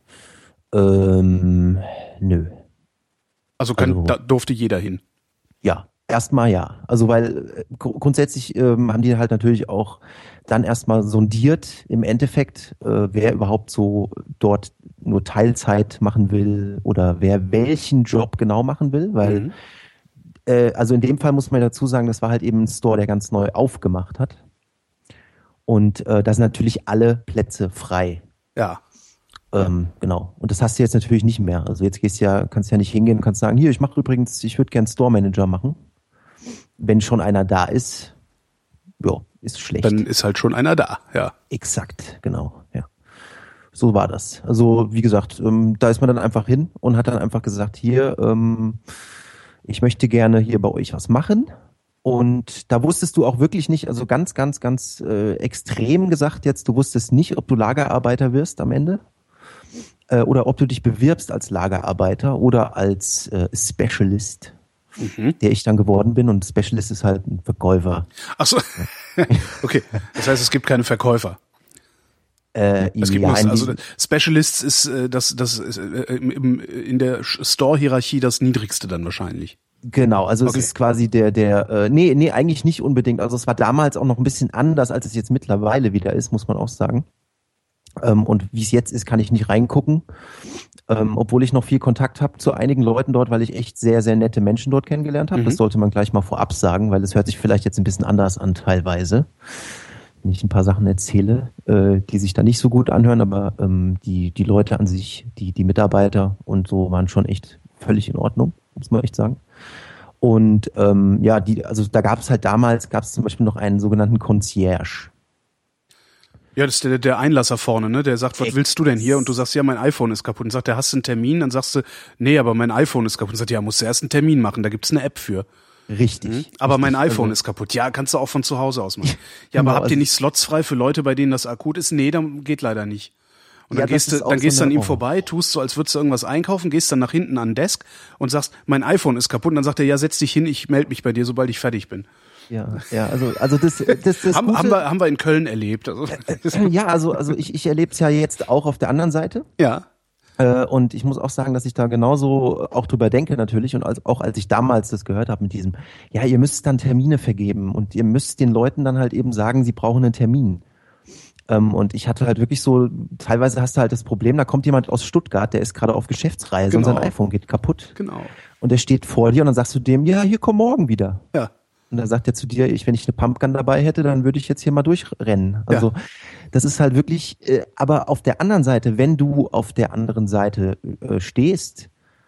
Ähm, nö. Also, kann, also da durfte jeder hin? Ja. Erstmal ja. Also weil gr- grundsätzlich ähm, haben die halt natürlich auch dann erstmal sondiert im Endeffekt, äh, wer überhaupt so dort nur Teilzeit machen will oder wer welchen Job genau machen will, weil mhm. äh, also in dem Fall muss man dazu sagen, das war halt eben ein Store, der ganz neu aufgemacht hat und äh, da sind natürlich alle Plätze frei. Ja. Ähm, genau. Und das hast du jetzt natürlich nicht mehr. Also jetzt gehst ja, kannst ja nicht hingehen und kannst sagen, hier, ich mache übrigens, ich würde gern Store Manager machen. Wenn schon einer da ist, ja, ist schlecht. Dann ist halt schon einer da, ja. Exakt, genau, ja. So war das. Also wie gesagt, ähm, da ist man dann einfach hin und hat dann einfach gesagt, hier, ähm, ich möchte gerne hier bei euch was machen. Und da wusstest du auch wirklich nicht, also ganz, ganz, ganz äh, extrem gesagt jetzt, du wusstest nicht, ob du Lagerarbeiter wirst am Ende äh, oder ob du dich bewirbst als Lagerarbeiter oder als äh, Specialist, mhm. der ich dann geworden bin. Und Specialist ist halt ein Verkäufer. Ach so, okay. Das heißt, es gibt keine Verkäufer. Äh, es gibt ja, nur, also Specialists ist äh, das, das ist, äh, im, in der Store-Hierarchie das niedrigste dann wahrscheinlich. Genau, also okay. es ist quasi der, der, äh, nee, nee, eigentlich nicht unbedingt. Also es war damals auch noch ein bisschen anders, als es jetzt mittlerweile wieder ist, muss man auch sagen. Ähm, und wie es jetzt ist, kann ich nicht reingucken, ähm, obwohl ich noch viel Kontakt habe zu einigen Leuten dort, weil ich echt sehr, sehr nette Menschen dort kennengelernt habe. Mhm. Das sollte man gleich mal vorab sagen, weil es hört sich vielleicht jetzt ein bisschen anders an teilweise, wenn ich ein paar Sachen erzähle, äh, die sich da nicht so gut anhören, aber ähm, die, die Leute an sich, die, die Mitarbeiter und so waren schon echt völlig in Ordnung, muss man echt sagen. Und ähm, ja, die, also da gab es halt damals, gab es zum Beispiel noch einen sogenannten Concierge. Ja, das ist der, der Einlasser vorne, ne? Der sagt, was Ex- willst du denn hier? Und du sagst, ja, mein iPhone ist kaputt. Und sagt, der hast du einen Termin? Dann sagst du, nee, aber mein iPhone ist kaputt. Und sagt, ja, musst du erst einen Termin machen, da gibt's eine App für. Richtig. Mhm. Aber richtig. mein iPhone also, ist kaputt. Ja, kannst du auch von zu Hause aus machen. Ja, genau, aber habt ihr also, nicht Slots frei für Leute, bei denen das akut ist? Nee, dann geht leider nicht. Und dann ja, gehst du, dann gehst du an ihm vorbei, tust so, als würdest du irgendwas einkaufen, gehst dann nach hinten an den Desk und sagst, mein iPhone ist kaputt. Und dann sagt er, ja, setz dich hin, ich melde mich bei dir, sobald ich fertig bin. Ja, ja, also, also das, das, das haben, Gute, haben wir, haben wir in Köln erlebt. Also, ja, also, also ich, ich erlebe es ja jetzt auch auf der anderen Seite. Ja. Äh, und ich muss auch sagen, dass ich da genauso auch drüber denke natürlich und als, auch als ich damals das gehört habe mit diesem, ja, ihr müsst dann Termine vergeben und ihr müsst den Leuten dann halt eben sagen, sie brauchen einen Termin. Ähm, und ich hatte halt wirklich so, teilweise hast du halt das Problem, da kommt jemand aus Stuttgart, der ist gerade auf Geschäftsreise genau. und sein iPhone geht kaputt. Genau. Und der steht vor dir und dann sagst du dem, ja, hier komm morgen wieder. Ja. Und dann sagt er zu dir, ich, wenn ich eine Pumpgun dabei hätte, dann würde ich jetzt hier mal durchrennen. Also ja. das ist halt wirklich, äh, aber auf der anderen Seite, wenn du auf der anderen Seite äh, stehst,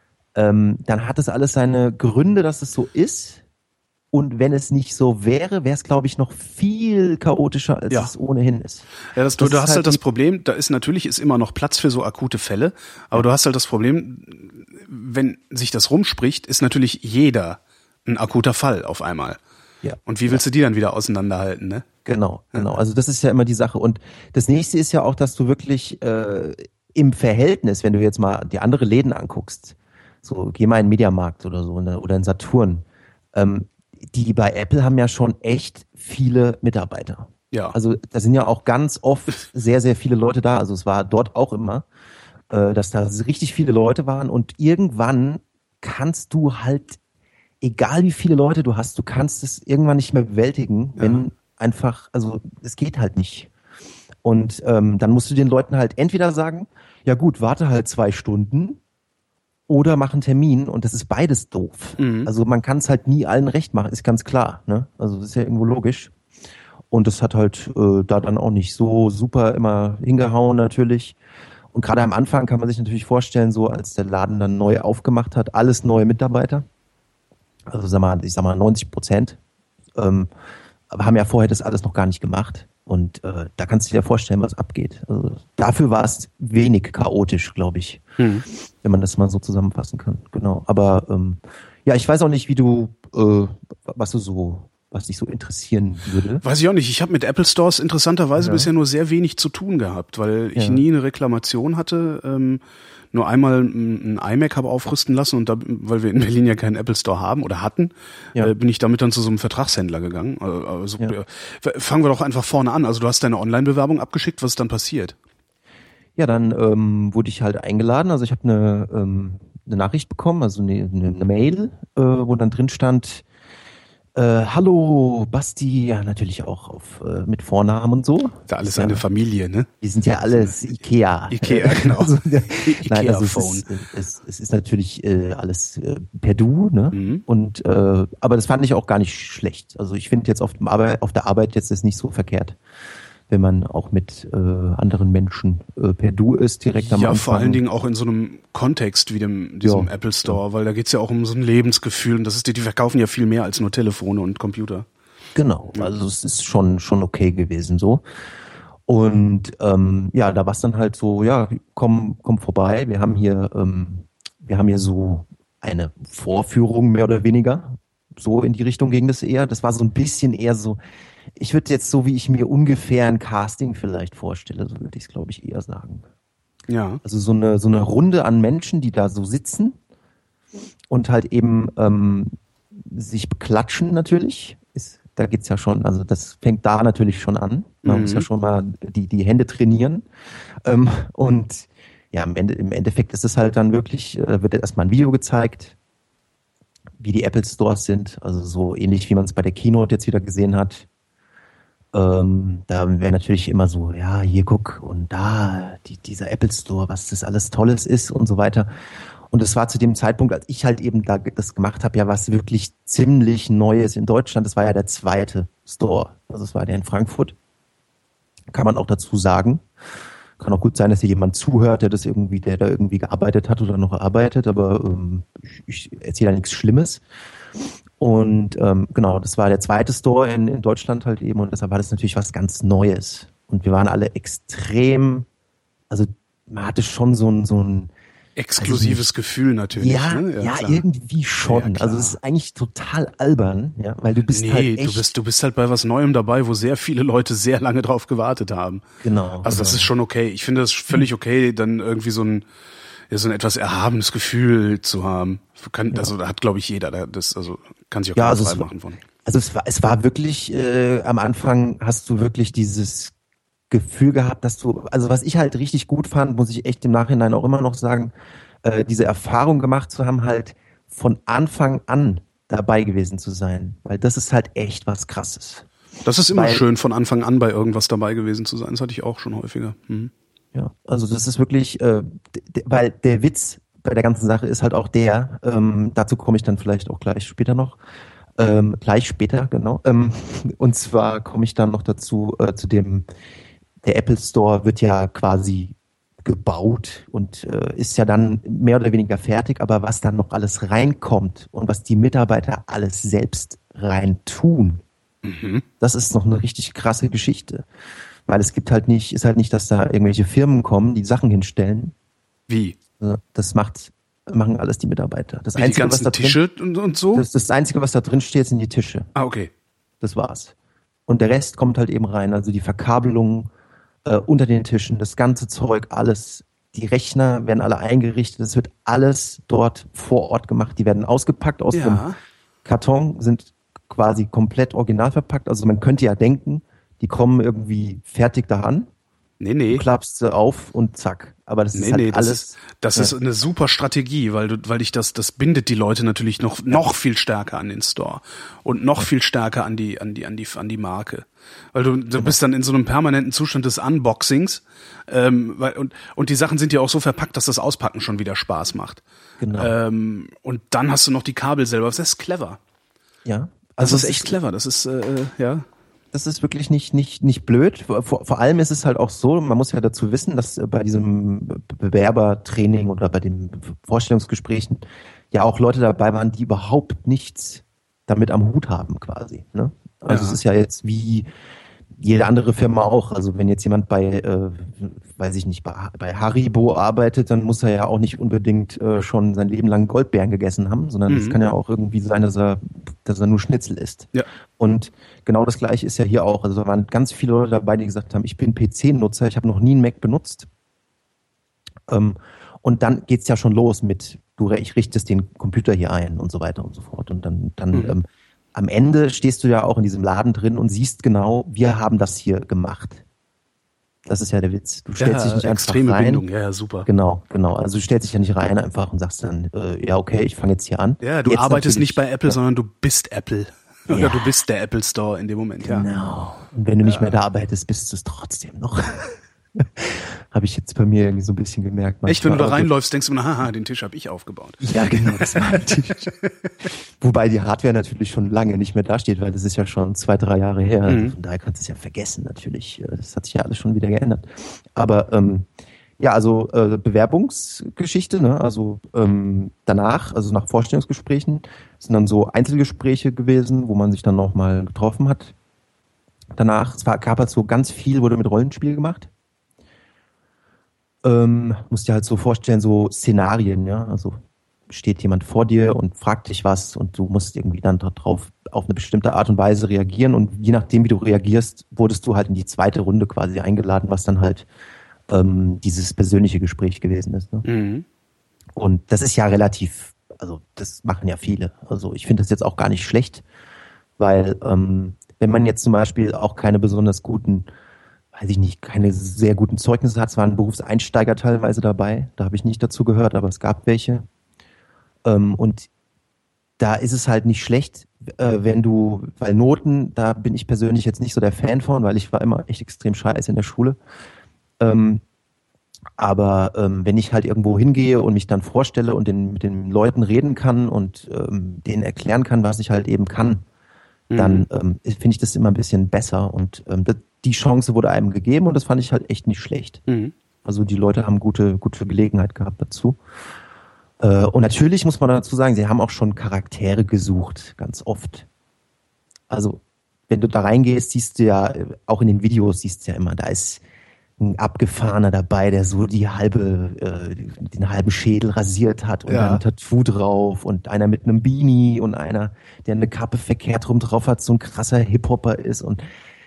ähm, dann hat es alles seine Gründe, dass es so ist. Und wenn es nicht so wäre, wäre es, glaube ich, noch viel chaotischer, als ja. es ohnehin ist. Ja, das, du, das du hast halt, halt das Problem, da ist natürlich ist immer noch Platz für so akute Fälle, aber ja. du hast halt das Problem, wenn sich das rumspricht, ist natürlich jeder ein akuter Fall auf einmal. Ja. Und wie willst ja. du die dann wieder auseinanderhalten, ne? Genau, genau. Also das ist ja immer die Sache. Und das nächste ist ja auch, dass du wirklich äh, im Verhältnis, wenn du jetzt mal die andere Läden anguckst, so geh mal in den Mediamarkt oder so oder in Saturn, ähm, die bei Apple haben ja schon echt viele Mitarbeiter. Ja. Also da sind ja auch ganz oft sehr, sehr viele Leute da. Also es war dort auch immer, äh, dass da richtig viele Leute waren und irgendwann kannst du halt egal wie viele Leute du hast, du kannst es irgendwann nicht mehr bewältigen, wenn ja. einfach, also es geht halt nicht. Und ähm, dann musst du den Leuten halt entweder sagen, ja gut, warte halt zwei Stunden oder mach einen Termin und das ist beides doof. Mhm. Also man kann es halt nie allen recht machen, ist ganz klar. Ne? Also das ist ja irgendwo logisch. Und das hat halt äh, da dann auch nicht so super immer hingehauen natürlich. Und gerade am Anfang kann man sich natürlich vorstellen, so als der Laden dann neu aufgemacht hat, alles neue Mitarbeiter. Also sag mal, ich sag mal neunzig Prozent, ähm, aber haben ja vorher das alles noch gar nicht gemacht. Und äh, da kannst du dir vorstellen, was abgeht. Also dafür war es wenig chaotisch, glaube ich, mhm. wenn man das mal so zusammenfassen kann. Genau. Aber ähm, ja, ich weiß auch nicht, wie du, äh, was du so, was dich so interessieren würde. Weiß ich auch nicht. Ich habe mit Apple Stores interessanterweise ja. bisher nur sehr wenig zu tun gehabt, weil ich ja. nie eine Reklamation hatte. Ähm, nur einmal ein iMac habe aufrüsten lassen und da, weil wir in Berlin ja keinen Apple Store haben oder hatten, ja. äh, bin ich damit dann zu so einem Vertragshändler gegangen. Also, ja. äh, fangen wir doch einfach vorne an. Also du hast deine Online-Bewerbung abgeschickt, was ist dann passiert? Ja, dann ähm, wurde ich halt eingeladen. Also ich habe eine, ähm, eine Nachricht bekommen, also eine, eine Mail, äh, wo dann drin stand, Äh, hallo Basti, ja natürlich auch auf äh, mit Vornamen und so. Da alles eine ja, Familie, ne? Wir sind ja alles Ikea. Ikea, genau. also, Ikea nein, also Phone. Es ist, es, es ist natürlich äh, alles äh, per Du, ne? Mhm. Und äh, aber das fand ich auch gar nicht schlecht. Also ich finde jetzt auf dem Arbeit, auf der Arbeit jetzt ist nicht so verkehrt, wenn man auch mit äh, anderen Menschen äh, per Du ist, direkt am ja, Anfang. Ja, vor allen Dingen auch in so einem Kontext wie dem diesem ja, Apple Store, ja. weil da geht's ja auch um so ein Lebensgefühl und das ist, die verkaufen ja viel mehr als nur Telefone und Computer. Genau, also es ist schon schon okay gewesen so. Und ähm, ja, da war es dann halt so, ja, komm komm vorbei, wir haben hier ähm, wir haben hier so eine Vorführung mehr oder weniger. So in die Richtung ging das eher. Das war so ein bisschen eher so, ich würde jetzt so, wie ich mir ungefähr ein Casting vielleicht vorstelle, so würde ich es, glaube ich, eher sagen. Ja. Also so eine, so eine Runde an Menschen, die da so sitzen und halt eben ähm, sich beklatschen natürlich. Ist, da geht's ja schon, also das fängt da natürlich schon an. Man mhm. muss ja schon mal die, die Hände trainieren. Ähm, und ja, im, Ende, im Endeffekt ist es halt dann wirklich, äh, wird erstmal ein Video gezeigt, wie die Apple Stores sind. Also so ähnlich, wie man es bei der Keynote jetzt wieder gesehen hat. Ähm, da wäre natürlich immer so, ja, hier guck und da, die, dieser Apple Store, was das alles Tolles ist und so weiter. Und es war zu dem Zeitpunkt, als ich halt eben da das gemacht habe, ja was wirklich ziemlich Neues in Deutschland. Das war ja der zweite Store. Also es war der in Frankfurt. Kann man auch dazu sagen. Kann auch gut sein, dass hier jemand zuhört, der das irgendwie, der da irgendwie gearbeitet hat oder noch arbeitet, aber ähm, ich, ich erzähle da nichts Schlimmes. Und ähm, genau, das war der zweite Store in, in Deutschland halt eben und deshalb war das natürlich was ganz Neues. Und wir waren alle extrem, also man hatte schon so ein, so ein exklusives also, Gefühl natürlich. Ja, ne? ja, ja irgendwie schon. Ja, also es ist eigentlich total albern, ja, weil du bist nee, halt echt... du bist, du bist halt bei was Neuem dabei, wo sehr viele Leute sehr lange drauf gewartet haben. Genau. Also genau. das ist schon okay. Ich finde das völlig okay, dann irgendwie so ein ja, so ein etwas erhabenes Gefühl zu haben. Kann, ja. Also da hat, glaube ich, jeder. Das also kann sich auch ja, also frei es, machen von. Also es war, es war wirklich, äh, am Anfang hast du wirklich dieses Gefühl gehabt, dass du, also was ich halt richtig gut fand, muss ich echt im Nachhinein auch immer noch sagen, äh, diese Erfahrung gemacht zu haben, halt von Anfang an dabei gewesen zu sein. Weil das ist halt echt was Krasses. Das ist immer Weil, schön, von Anfang an bei irgendwas dabei gewesen zu sein. Das hatte ich auch schon häufiger. Mhm. Ja, also das ist wirklich, äh, d- weil der Witz bei der ganzen Sache ist halt auch der, ähm, dazu komme ich dann vielleicht auch gleich später noch, ähm, gleich später, genau, ähm, und zwar komme ich dann noch dazu, äh, zu dem, der Apple Store wird ja quasi gebaut und äh, ist ja dann mehr oder weniger fertig, aber was dann noch alles reinkommt und was die Mitarbeiter alles selbst rein tun, mhm. das ist noch eine richtig krasse Geschichte. Weil es gibt halt nicht, ist halt nicht, dass da irgendwelche Firmen kommen, die Sachen hinstellen. Wie? Das macht, machen alles die Mitarbeiter. Das Wie Einzige, die ganzen was da drin, Tische und, und so? Das, das Einzige, was da drin steht, sind die Tische. Ah, okay. Das war's. Und der Rest kommt halt eben rein. Also die Verkabelung äh, unter den Tischen, das ganze Zeug, alles. Die Rechner werden alle eingerichtet. Es wird alles dort vor Ort gemacht. Die werden ausgepackt aus Ja. dem Karton, sind quasi komplett original verpackt. Also man könnte ja denken, die kommen irgendwie fertig da an. Nee, nee. Du klappst sie auf und zack. Aber das Nee, ist halt nee, das alles. ist, das ja. ist eine super Strategie, weil du, weil dich das, das bindet die Leute natürlich noch, noch viel stärker an den Store und noch viel stärker an die, an die, an die, an die Marke. Weil du, du bist dann in so einem permanenten Zustand des Unboxings, ähm, weil, und, und die Sachen sind ja auch so verpackt, dass das Auspacken schon wieder Spaß macht. Genau. Ähm, und dann hast du noch die Kabel selber. Das ist clever. Ja. Also das ist echt clever. Das ist, äh, ja. Das ist wirklich nicht, nicht, nicht blöd. Vor, vor allem ist es halt auch so, man muss ja dazu wissen, dass bei diesem Bewerbertraining oder bei den Vorstellungsgesprächen ja auch Leute dabei waren, die überhaupt nichts damit am Hut haben quasi. Ne? Also Ja. es ist ja jetzt wie jede andere Firma auch. Also wenn jetzt jemand bei, äh, weiß ich nicht, bei, bei Haribo arbeitet, dann muss er ja auch nicht unbedingt äh, schon sein Leben lang Goldbeeren gegessen haben, sondern es Mhm. kann ja auch irgendwie sein, dass er, dass er nur Schnitzel isst. Ja. Und genau das Gleiche ist ja hier auch. Also da waren ganz viele Leute dabei, die gesagt haben, ich bin P C-Nutzer, ich habe noch nie einen Mac benutzt. Ähm, und dann geht's ja schon los mit, du ich richtest den Computer hier ein und so weiter und so fort. Und dann, dann Mhm. ähm, am Ende stehst du ja auch in diesem Laden drin und siehst genau, wir haben das hier gemacht. Das ist ja der Witz. Du stellst Ja, dich nicht einfach extreme rein. Bindung, ja, ja, super. Genau, genau. Also du stellst dich ja nicht rein einfach und sagst dann, äh, ja okay, ich fange jetzt hier an. Ja, du jetzt arbeitest nicht bei Apple, ja. sondern du bist Apple. Oder Ja. du bist der Apple Store in dem Moment, ja. Genau. Und wenn du nicht Ja. mehr da arbeitest, bist du es trotzdem noch. Habe ich jetzt bei mir irgendwie so ein bisschen gemerkt. Echt, wenn du da manchmal. reinläufst, denkst du, na, haha, den Tisch habe ich aufgebaut. Ja, genau, das war ein Tisch. Wobei die Hardware natürlich schon lange nicht mehr dasteht, weil das ist ja schon zwei, drei Jahre her. Mhm. Also von daher kannst du es ja vergessen natürlich. Das hat sich ja alles schon wieder geändert. Aber ähm, ja, also äh, Bewerbungsgeschichte, ne? Also ähm, danach, also nach Vorstellungsgesprächen, sind dann so Einzelgespräche gewesen, wo man sich dann nochmal getroffen hat. Danach, es war, gab halt so ganz viel, wurde mit Rollenspiel gemacht. Ähm, musst dir halt so vorstellen, so Szenarien, ja, also steht jemand vor dir und fragt dich was und du musst irgendwie dann darauf auf eine bestimmte Art und Weise reagieren und je nachdem, wie du reagierst, wurdest du halt in die zweite Runde quasi eingeladen, was dann halt ähm, dieses persönliche Gespräch gewesen ist. Ne? Mhm. Und das ist ja relativ, also das machen ja viele. Also ich finde das jetzt auch gar nicht schlecht, weil ähm, wenn man jetzt zum Beispiel auch keine besonders guten, weiß ich nicht, keine sehr guten Zeugnisse hat, es waren Berufseinsteiger teilweise dabei, da habe ich nicht dazu gehört, aber es gab welche. Ähm, und da ist es halt nicht schlecht, äh, wenn du, weil Noten, da bin ich persönlich jetzt nicht so der Fan von, weil ich war immer echt extrem scheiße in der Schule. Ähm, aber ähm, wenn ich halt irgendwo hingehe und mich dann vorstelle und den, mit den Leuten reden kann und ähm, denen erklären kann, was ich halt eben kann, mhm. dann ähm, finde ich das immer ein bisschen besser und ähm, das, die Chance wurde einem gegeben und das fand ich halt echt nicht schlecht. Mhm. Also die Leute haben gute, gute Gelegenheit gehabt dazu. Äh, und natürlich muss man dazu sagen, sie haben auch schon Charaktere gesucht, ganz oft. Also wenn du da reingehst, siehst du ja, auch in den Videos siehst du ja immer, da ist ein Abgefahrener dabei, der so die halbe, äh, den halben Schädel rasiert hat und ja. dann ein Tattoo drauf und einer mit einem Beanie und einer, der eine Kappe verkehrt rum drauf hat, so ein krasser Hip-Hopper ist und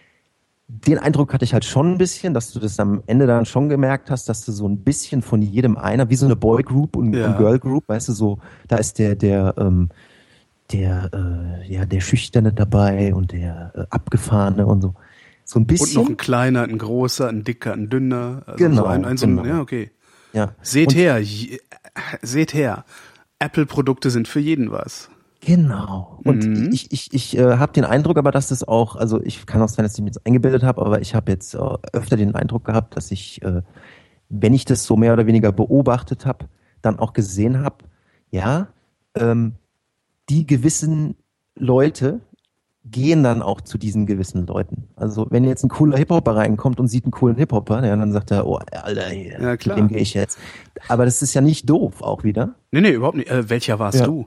den Eindruck hatte ich halt schon ein bisschen, dass du das am Ende dann schon gemerkt hast, dass du so ein bisschen von jedem einer, wie so eine Boy-Group und ja. eine Girl-Group, weißt du, so, da ist der, der, ähm, der, äh, ja, der Schüchterne dabei und der äh, Abgefahrene und so. So ein bisschen. Und noch ein kleiner, ein großer, ein dicker, ein dünner. Also genau. So ein, ein, so genau. ein, ja, okay. Ja. Seht und, her, je, seht her. Apple-Produkte sind für jeden was. Genau. Und mhm. ich, ich, ich äh, habe den Eindruck aber, dass das auch, also ich kann auch sein, dass ich mich jetzt eingebildet habe, aber ich habe jetzt äh, öfter den Eindruck gehabt, dass ich, äh, wenn ich das so mehr oder weniger beobachtet habe, dann auch gesehen habe, ja, ähm, die gewissen Leute gehen dann auch zu diesen gewissen Leuten. Also wenn jetzt ein cooler Hip-Hopper reinkommt und sieht einen coolen Hip-Hopper, ja, dann sagt er, oh, Alter, hier, ja, klar. mit dem gehe ich jetzt. Aber das ist ja nicht doof auch wieder. Nee, nee, überhaupt nicht. Äh, welcher warst ja. du?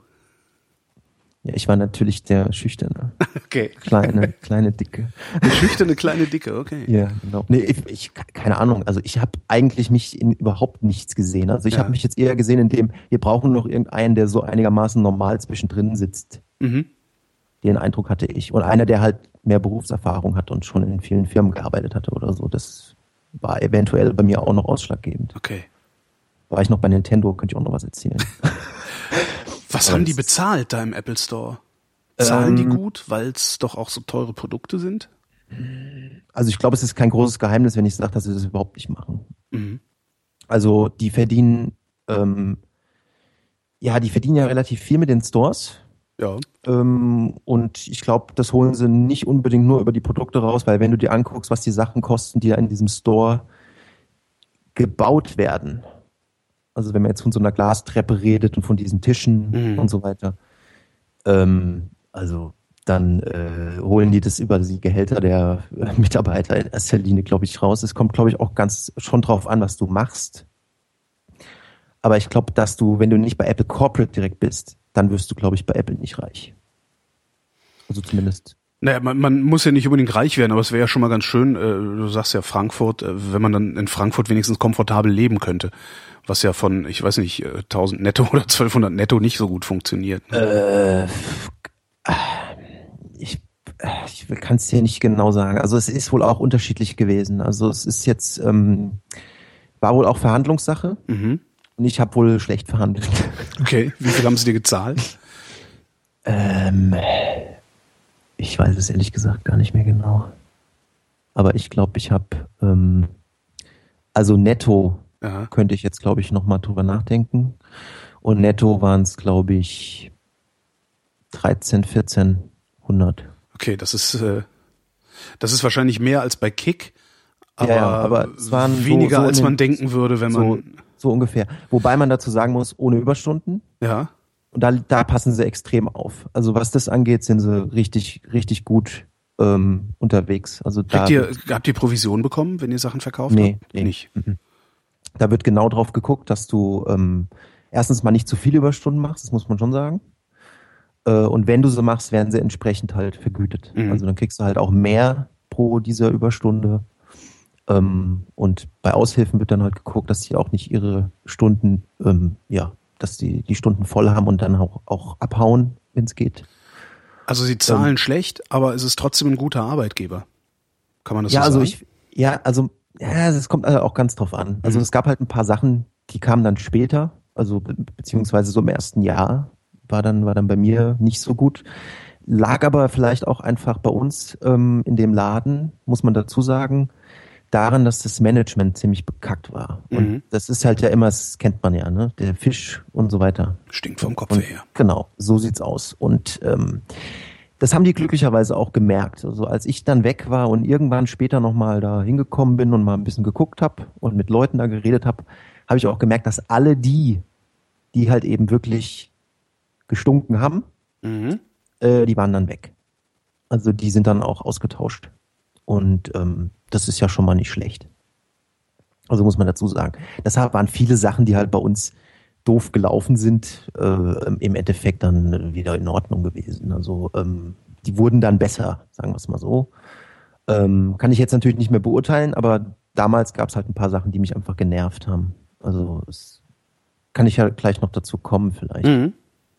Ja, ich war natürlich der Schüchterne. Okay. Kleine, kleine Dicke. Der schüchterne, kleine Dicke, okay. Ja, genau. Nee, ich, ich keine Ahnung. Also ich habe eigentlich mich in überhaupt nichts gesehen. Also ich ja. habe mich jetzt eher gesehen in dem, wir brauchen noch irgendeinen, der so einigermaßen normal zwischendrin sitzt. Mhm. Den Eindruck hatte ich. Und einer, der halt mehr Berufserfahrung hat und schon in vielen Firmen gearbeitet hatte oder so. Das war eventuell bei mir auch noch ausschlaggebend. Okay. War ich noch bei Nintendo, könnte ich auch noch was erzählen. Was haben die bezahlt da im Apple Store? Zahlen ähm, die gut, weil es doch auch so teure Produkte sind? Also ich glaube, es ist kein großes Geheimnis, wenn ich sage, dass sie das überhaupt nicht machen. Mhm. Also die verdienen, ähm, ja, die verdienen ja relativ viel mit den Stores. Ja. Ähm, und ich glaube, das holen sie nicht unbedingt nur über die Produkte raus, weil wenn du dir anguckst, was die Sachen kosten, die da in diesem Store gebaut werden, also wenn man jetzt von so einer Glastreppe redet und von diesen Tischen mhm. und so weiter, ähm, also dann äh, holen die das über die Gehälter der äh, Mitarbeiter in erster Linie, glaube ich, raus. Es kommt, glaube ich, auch ganz schon drauf an, was du machst. Aber ich glaube, dass du, wenn du nicht bei Apple Corporate direkt bist, dann wirst du, glaube ich, bei Apple nicht reich. Also zumindest. Naja, man, man muss ja nicht unbedingt reich werden, aber es wäre ja schon mal ganz schön, äh, du sagst ja Frankfurt, äh, wenn man dann in Frankfurt wenigstens komfortabel leben könnte. Was ja von, ich weiß nicht, tausend netto oder zwölfhundert netto nicht so gut funktioniert. Ne? Äh, ich ich kann es dir nicht genau sagen. Also es ist wohl auch unterschiedlich gewesen. Also es ist jetzt, ähm, war wohl auch Verhandlungssache. Mhm. Und ich habe wohl schlecht verhandelt. Okay, wie viel haben sie dir gezahlt? Ähm, ich weiß es ehrlich gesagt gar nicht mehr genau. Aber ich glaube, ich habe, ähm, also netto Aha. könnte ich jetzt, glaube ich, nochmal drüber nachdenken. Und netto waren es, glaube ich, dreizehn, vierzehnhundert. Okay, das ist, äh, das ist wahrscheinlich mehr als bei Kick, aber, ja, ja, aber es waren weniger, so, so als den, man denken würde, wenn man... So, so ungefähr. Wobei man dazu sagen muss, ohne Überstunden. Ja. Und da, da passen sie extrem auf. Also was das angeht, sind sie richtig, richtig gut ähm, unterwegs. Also da habt ihr, habt ihr Provision bekommen, wenn ihr Sachen verkauft nee, habt? Nee, nicht. Mhm. Da wird genau drauf geguckt, dass du ähm, erstens mal nicht zu viele Überstunden machst, das muss man schon sagen. Äh, und wenn du sie machst, werden sie entsprechend halt vergütet. Mhm. Also dann kriegst du halt auch mehr pro dieser Überstunde. Ähm, und bei Aushilfen wird dann halt geguckt, dass sie auch nicht ihre Stunden ähm, ja dass die die Stunden voll haben und dann auch, auch abhauen, wenn es geht. Also sie zahlen ähm, schlecht, aber es ist trotzdem ein guter Arbeitgeber. Kann man das ja, so also sagen? ich, ja, also ja, es kommt also auch ganz drauf an. Also Mhm. es gab halt ein paar Sachen, die kamen dann später, also be- beziehungsweise so im ersten Jahr war dann war dann bei mir nicht so gut. Lag aber vielleicht auch einfach bei uns ähm, in dem Laden, muss man dazu sagen, daran, dass das Management ziemlich bekackt war. Und Mhm. das ist halt ja immer, das kennt man ja, ne? Der Fisch und so weiter. Stinkt vom Kopf Und, her. genau, so sieht's aus. Und ähm, das haben die glücklicherweise auch gemerkt. Also als ich dann weg war und irgendwann später nochmal da hingekommen bin und mal ein bisschen geguckt habe und mit Leuten da geredet habe, habe ich auch gemerkt, dass alle die, die halt eben wirklich gestunken haben, Mhm. äh, die waren dann weg. Also die sind dann auch ausgetauscht. Und ähm, das ist ja schon mal nicht schlecht. Also muss man dazu sagen. Deshalb waren viele Sachen, die halt bei uns doof gelaufen sind, äh, im Endeffekt dann wieder in Ordnung gewesen. Also ähm, die wurden dann besser, sagen wir es mal so. Ähm, kann ich jetzt natürlich nicht mehr beurteilen, aber damals gab es halt ein paar Sachen, die mich einfach genervt haben. Also es kann ich ja gleich noch dazu kommen vielleicht. Mhm.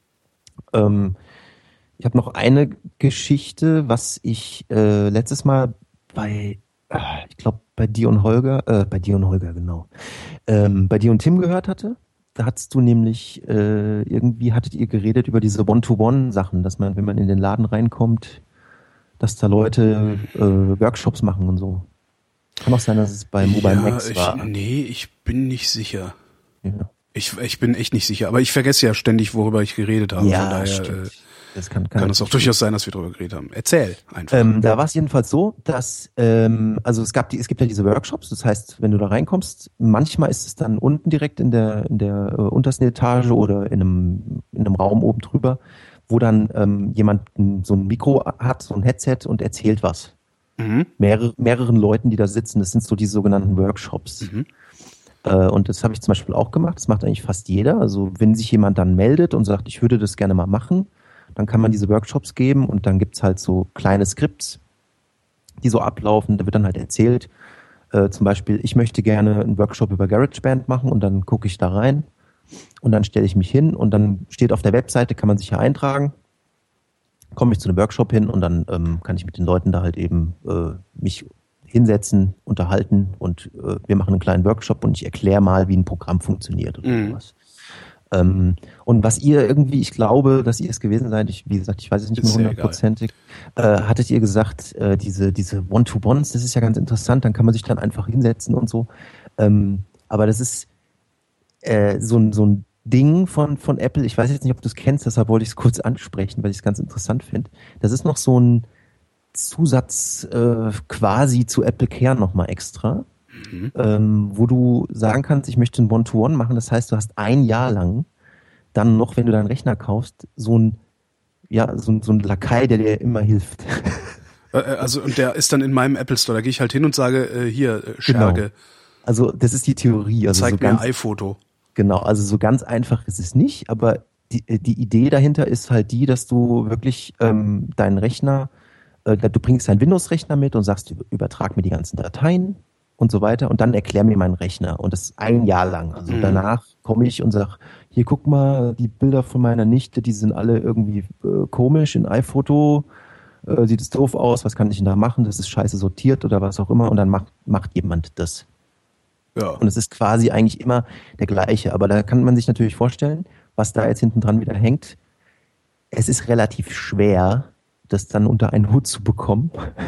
Ähm, ich habe noch eine Geschichte, was ich äh, letztes Mal bei, äh, ich glaube bei dir und Holger, äh, bei dir und Holger, genau, ähm, bei dir und Tim gehört hatte. Da hattest du nämlich, äh, irgendwie hattet ihr geredet über diese One-to-One-Sachen, dass man, wenn man in den Laden reinkommt, dass da Leute äh, Workshops machen und so. Kann auch sein, dass es bei Mobile ja, Max ich, war. nee, ich bin nicht sicher. Ja, Ich, ich bin echt nicht sicher, aber ich vergesse ja ständig, worüber ich geredet habe. Von ja daher stimmt. äh, Das kann, kann, kann es auch durchaus sein, dass wir darüber geredet haben. Erzähl einfach. Ähm, da war es jedenfalls so, dass ähm, also es gab die, es gibt ja diese Workshops. Das heißt, wenn du da reinkommst, manchmal ist es dann unten direkt in der in der äh, untersten Etage oder in einem in einem Raum oben drüber, wo dann ähm, jemand ein, so ein Mikro hat, so ein Headset und erzählt was. Mhm. Mehrere, mehreren Leuten, die da sitzen. Das sind so die sogenannten Workshops. Mhm. Äh, und das habe ich zum Beispiel auch gemacht. Das macht eigentlich fast jeder. Also wenn sich jemand dann meldet und sagt, ich würde das gerne mal machen, dann kann man diese Workshops geben und dann gibt's halt so kleine Skripts, die so ablaufen. Da wird dann halt erzählt, äh, zum Beispiel, ich möchte gerne einen Workshop über GarageBand machen und dann gucke ich da rein und dann stelle ich mich hin und dann steht auf der Webseite, kann man sich ja eintragen, komme ich zu einem Workshop hin und dann ähm, kann ich mit den Leuten da halt eben äh, mich hinsetzen, unterhalten und äh, wir machen einen kleinen Workshop und ich erkläre mal, wie ein Programm funktioniert oder Mhm. sowas. Ähm, und was ihr irgendwie, ich glaube, dass ihr es gewesen seid, ich, wie gesagt, ich weiß es nicht Ist mehr sehr hundertprozentig, äh, hattet ihr gesagt, äh, diese, diese One-to-Ones, das ist ja ganz interessant, dann kann man sich dann einfach hinsetzen und so. Ähm, aber das ist äh, so, ein so ein Ding von, von Apple, ich weiß jetzt nicht, ob du es kennst, deshalb wollte ich es kurz ansprechen, weil ich es ganz interessant finde. Das ist noch so ein Zusatz äh, quasi zu Apple Care nochmal extra. Mhm. Ähm, wo du sagen kannst, ich möchte ein One-to-One machen. Das heißt, du hast ein Jahr lang dann noch, wenn du deinen Rechner kaufst, so ein, ja, so ein, so ein Lakai, der dir immer hilft. Äh, Also und der ist dann in meinem Apple Store. Da gehe ich halt hin und sage, äh, hier, äh, Scherge, Also das ist die Theorie. Also zeig so mir ganz, ein iPhoto. genau, also so ganz einfach ist es nicht, aber die, die Idee dahinter ist halt die, dass du wirklich ähm, deinen Rechner, äh, du bringst deinen Windows-Rechner mit und sagst, übertrag mir die ganzen Dateien und so weiter und dann erklär mir meinen Rechner und das ein Jahr lang. Also Mhm. danach komme ich und sag, hier guck mal, die Bilder von meiner Nichte, die sind alle irgendwie äh, komisch in iPhoto, äh, sieht es doof aus, was kann ich denn da machen, das ist scheiße sortiert oder was auch immer und dann macht, macht jemand das. Ja. Und es ist quasi eigentlich immer der gleiche, aber da kann man sich natürlich vorstellen, was da jetzt hinten dran wieder hängt. Es ist relativ schwer, das dann unter einen Hut zu bekommen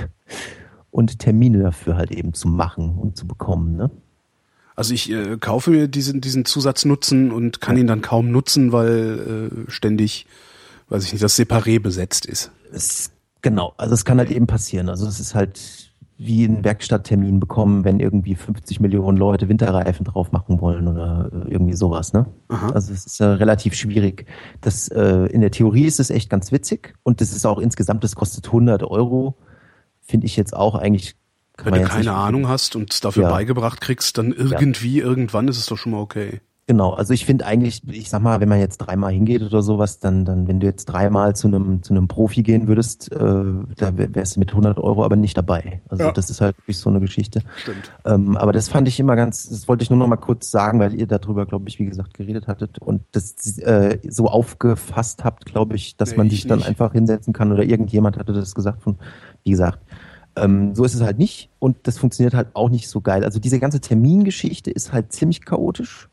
und Termine dafür halt eben zu machen und zu bekommen, ne? Also ich äh, kaufe mir diesen diesen Zusatznutzen und kann ihn dann kaum nutzen, weil äh, ständig, weiß ich nicht, das Separé besetzt ist. Es, genau, also es kann halt eben passieren. Also es ist halt wie einen Werkstatttermin bekommen, wenn irgendwie fünfzig Millionen Leute Winterreifen drauf machen wollen oder äh, irgendwie sowas, ne? Aha. Also es ist äh, relativ schwierig. Das, äh, in der Theorie ist es echt ganz witzig und das ist auch insgesamt, das kostet hundert Euro. Finde ich jetzt auch eigentlich. Kann Wenn man du jetzt keine nicht, Ahnung hast und es dafür Ja. beigebracht kriegst, dann irgendwie, irgendwann ist es doch schon mal okay. Genau, also ich finde eigentlich, ich sag mal, wenn man jetzt dreimal hingeht oder sowas, dann, dann, wenn du jetzt dreimal zu einem, zu einem Profi gehen würdest, äh, da wärst du mit hundert Euro aber nicht dabei. Also Ja. das ist halt wirklich so eine Geschichte. Stimmt. Ähm, aber das fand ich immer ganz, das wollte ich nur noch mal kurz sagen, weil ihr darüber, glaube ich, wie gesagt, geredet hattet und das äh, so aufgefasst habt, glaube ich, dass Nee, man ich sich dann nicht. einfach hinsetzen kann oder irgendjemand hatte das gesagt von, wie gesagt, ähm, so ist es halt nicht und das funktioniert halt auch nicht so geil. Also diese ganze Termingeschichte ist halt ziemlich chaotisch.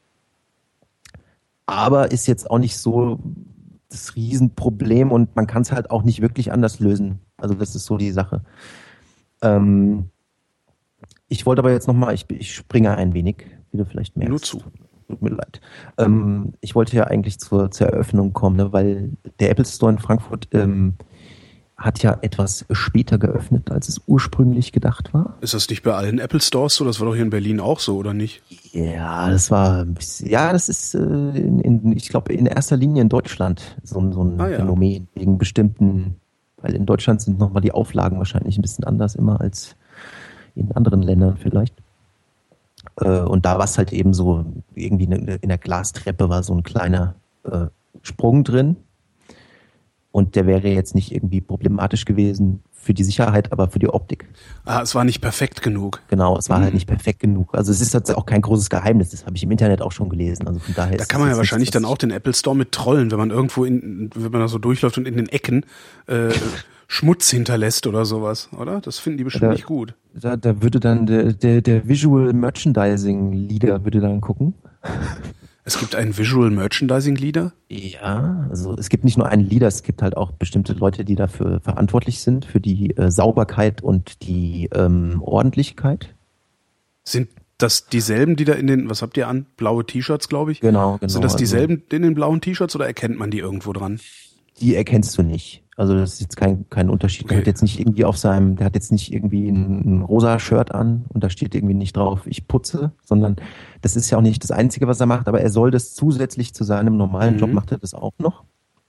Aber ist jetzt auch nicht so das Riesenproblem und man kann es halt auch nicht wirklich anders lösen. Also das ist so die Sache. Ähm, ich wollte aber jetzt nochmal, ich, ich springe ein wenig, wie du vielleicht merkst. Nur zu. Tut mir leid. Ähm, ich wollte ja eigentlich zur, zur Eröffnung kommen, ne, weil der Apple Store in Frankfurt ähm, hat ja etwas später geöffnet, als es ursprünglich gedacht war. Ist das nicht bei allen Apple Stores so? Das war doch hier in Berlin auch so, oder nicht? Ja, das war ein bisschen, ja, das ist, äh, in, in, ich glaube, in erster Linie in Deutschland so, ein- so ein Ah, ja. Phänomen wegen bestimmten, weil in Deutschland sind nochmal die Auflagen wahrscheinlich ein bisschen anders immer als in anderen Ländern vielleicht. Äh, und da war es halt eben so, irgendwie in, in der Glastreppe war so ein kleiner äh, Sprung drin. Und der wäre jetzt nicht irgendwie problematisch gewesen für die Sicherheit, aber für die Optik. Ah, es war nicht perfekt genug. Genau, es war Mhm. halt nicht perfekt genug. Also es ist jetzt auch kein großes Geheimnis, das habe ich im Internet auch schon gelesen. Also von daher Da ist kann man es ja jetzt wahrscheinlich nichts, was dann auch den Apple Store mit trollen, wenn man irgendwo in, wenn man da so durchläuft und in den Ecken äh, Schmutz hinterlässt oder sowas, oder? Das finden die bestimmt Ja. nicht gut. Da, da würde dann der, der, der Visual Merchandising Leader würde dann gucken. Es gibt einen Visual Merchandising Leader. Ja, also es gibt nicht nur einen Leader, es gibt halt auch bestimmte Leute, die dafür verantwortlich sind, für die äh, Sauberkeit und die ähm, Ordentlichkeit. Sind das dieselben, die da in den, was habt ihr an? Blaue T-Shirts, glaube ich? Genau, genau. Sind das also dieselben in den blauen T-Shirts oder erkennt man die irgendwo dran? Die erkennst du nicht. Also das ist jetzt kein, kein Unterschied. Der Okay. hat jetzt nicht irgendwie auf seinem, der hat jetzt nicht irgendwie ein, ein rosa Shirt an und da steht irgendwie nicht drauf, ich putze, sondern das ist ja auch nicht das Einzige, was er macht, aber er soll das zusätzlich zu seinem normalen Mhm. Job, macht er das auch noch.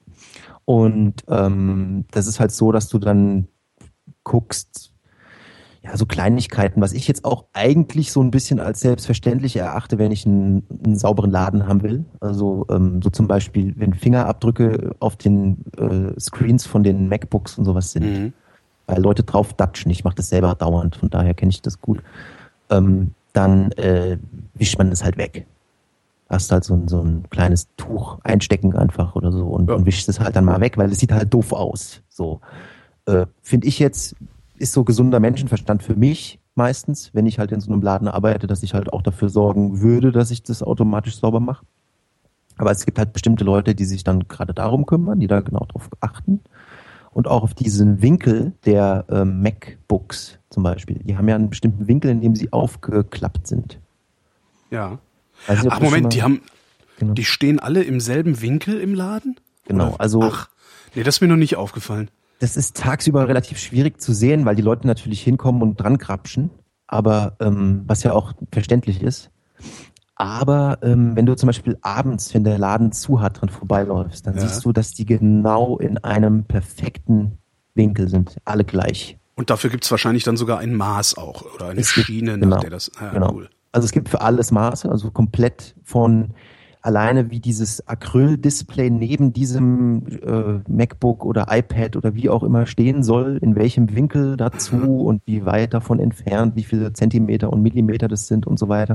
Und ähm, das ist halt so, dass du dann guckst, ja, so Kleinigkeiten, was ich jetzt auch eigentlich so ein bisschen als selbstverständlich erachte, wenn ich einen, einen sauberen Laden haben will. Also ähm, so zum Beispiel, wenn Fingerabdrücke auf den äh, Screens von den MacBooks und sowas sind, Mhm. weil Leute drauf datschen. Ich mache das selber dauernd, von daher kenne ich das gut. Ähm, dann äh, wischt man das halt weg. Hast halt so ein, so ein kleines Tuch einstecken einfach oder so und, Ja. und wischt es halt dann mal weg, weil es sieht halt doof aus. So äh, finde ich jetzt, ist so gesunder Menschenverstand für mich meistens, wenn ich halt in so einem Laden arbeite, dass ich halt auch dafür sorgen würde, dass ich das automatisch sauber mache. Aber es gibt halt bestimmte Leute, die sich dann gerade darum kümmern, die da genau drauf achten. Und auch auf diesen Winkel der ähm, MacBooks zum Beispiel. Die haben ja einen bestimmten Winkel, in dem sie aufgeklappt sind. Ja. Weiß nicht, ob Ach du schon Moment, mal- die haben, Genau. die stehen alle im selben Winkel im Laden? Genau, Oder? also- Ach, nee, das ist mir noch nicht aufgefallen. Das ist tagsüber relativ schwierig zu sehen, weil die Leute natürlich hinkommen und dran krapschen, aber ähm, was ja auch verständlich ist. Aber ähm, wenn du zum Beispiel abends, wenn der Laden zu hat, dran vorbeiläufst, dann Ja. siehst du, dass die genau in einem perfekten Winkel sind, alle gleich. Und dafür gibt's wahrscheinlich dann sogar ein Maß auch oder eine Es gibt- Schiene, genau, nach der das. Ah, genau. Cool. Also es gibt für alles Maße, also komplett von alleine wie dieses Acryl-Display neben diesem äh, MacBook oder iPad oder wie auch immer stehen soll, in welchem Winkel dazu und wie weit davon entfernt, wie viele Zentimeter und Millimeter das sind und so weiter.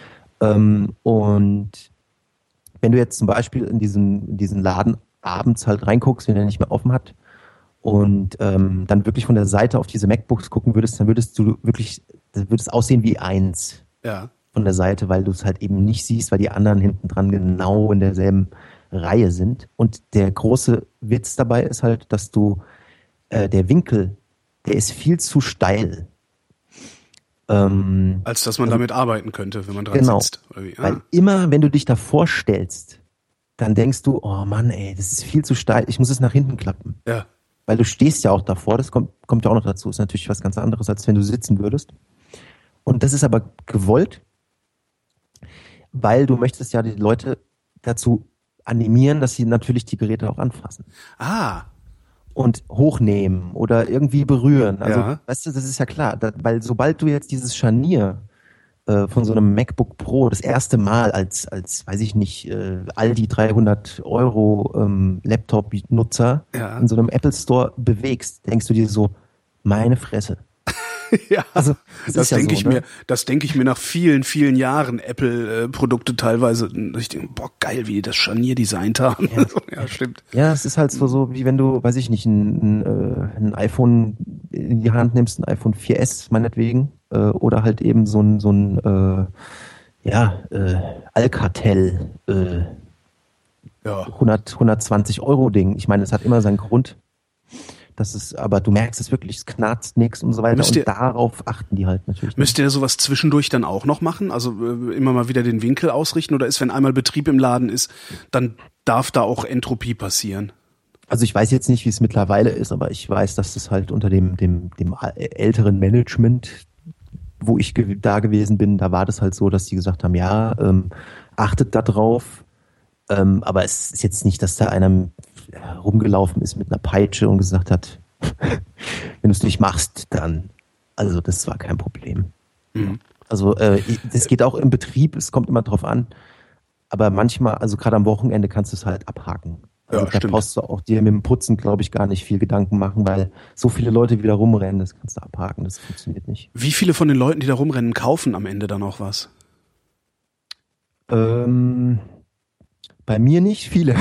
Ähm, und wenn du jetzt zum Beispiel in diesen, in diesen Laden abends halt reinguckst, wenn er nicht mehr offen hat und ähm, dann wirklich von der Seite auf diese MacBooks gucken würdest, dann würdest du wirklich, das würde es aussehen wie eins Ja. von der Seite, weil du es halt eben nicht siehst, weil die anderen hinten dran genau in derselben Reihe sind. Und der große Witz dabei ist halt, dass du äh, der Winkel, der ist viel zu steil. Ähm, Als dass man damit arbeiten könnte, wenn man dran Genau. sitzt. Oder wie? Weil Ah. immer, wenn du dich davor stellst, dann denkst du, oh Mann, ey, das ist viel zu steil, ich muss es nach hinten klappen. Ja. Weil du stehst ja auch davor, das kommt, kommt ja auch noch dazu, ist natürlich was ganz anderes, als wenn du sitzen würdest. Und das ist aber gewollt, weil du möchtest ja die Leute dazu animieren, dass sie natürlich die Geräte auch anfassen Ah. und hochnehmen oder irgendwie berühren. Also, Ja. weißt du, das ist ja klar, da, weil sobald du jetzt dieses Scharnier äh, von so einem MacBook Pro das erste Mal als, als weiß ich nicht, äh, Aldi dreihundert Euro ähm, Laptop-Nutzer ja. in so einem Apple Store bewegst, denkst du dir so, meine Fresse. Ja, also, das, das ja denke so, ich ne? mir, das denke ich mir nach vielen, vielen Jahren Apple-Produkte teilweise. Ich denke, boah, geil, wie die das Scharnier designt haben. Ja. ja, stimmt. Ja, es ist halt so, so wie wenn du, weiß ich nicht, ein, ein, ein iPhone in die Hand nimmst, ein iPhone vier S meinetwegen, äh, oder halt eben so ein, so ein äh, ja, äh, Alcatel äh, ja. hundert, hundertzwanzig Euro Ding. Ich meine, es hat immer seinen Grund. Das ist, aber du merkst es wirklich, es knarzt nichts und so weiter. Müsst ihr, und darauf achten die halt natürlich. Müsst ihr sowas zwischendurch dann auch noch machen? Also äh, immer mal wieder den Winkel ausrichten? Oder ist, wenn einmal Betrieb im Laden ist, dann darf da auch Entropie passieren? Also ich weiß jetzt nicht, wie es mittlerweile ist, aber ich weiß, dass das halt unter dem, dem, dem älteren Management, wo ich ge- da gewesen bin, da war das halt so, dass die gesagt haben, ja, ähm, achtet da drauf. Ähm, aber es ist jetzt nicht, dass da einer rumgelaufen ist mit einer Peitsche und gesagt hat, wenn du es nicht machst, dann, also das war kein Problem. Mhm. Also äh, das geht auch im Betrieb, es kommt immer drauf an, aber manchmal, also gerade am Wochenende kannst du es halt abhaken. Also Ja, da stimmt. brauchst du auch dir mit dem Putzen, glaube ich, gar nicht viel Gedanken machen, weil so viele Leute wieder rumrennen, das kannst du abhaken, das funktioniert nicht. Wie viele von den Leuten, die da rumrennen, kaufen am Ende dann auch was? Ähm, bei mir nicht viele.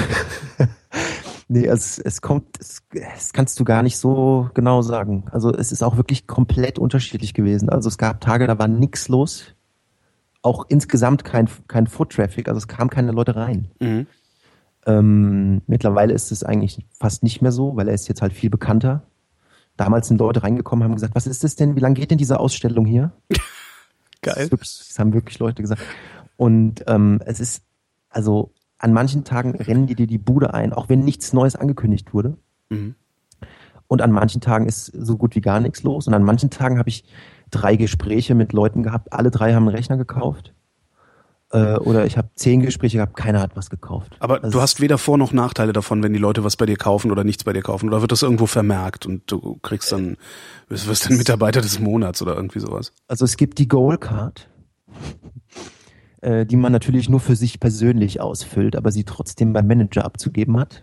Nee, es, es kommt, es, es kannst du gar nicht so genau sagen. Also es ist auch wirklich komplett unterschiedlich gewesen. Also es gab Tage, da war nichts los. Auch insgesamt kein, kein Foot-Traffic, also es kamen keine Leute rein. Mhm. Ähm, mittlerweile ist es eigentlich fast nicht mehr so, weil er ist jetzt halt viel bekannter. Damals sind Leute reingekommen, haben gesagt, was ist das denn, wie lange geht denn diese Ausstellung hier? Geil. Das, ist wirklich, das haben wirklich Leute gesagt. Und ähm, es ist, also an manchen Tagen rennen die dir die Bude ein, auch wenn nichts Neues angekündigt wurde. Mhm. Und an manchen Tagen ist so gut wie gar nichts los. Und an manchen Tagen habe ich drei Gespräche mit Leuten gehabt. Alle drei haben einen Rechner gekauft. Äh, oder ich habe zehn Gespräche gehabt, keiner hat was gekauft. Aber also du hast weder Vor- noch Nachteile davon, wenn die Leute was bei dir kaufen oder nichts bei dir kaufen. Oder wird das irgendwo vermerkt und du kriegst dann, wirst dann Mitarbeiter des Monats oder irgendwie sowas? Also es gibt die Goal Card, äh, die man natürlich nur für sich persönlich ausfüllt, aber sie trotzdem beim Manager abzugeben hat.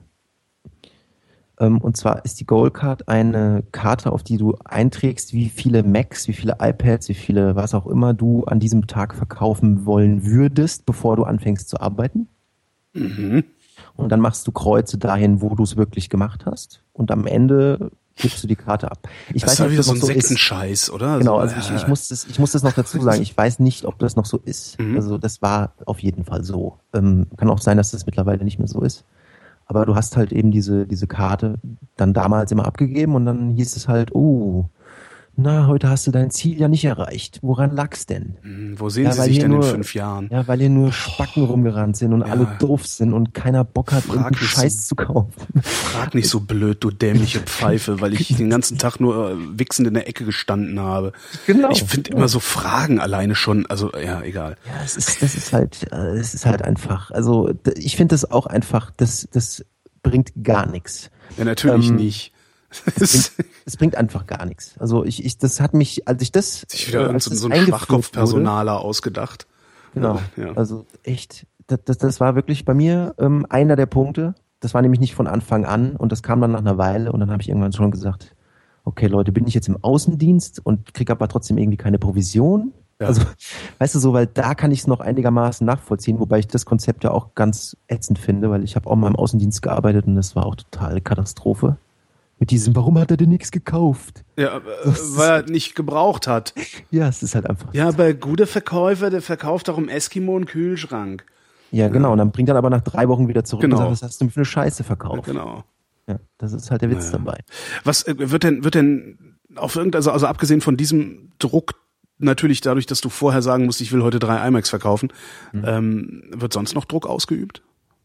Ähm, und zwar ist die Goal Card eine Karte, auf die du einträgst, wie viele Macs, wie viele iPads, wie viele was auch immer du an diesem Tag verkaufen wollen würdest, bevor du anfängst zu arbeiten. Mhm. Und dann machst du Kreuze dahin, wo du es wirklich gemacht hast. Und am Ende gibst du die Karte ab. Ich Das weiß ist ja nicht, wieder ob so das ein noch so ist. Sektenscheiß, oder? Genau, also, also ich, ich, muss das, ich muss das noch dazu sagen. Ich weiß nicht, ob das noch so ist. Mhm. Also das war auf jeden Fall so. Ähm, kann auch sein, dass das mittlerweile nicht mehr so ist. Aber du hast halt eben diese, diese Karte dann damals immer abgegeben und dann hieß es halt, oh, na, heute hast du dein Ziel ja nicht erreicht. Woran lag's denn? Hm, wo sehen Ja, Sie weil sich hier denn in nur- fünf Jahren? Ja, weil hier nur Spacken rumgerannt sind und Ja. alle doof sind und keiner Bock hat, Frag irgendeinen nicht so- Scheiß zu kaufen. Frag nicht so blöd, du dämliche Pfeife, weil ich den ganzen Tag nur äh, wichsend in der Ecke gestanden habe. Genau. Ich finde immer so Fragen alleine schon, also ja, egal. Ja, es ist, das ist halt, äh, es ist halt einfach, also d- ich finde das auch einfach, das, das bringt gar nichts. Ja, natürlich Ähm, nicht. Es bringt, es bringt einfach gar nichts. Also ich, ich, das hat mich, als ich das, sich wieder äh, irgend als so, das so ein eingeführt Schwachkopfpersonaler ausgedacht. Genau. Ja. Also echt, das, das, das war wirklich bei mir ähm, einer der Punkte. Das war nämlich nicht von Anfang an und das kam dann nach einer Weile und dann habe ich irgendwann schon gesagt, okay Leute, bin ich jetzt im Außendienst und kriege aber trotzdem irgendwie keine Provision? Ja. Also, weißt du so, weil da kann ich es noch einigermaßen nachvollziehen, wobei ich das Konzept ja auch ganz ätzend finde, weil ich habe auch mal im Außendienst gearbeitet und das war auch total Katastrophe. Mit diesem, warum hat er denn nichts gekauft? Ja, äh, weil er nicht gebraucht hat. Ja, es ist halt einfach. Ja, aber guter Verkäufer, der verkauft auch im Eskimo einen Kühlschrank. Ja, genau. Und dann bringt er aber nach drei Wochen wieder zurück Genau. und sagt, was hast du denn für eine Scheiße Ja, verkauft? genau. Ja, das ist halt der Witz Naja. dabei. Was äh, wird denn, wird denn auf irgendein, also, also abgesehen von diesem Druck, natürlich dadurch, dass du vorher sagen musst, ich will heute drei iMacs verkaufen, Mhm. ähm, wird sonst noch Druck ausgeübt?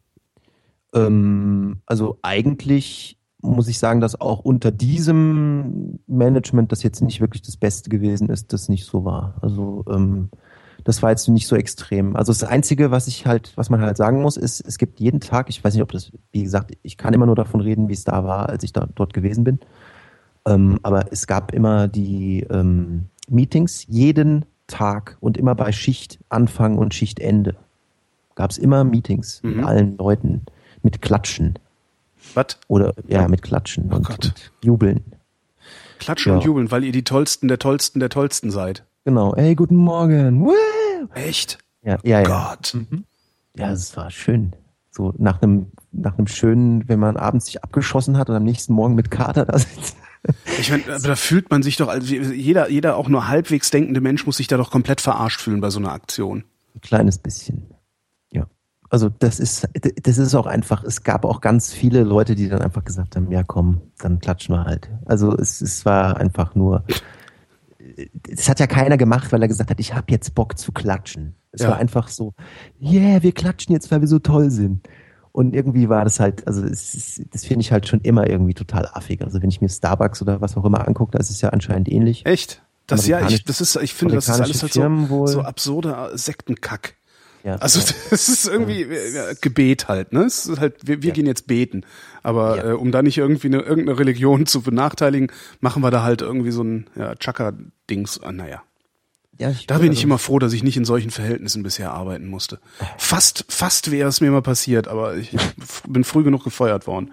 Ähm, also eigentlich muss ich sagen, dass auch unter diesem Management das jetzt nicht wirklich das Beste gewesen ist, das nicht so war. Also ähm, das war jetzt nicht so extrem. Also das Einzige, was ich halt, was man halt sagen muss, ist, es gibt jeden Tag, ich weiß nicht, ob das, wie gesagt, ich kann immer nur davon reden, wie es da war, als ich da dort gewesen bin. Ähm, aber es gab immer die ähm, Meetings jeden Tag und immer bei Schichtanfang und Schichtende gab es immer Meetings Mhm. mit allen Leuten, mit Klatschen. Was? Oder ja, mit Klatschen Oh und, Gott. und Jubeln. Klatschen Ja. und jubeln, weil ihr die Tollsten der Tollsten der Tollsten seid. Genau. Hey, guten Morgen. Woo! Echt? Ja, ja, ja. Gott. Ja, es war schön. So nach einem nach einem schönen, wenn man abends sich abgeschossen hat und am nächsten Morgen mit Kater da sitzt. Ich meine, aber da fühlt man sich doch, also jeder, jeder auch nur halbwegs denkende Mensch muss sich da doch komplett verarscht fühlen bei so einer Aktion. Ein kleines bisschen. Ja. Also das ist, das ist auch einfach, es gab auch ganz viele Leute, die dann einfach gesagt haben, ja komm, dann klatschen wir halt. Also es, es war einfach nur, es hat ja keiner gemacht, weil er gesagt hat, ich habe jetzt Bock zu klatschen. Es Ja. war einfach so, yeah, wir klatschen jetzt, weil wir so toll sind. Und irgendwie war das halt, also es ist, das finde ich halt schon immer irgendwie total affig. Also wenn ich mir Starbucks oder was auch immer angucke, da ist es ja anscheinend ähnlich. Echt? Das ja, ich, Amerikanisch- das ist, ich finde, das ist alles halt Firmen so, wohl. so absurder Sektenkack. Ja. Also das ist irgendwie ja, Gebet halt, ne? Es ist halt, wir, wir Ja. gehen jetzt beten. Aber Ja. äh, um da nicht irgendwie eine, irgendeine Religion zu benachteiligen, machen wir da halt irgendwie so ein ja, Chakra-Dings. Ah, naja. Ja, ich Da bin ich also- immer froh, dass ich nicht in solchen Verhältnissen bisher arbeiten musste. Fast, fast wäre es mir mal passiert, aber ich f- bin früh genug gefeuert worden.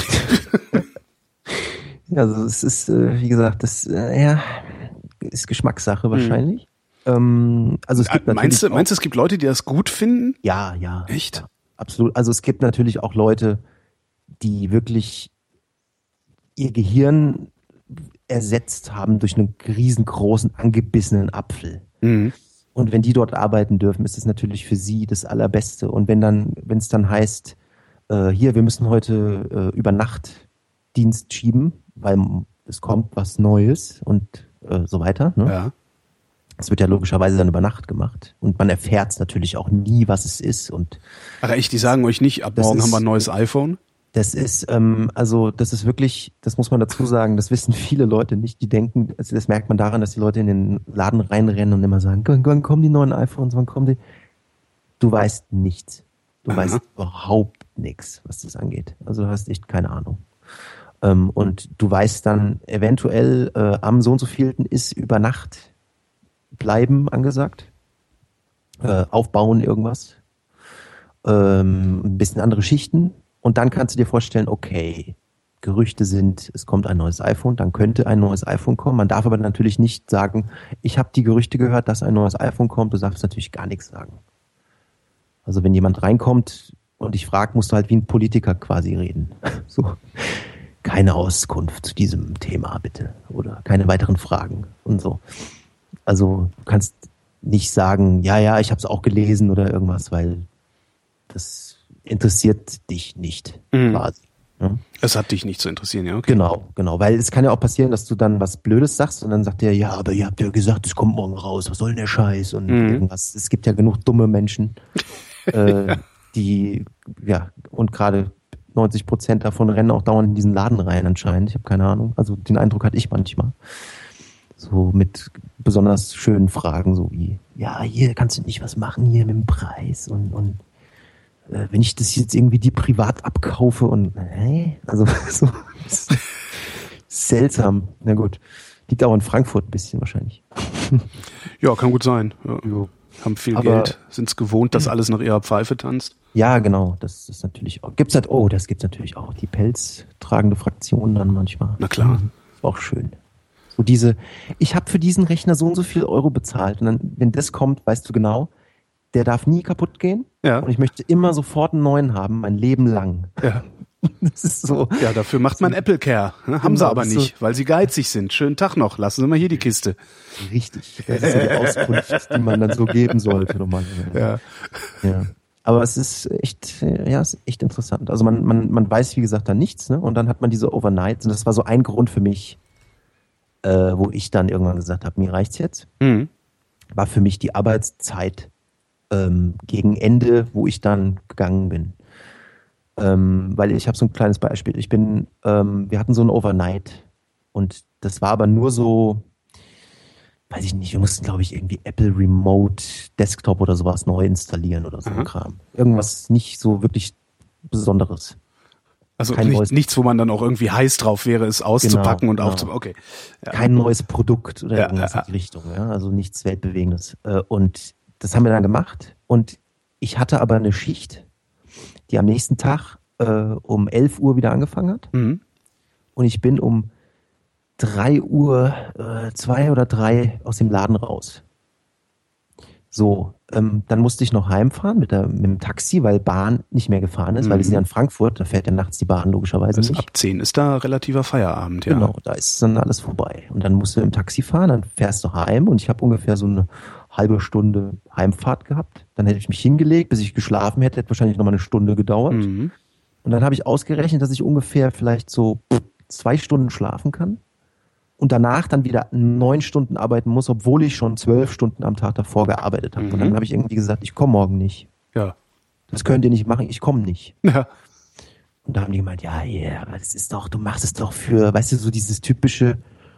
Ja, also es ist, äh, wie gesagt, das äh, ja, ist Geschmackssache wahrscheinlich. Ähm, also es gibt Äh, Meinst du, natürlich meinst du, es gibt Leute, die das gut finden? auch, ja, ja. Echt? Ja, absolut. Also es gibt natürlich auch Leute, die wirklich ihr Gehirn ersetzt haben durch einen riesengroßen, angebissenen Apfel. Mhm. Und wenn die dort arbeiten dürfen, ist es natürlich für sie das Allerbeste. Und wenn dann, wenn es dann heißt, äh, hier, wir müssen heute äh, über Nacht Dienst schieben, weil es kommt was Neues und äh, so weiter. Ne? Ja. Das wird ja logischerweise dann über Nacht gemacht. Und man erfährt natürlich auch nie, was es ist. Und Ach echt, die sagen euch nicht, ab Das morgen ist- haben wir ein neues iPhone? das ist, ähm, also das ist wirklich, das muss man dazu sagen, das wissen viele Leute nicht. Die denken, also das merkt man daran, dass die Leute in den Laden reinrennen und immer sagen, wann, wann kommen die neuen iPhones, wann kommen die? Du weißt nichts. Du Aha. weißt überhaupt nichts, was das angeht. Also du hast echt keine Ahnung. Ähm, und du weißt dann eventuell, äh, am so und so vielten ist über Nacht bleiben angesagt. Äh, aufbauen irgendwas. Ähm, ein bisschen andere Schichten. Und dann kannst du dir vorstellen, okay, Gerüchte sind, es kommt ein neues iPhone, dann könnte ein neues iPhone kommen. Man darf aber natürlich nicht sagen, ich habe die Gerüchte gehört, dass ein neues iPhone kommt. Du darfst natürlich gar nichts sagen. Also wenn jemand reinkommt und dich fragt, musst du halt wie ein Politiker quasi reden. So, keine Auskunft zu diesem Thema bitte oder keine weiteren Fragen und so. Also du kannst nicht sagen, ja, ja, ich habe es auch gelesen oder irgendwas, weil das interessiert dich nicht Mhm. quasi. Ne? Es hat dich nicht zu interessieren, ja? Okay. Genau, genau. Weil es kann ja auch passieren, dass du dann was Blödes sagst und dann sagt der, ja, aber ihr habt ja gesagt, es kommt morgen raus, was soll denn der Scheiß und Mhm. irgendwas. Es gibt ja genug dumme Menschen, äh, die, ja, und gerade neunzig Prozent davon rennen auch dauernd in diesen Laden rein anscheinend. Ich habe keine Ahnung. Also den Eindruck hatte ich manchmal. So mit besonders schönen Fragen, so wie, ja, hier kannst du nicht was machen hier mit dem Preis und, und äh, wenn ich das jetzt irgendwie die privat abkaufe und, hä? Also so seltsam. Na gut. Liegt auch in Frankfurt ein bisschen wahrscheinlich. Ja, kann gut sein. Ja. Jo. Haben viel Aber- Geld, sind es gewohnt, dass alles nach ihrer Pfeife tanzt. Ja, genau. Das ist natürlich auch. Gibt's halt, oh, das gibt's natürlich auch. Die pelztragende Fraktion dann manchmal. Na klar. Ist auch schön. So diese, ich habe für diesen Rechner so und so viel Euro bezahlt. Und dann, wenn das kommt, weißt du genau, der darf nie kaputt gehen. Ja. Und ich möchte immer sofort einen neuen haben, mein Leben lang. Ja. Das ist so. Ja, dafür macht man Apple Care. Ne? Haben sie Genau, aber so- nicht, weil sie geizig sind. Schönen Tag noch. Lassen Sie mal hier die Kiste. Richtig. Das ist so die Auskunft, die man dann so geben sollte normalerweise. Ja. Ja. Aber es ist echt, äh, ja, es ist echt interessant. Also man, man, man weiß, wie gesagt, da nichts, ne? Und dann hat man diese Overnights und das war so ein Grund für mich, äh, wo ich dann irgendwann gesagt habe, mir reicht's jetzt. Mhm. War für mich die Arbeitszeit ähm, gegen Ende, wo ich dann gegangen bin. Ähm, weil ich habe so ein kleines Beispiel. Ich bin, ähm, wir hatten so ein Overnight und das war aber nur so, weiß ich nicht, wir mussten, glaube ich, irgendwie Apple Remote Desktop oder sowas neu installieren oder so ein Aha. Kram. Irgendwas nicht so wirklich Besonderes. Also kein nicht, neues, nichts, wo man dann auch irgendwie heiß drauf wäre, es auszupacken genau, und genau. aufzubauen. Okay. Ja. Kein neues Produkt oder Ja, irgendwas ja, in die Richtung, ja, also nichts Weltbewegendes. Äh, Und das haben wir dann gemacht und ich hatte aber eine Schicht, die am nächsten Tag äh, um elf Uhr wieder angefangen hat Mhm. und ich bin um drei Uhr, äh, zwei oder drei aus dem Laden raus. So, ähm, dann musste ich noch heimfahren mit, der, mit dem Taxi, weil Bahn nicht mehr gefahren ist, Mhm. weil wir sind ja in Frankfurt, da fährt ja nachts die Bahn logischerweise Also nicht. ab zehn ist da relativer Feierabend, ja. Genau, da ist dann alles vorbei. Und dann musst du im Taxi fahren, dann fährst du heim und ich habe ungefähr so eine halbe Stunde Heimfahrt gehabt. Dann hätte ich mich hingelegt, bis ich geschlafen hätte, hätte wahrscheinlich nochmal eine Stunde gedauert. Mhm. Und dann habe ich ausgerechnet, dass ich ungefähr vielleicht so zwei Stunden schlafen kann und danach dann wieder neun Stunden arbeiten muss, obwohl ich schon zwölf Stunden am Tag davor gearbeitet habe. Mhm. Und dann habe ich irgendwie gesagt, ich komme morgen nicht. Ja. Das könnt ihr nicht machen, ich komme nicht. Ja. Und da haben die gemeint, ja, ja, aber das ist doch, du machst es doch für, weißt du, so dieses typische,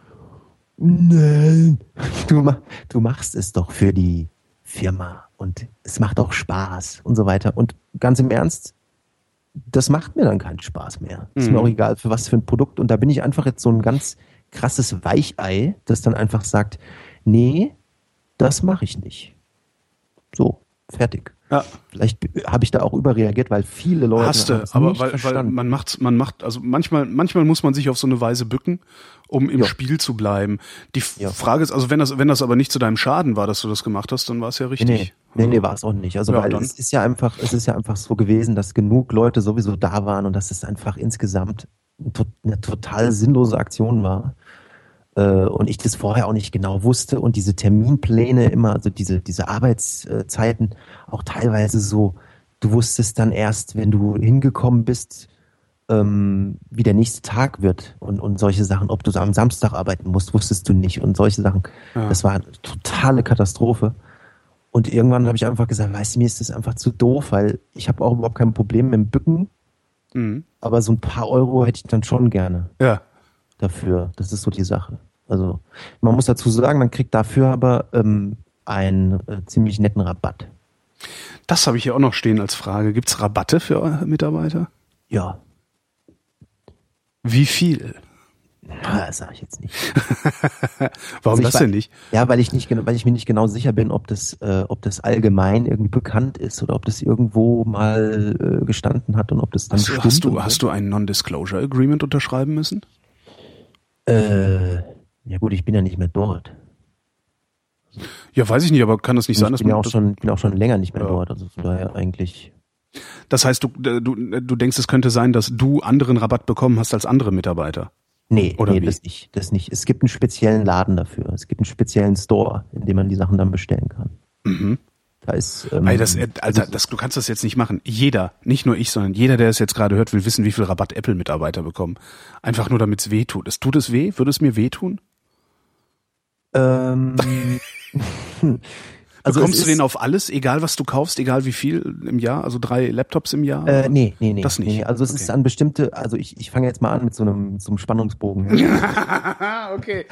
nein, du, ma- du machst es doch für die Firma und es macht auch Spaß und so weiter. Und ganz im Ernst, das macht mir dann keinen Spaß mehr. Ist Mhm. mir auch egal, für was für ein Produkt. Und da bin ich einfach jetzt so ein ganz krasses Weichei, das dann einfach sagt, nee, das mache ich nicht. So, fertig. Ja. Vielleicht habe ich da auch überreagiert, weil viele Leute Hast du, haben es aber nicht weil, weil verstanden. man macht, man macht, also manchmal, manchmal muss man sich auf so eine Weise bücken, um im Ja. Spiel zu bleiben. Die F- Ja. Frage ist, also wenn das, wenn das aber nicht zu deinem Schaden war, dass du das gemacht hast, dann war es ja richtig. Nee, nee, nee, war es auch nicht. Also Ja, weil dann. es ist ja einfach, es ist ja einfach so gewesen, dass genug Leute sowieso da waren und dass es einfach insgesamt ein to- eine total sinnlose Aktion war. Äh, Und ich das vorher auch nicht genau wusste und diese Terminpläne immer, also diese, diese Arbeitszeiten auch teilweise so, du wusstest dann erst, wenn du hingekommen bist, ähm, wie der nächste Tag wird und, und solche Sachen, ob du am Samstag arbeiten musst, wusstest du nicht und solche Sachen. Ja. Das war eine totale Katastrophe. Und irgendwann habe ich einfach gesagt, weißt du, mir ist das einfach zu doof, weil ich habe auch überhaupt kein Problem mit dem Bücken, Mhm. aber so ein paar Euro hätte ich dann schon gerne Ja. dafür. Das ist so die Sache. Also man muss dazu sagen, man kriegt dafür aber ähm, einen äh, ziemlich netten Rabatt. Das habe ich hier auch noch stehen als Frage. Gibt's Rabatte für eure Mitarbeiter? Ja, Wie viel? das sage ich jetzt nicht. Warum Also ich das war- denn nicht? Ja, weil ich nicht, genau- weil ich mir nicht genau sicher bin, ob das, äh, ob das allgemein irgendwie bekannt ist oder ob das irgendwo mal äh, gestanden hat und ob das dann Hast du, stimmt. hast du, und so. hast du ein Non-Disclosure Agreement unterschreiben müssen? Äh, ja gut, ich bin ja nicht mehr dort. Ja, weiß ich nicht, aber kann das nicht ich sein, dass bin ja man auch das, schon, bin auch schon länger nicht mehr Ja. dort. Also von daher eigentlich. das heißt, du, du, du denkst, es könnte sein, dass du anderen Rabatt bekommen hast als andere Mitarbeiter? Nee, Oder nee, wie? das nicht, das nicht. Es gibt einen speziellen Laden dafür. Es gibt einen speziellen Store, in dem man die Sachen dann bestellen kann. Mhm. Da ist. Ähm, Ey, das, äh, Alter, das, du kannst das jetzt nicht machen. Jeder, nicht nur ich, sondern jeder, der es jetzt gerade hört, will wissen, wie viel Rabatt Apple-Mitarbeiter bekommen. Einfach nur, damit es weh tut. Es tut es weh? Würde es mir wehtun? ähm, also Bekommst es du ist- den auf alles, egal was du kaufst, egal wie viel im Jahr? Also drei Laptops im Jahr? Äh, nee, nee, nee. Das nicht. Nee, also es Okay. ist an bestimmte, also ich, ich fange jetzt mal an mit so einem, so einem Spannungsbogen. Ja. Okay.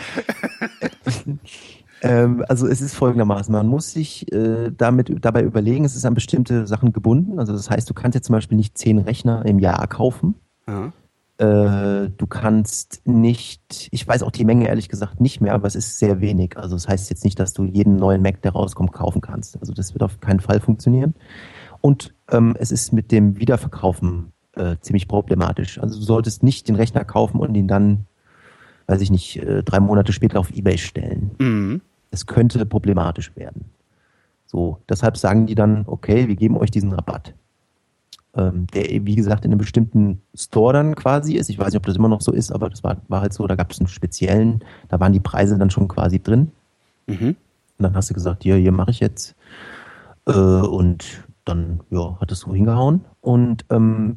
ähm, also es ist folgendermaßen, man muss sich äh, damit dabei überlegen, es ist an bestimmte Sachen gebunden. Also das heißt, du kannst jetzt zum Beispiel nicht zehn Rechner im Jahr kaufen. Ja. Äh, du kannst nicht, ich weiß auch die Menge ehrlich gesagt nicht mehr, aber es ist sehr wenig. Also das heißt jetzt nicht, dass du jeden neuen Mac, der rauskommt, kaufen kannst. Also das wird auf keinen Fall funktionieren. Und ähm, es ist mit dem Wiederverkaufen äh, ziemlich problematisch. Also du solltest nicht den Rechner kaufen und ihn dann, weiß ich nicht, äh, drei Monate später auf eBay stellen. Mhm. Das könnte problematisch werden. So, deshalb sagen die dann, okay, wir geben euch diesen Rabatt. Ähm, der, wie gesagt, in einem bestimmten Store dann quasi ist. Ich weiß nicht, ob das immer noch so ist, aber das war, war halt so, da gab es einen speziellen, da waren die Preise dann schon quasi drin. Mhm. Und dann hast du gesagt, hier, hier mache ich jetzt. Äh, und dann, ja, hat es so hingehauen. Und ähm,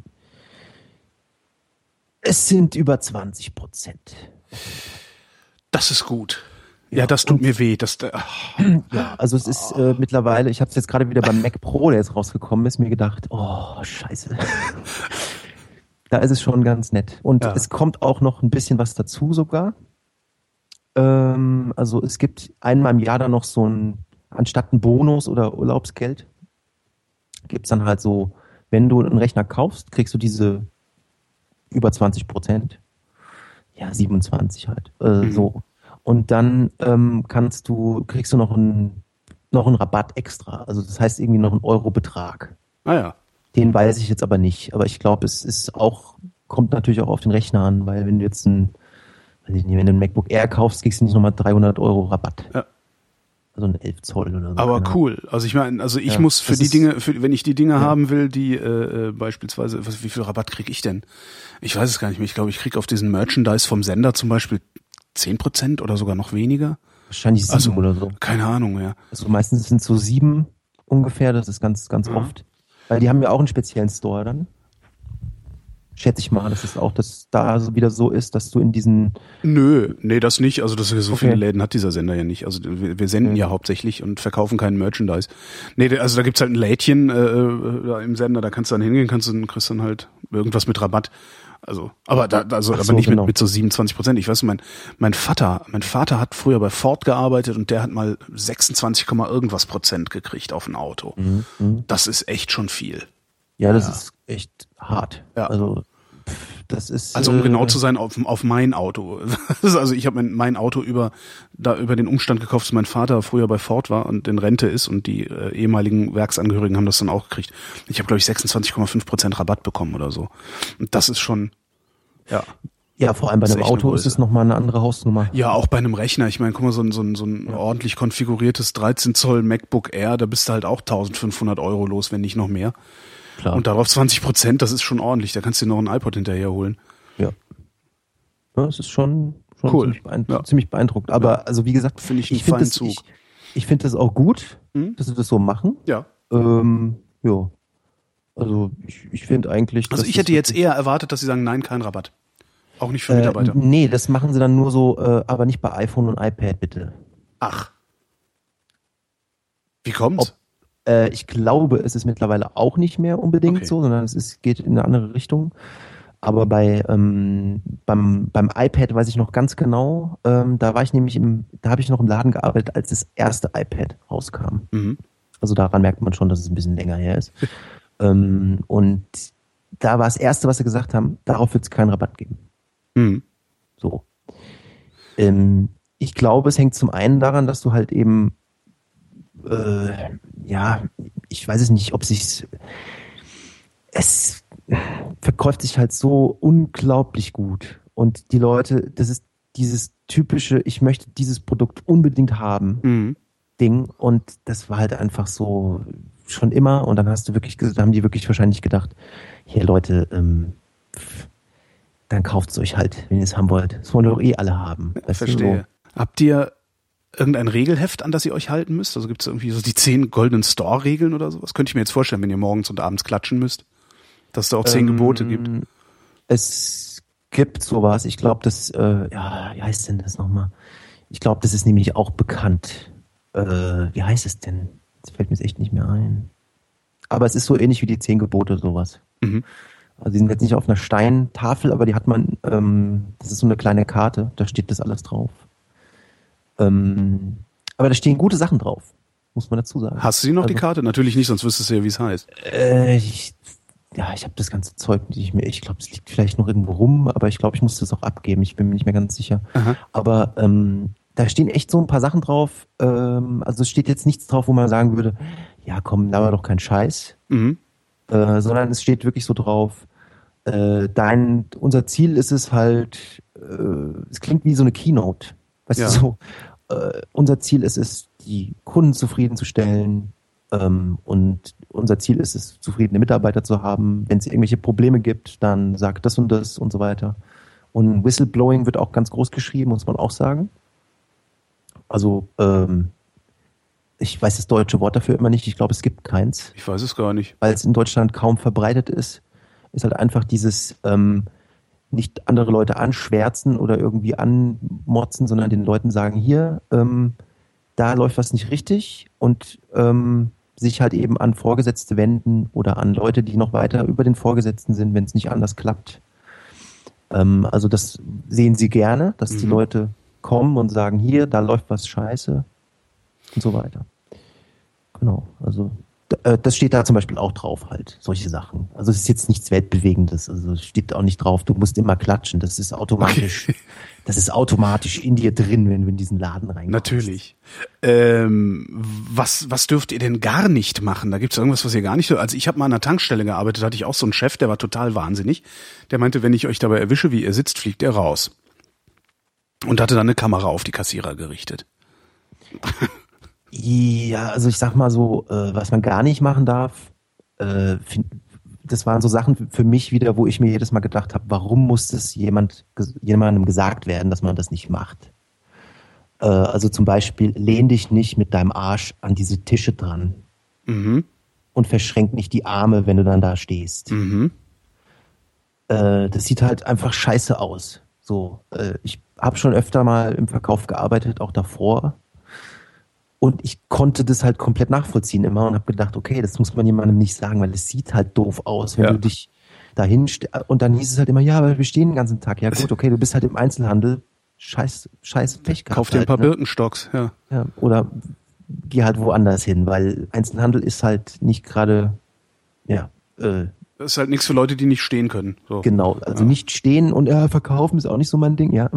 es sind über zwanzig Prozent. Das ist gut. Ja, Ja, das tut und- mir weh. Das, ach, Ja, also es ist äh, mittlerweile, ich habe es jetzt gerade wieder beim Mac Pro, der jetzt rausgekommen ist, mir gedacht, oh, scheiße. Da ist es schon ganz nett. Und Ja. es kommt auch noch ein bisschen was dazu sogar. Ähm, also es gibt einmal im Jahr dann noch so ein, anstatt ein Bonus oder Urlaubsgeld, gibt's dann halt so, wenn du einen Rechner kaufst, kriegst du diese über zwanzig Prozent. Ja, siebenundzwanzig halt. Äh, Mhm. So. Und dann ähm, kannst du, kriegst du noch einen, noch einen Rabatt extra. Also das heißt irgendwie noch einen Euro-Betrag. Ah ja. Den weiß ich jetzt aber nicht. Aber ich glaube, es ist auch, kommt natürlich auch auf den Rechner an, weil wenn du jetzt ein, weiß ich nicht, wenn du ein MacBook Air kaufst, kriegst du nicht nochmal dreihundert Euro Rabatt. Ja. Also ein elf Zoll oder so. Aber keine cool. Also ich meine, also ich Ja, muss für das die ist- Dinge, für, wenn ich die Dinge Ja. haben will, die äh, äh, beispielsweise, was, wie viel Rabatt kriege ich denn? Ich weiß es gar nicht mehr. Ich glaube, ich kriege auf diesen Merchandise vom Sender zum Beispiel zehn Prozent oder sogar noch weniger. Ahnung. Wahrscheinlich sieben Also, oder so. Keine Ahnung, ja. Also meistens sind es so sieben ungefähr, das ist ganz, ganz Mhm. oft. Weil die haben ja auch einen speziellen Store dann. Schätze ich mal, dass es auch das da so wieder so ist, dass du in diesen Nö, nee, das nicht. Also das so Okay. viele Läden hat dieser Sender ja nicht. Also wir, wir senden Mhm. ja hauptsächlich und verkaufen keinen Merchandise. Nee, der- also da gibt's halt ein Lädchen äh, äh, da im Sender, da kannst du dann hingehen, kannst du kriegst dann halt irgendwas mit Rabatt. Also, aber da, also Ach aber so, nicht genau. mit, mit so siebenundzwanzig Prozent. Ich weiß, mein mein Vater, mein Vater hat früher bei Ford gearbeitet und der hat mal sechsundzwanzig, irgendwas Prozent gekriegt auf ein Auto. Mhm, mhm. Das ist echt schon viel. Ja, das Ja. ist echt hart. Ja. Also pff, das ist Also um äh, genau zu sein, auf, auf mein Auto. Das ist also ich habe mein, mein Auto über da über den Umstand gekauft, dass mein Vater früher bei Ford war und in Rente ist und die äh, ehemaligen Werksangehörigen haben das dann auch gekriegt. Ich habe glaube ich sechsundzwanzig Komma fünf Prozent Rabatt bekommen oder so. Und das ist schon ja. ja, vor allem bei das ist einem echt eine Auto ist Größe. es nochmal eine andere Hausnummer. Ja, auch bei einem Rechner. Ich meine, guck mal, so ein, so ein, so ein ordentlich konfiguriertes dreizehn Zoll MacBook Air, da bist du halt auch eintausendfünfhundert Euro los, wenn nicht noch mehr. Klar. Und darauf zwanzig Prozent, das ist schon ordentlich. Da kannst du dir noch ein iPod hinterher holen. Ja. Ja, es ist schon, schon Cool. ziemlich, beeindruckend, Ja. ziemlich beeindruckend. Aber also wie gesagt, Finde ich einen ich finde feinen das, Zug. ich, ich finde das auch gut, Mhm. dass sie das so machen. Ja. Ähm, ja. Also ich, ich finde eigentlich. Also dass ich das hätte jetzt wirklich- eher erwartet, dass sie sagen, nein, kein Rabatt. Auch nicht für Äh, Mitarbeiter. nee, das machen sie dann nur so, äh, aber nicht bei iPhone und iPad, bitte. Ach. Wie kommt's? Äh, ich glaube, es ist mittlerweile auch nicht mehr unbedingt Okay. so, sondern es ist, geht in eine andere Richtung. Aber bei ähm, beim, beim iPad weiß ich noch ganz genau, ähm, da war ich nämlich im, da habe ich noch im Laden gearbeitet, als das erste iPad rauskam. Mhm. Also daran merkt man schon, dass es ein bisschen länger her ist. ähm, und da war das Erste, was sie gesagt haben, darauf wird es keinen Rabatt geben. Mhm. So. Ähm, ich glaube, es hängt zum einen daran, dass du halt eben, äh, ja, ich weiß es nicht, ob sich's, es verkauft sich halt so unglaublich gut. Und die Leute, das ist dieses typische, ich möchte dieses Produkt unbedingt haben, Mhm. Ding. Und das war halt einfach so schon immer. Und dann hast du wirklich, da haben die wirklich wahrscheinlich gedacht, hier Leute, ähm, pff, dann kauft es euch halt, wenn ihr es haben wollt. Das wollen wir doch eh alle haben. Weißt du, Verstehe. Habt ihr irgendein Regelheft, an das ihr euch halten müsst? Also gibt es irgendwie so die zehn goldenen Store-Regeln oder sowas? Könnte ich mir jetzt vorstellen, wenn ihr morgens und abends klatschen müsst, dass es da auch zehn Ähm, Gebote gibt. Es gibt sowas. Ich glaube, das, äh, ja, wie heißt denn das nochmal? Ich glaube, das ist nämlich auch bekannt. Äh, wie heißt es denn? Das fällt mir jetzt echt nicht mehr ein. Aber es ist so ähnlich wie die zehn Gebote, sowas. Mhm. Also die sind jetzt nicht auf einer Steintafel, aber die hat man, ähm, das ist so eine kleine Karte, da steht das alles drauf. Ähm, aber da stehen gute Sachen drauf, muss man dazu sagen. Hast du sie noch, die Also, Karte? Natürlich nicht, sonst wüsstest du ja, wie es heißt. Äh, ich, ja, ich habe das ganze Zeug nicht mehr. Ich glaube, es liegt vielleicht noch irgendwo rum, aber ich glaube, ich muss das auch abgeben. Ich bin mir nicht mehr ganz sicher. Aha. Aber ähm, da stehen echt so ein paar Sachen drauf. Ähm, also es steht jetzt nichts drauf, wo man sagen würde, ja komm, laber doch keinen Scheiß. Mhm. Äh, sondern es steht wirklich so drauf, äh, dein, unser Ziel ist es halt, äh, es klingt wie so eine Keynote. Weißt Ja. du, so, äh, unser Ziel ist es, die Kunden zufriedenzustellen, ähm, und unser Ziel ist es, zufriedene Mitarbeiter zu haben. Wenn es irgendwelche Probleme gibt, dann sagt das und das und so weiter. Und Whistleblowing wird auch ganz groß geschrieben, muss man auch sagen. Also, ähm, ich weiß das deutsche Wort dafür immer nicht. Ich glaube, es gibt keins, Ich weiß es gar nicht. weil es in Deutschland kaum verbreitet ist. Ist halt einfach dieses ähm, nicht andere Leute anschwärzen oder irgendwie anmotzen, sondern den Leuten sagen, hier, ähm, da läuft was nicht richtig und ähm, sich halt eben an Vorgesetzte wenden oder an Leute, die noch weiter über den Vorgesetzten sind, wenn es nicht anders klappt. Ähm, also das sehen sie gerne, dass die Mhm. Leute kommen und sagen, hier, da läuft was scheiße und so weiter. Genau, also Das steht da zum Beispiel auch drauf halt, solche Sachen. Also es ist jetzt nichts Weltbewegendes, also es steht auch nicht drauf, du musst immer klatschen, das ist automatisch, okay. Das ist automatisch in dir drin, wenn du in diesen Laden reinkommst. Natürlich. Ähm, was, was dürft ihr denn gar nicht machen? Da gibt's irgendwas, was ihr gar nicht, also ich habe mal an einer Tankstelle gearbeitet, hatte ich auch so einen Chef, der war total wahnsinnig, der meinte, wenn ich euch dabei erwische, wie ihr sitzt, fliegt er raus. Und hatte dann eine Kamera auf die Kassierer gerichtet. Ja, also ich sag mal so, äh, was man gar nicht machen darf, äh, find, das waren so Sachen für mich wieder, wo ich mir jedes Mal gedacht habe, warum muss das jemand, jemandem gesagt werden, dass man das nicht macht? Äh, also zum Beispiel, lehn dich nicht mit deinem Arsch an diese Tische dran mhm. und verschränk nicht die Arme, wenn du dann da stehst. Mhm. Äh, das sieht halt einfach scheiße aus. So, äh, ich habe schon öfter mal im Verkauf gearbeitet, auch davor. Und ich konnte das halt komplett nachvollziehen immer und habe gedacht, okay, das muss man jemandem nicht sagen, weil es sieht halt doof aus, wenn ja. du dich dahin st- und dann hieß es halt immer, ja, aber wir stehen den ganzen Tag. Ja gut, okay, du bist halt im Einzelhandel, scheiß, scheiß Pech gehabt. Kauf dir ein halt, paar ne? Birkenstocks, ja. ja. Oder geh halt woanders hin, weil Einzelhandel ist halt nicht gerade, ja, äh, das ist halt nichts für Leute, die nicht stehen können. So. Genau, also ja. nicht stehen und ja, verkaufen ist auch nicht so mein Ding, ja.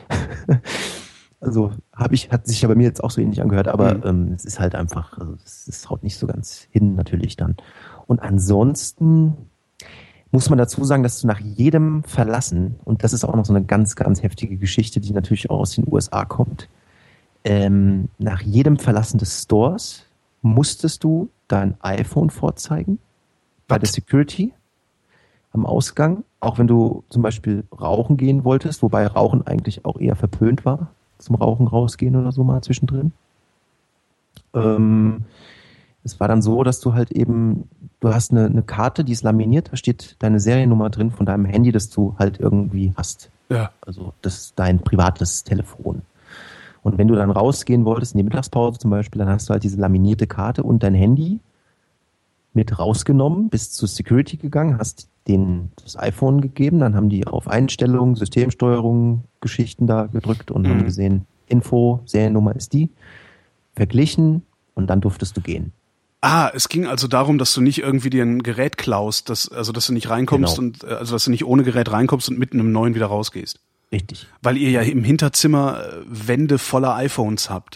Also habe ich, hat sich ja bei mir jetzt auch so ähnlich angehört, aber mhm. ähm, es ist halt einfach, also es, es haut nicht so ganz hin natürlich dann. Und ansonsten muss man dazu sagen, dass du nach jedem Verlassen, und das ist auch noch so eine ganz, ganz heftige Geschichte, die natürlich auch aus den U S A kommt, ähm, nach jedem Verlassen des Stores musstest du dein iPhone vorzeigen bei der Security am Ausgang, auch wenn du zum Beispiel rauchen gehen wolltest, wobei Rauchen eigentlich auch eher verpönt war, zum Rauchen rausgehen oder so mal zwischendrin. Ähm, es war dann so, dass du halt eben, du hast eine, eine Karte, die ist laminiert, da steht deine Seriennummer drin von deinem Handy, das du halt irgendwie hast. Ja. Also das ist dein privates Telefon. Und wenn du dann rausgehen wolltest, in die Mittagspause zum Beispiel, dann hast du halt diese laminierte Karte und dein Handy mit rausgenommen, bist zur Security gegangen, hast denen das iPhone gegeben, dann haben die auf Einstellungen, Systemsteuerung, Geschichten da gedrückt und mhm. haben gesehen, Info, Seriennummer ist die, verglichen und dann durftest du gehen. Ah, es ging also darum, dass du nicht irgendwie dir ein Gerät klaust, dass, also dass du nicht reinkommst Genau. und also dass du nicht ohne Gerät reinkommst und mit einem neuen wieder rausgehst. Richtig. Weil ihr ja im Hinterzimmer Wände voller iPhones habt.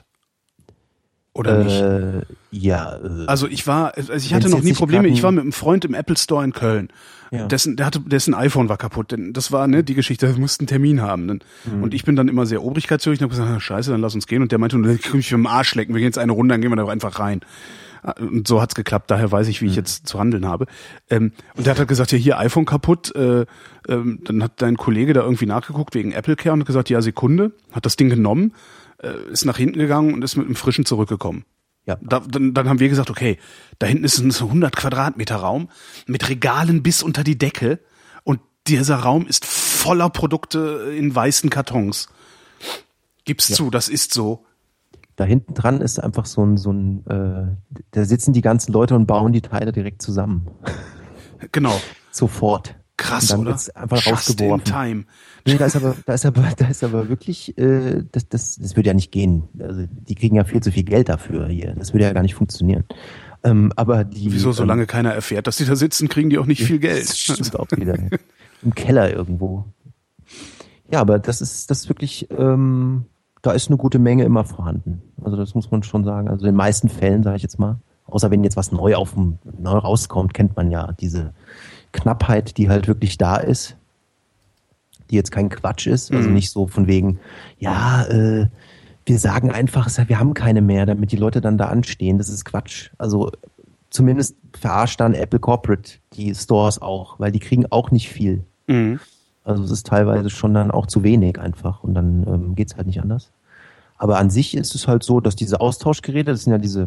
Oder nicht? Äh, ja. Äh, also ich war, also ich hatte noch nie Probleme. Ich war mit einem Freund im Apple Store in Köln. Ja. Dessen, der hatte, dessen iPhone war kaputt. Denn das war ne die Geschichte. Wir mussten einen Termin haben. Ne? Mhm. Und ich bin dann immer sehr obrigkeitshörig und habe gesagt, scheiße, dann lass uns gehen. Und der meinte, dann kann ich für den Arsch lecken. Wir gehen jetzt eine Runde, dann gehen wir da einfach rein. Und so hat's geklappt. Daher weiß ich, wie ich mhm. jetzt zu handeln habe. Ähm, und der hat halt gesagt, ja hier iPhone kaputt. Äh, ähm, dann hat dein Kollege da irgendwie nachgeguckt wegen Apple Care und hat gesagt, ja Sekunde, hat das Ding genommen, äh, ist nach hinten gegangen und ist mit einem frischen zurückgekommen. Ja. Da, dann, dann haben wir gesagt, okay, da hinten ist ein hundert Quadratmeter Raum mit Regalen bis unter die Decke und dieser Raum ist voller Produkte in weißen Kartons. Gib's ja. zu, das ist so. Da hinten dran ist einfach so ein, so ein, äh, da sitzen die ganzen Leute und bauen die Teile direkt zusammen. Genau. Sofort. Krass, und dann oder? Wird's einfach Just rausgeworfen. in time. Nee, da ist aber, da ist aber, da ist aber wirklich, äh, das, das, das würde ja nicht gehen. Also die kriegen ja viel zu viel Geld dafür hier. Das würde ja gar nicht funktionieren. Ähm, aber die. Wieso, solange ähm, keiner erfährt, dass die da sitzen, kriegen die auch nicht viel Geld. Das stimmt auch wieder. Im Keller irgendwo. Ja, aber das ist, das ist wirklich, ähm, da ist eine gute Menge immer vorhanden. Also das muss man schon sagen. Also in den meisten Fällen, sage ich jetzt mal, außer wenn jetzt was neu auf dem, neu rauskommt, kennt man ja diese Knappheit, die halt wirklich da ist, die jetzt kein Quatsch ist, also mhm. nicht so von wegen, ja, äh, wir sagen einfach, wir haben keine mehr, damit die Leute dann da anstehen, das ist Quatsch. Also zumindest verarscht dann Apple Corporate die Stores auch, weil die kriegen auch nicht viel. Mhm. Also es ist teilweise schon dann auch zu wenig einfach und dann ähm, geht's halt nicht anders. Aber an sich ist es halt so, dass diese Austauschgeräte, das sind ja diese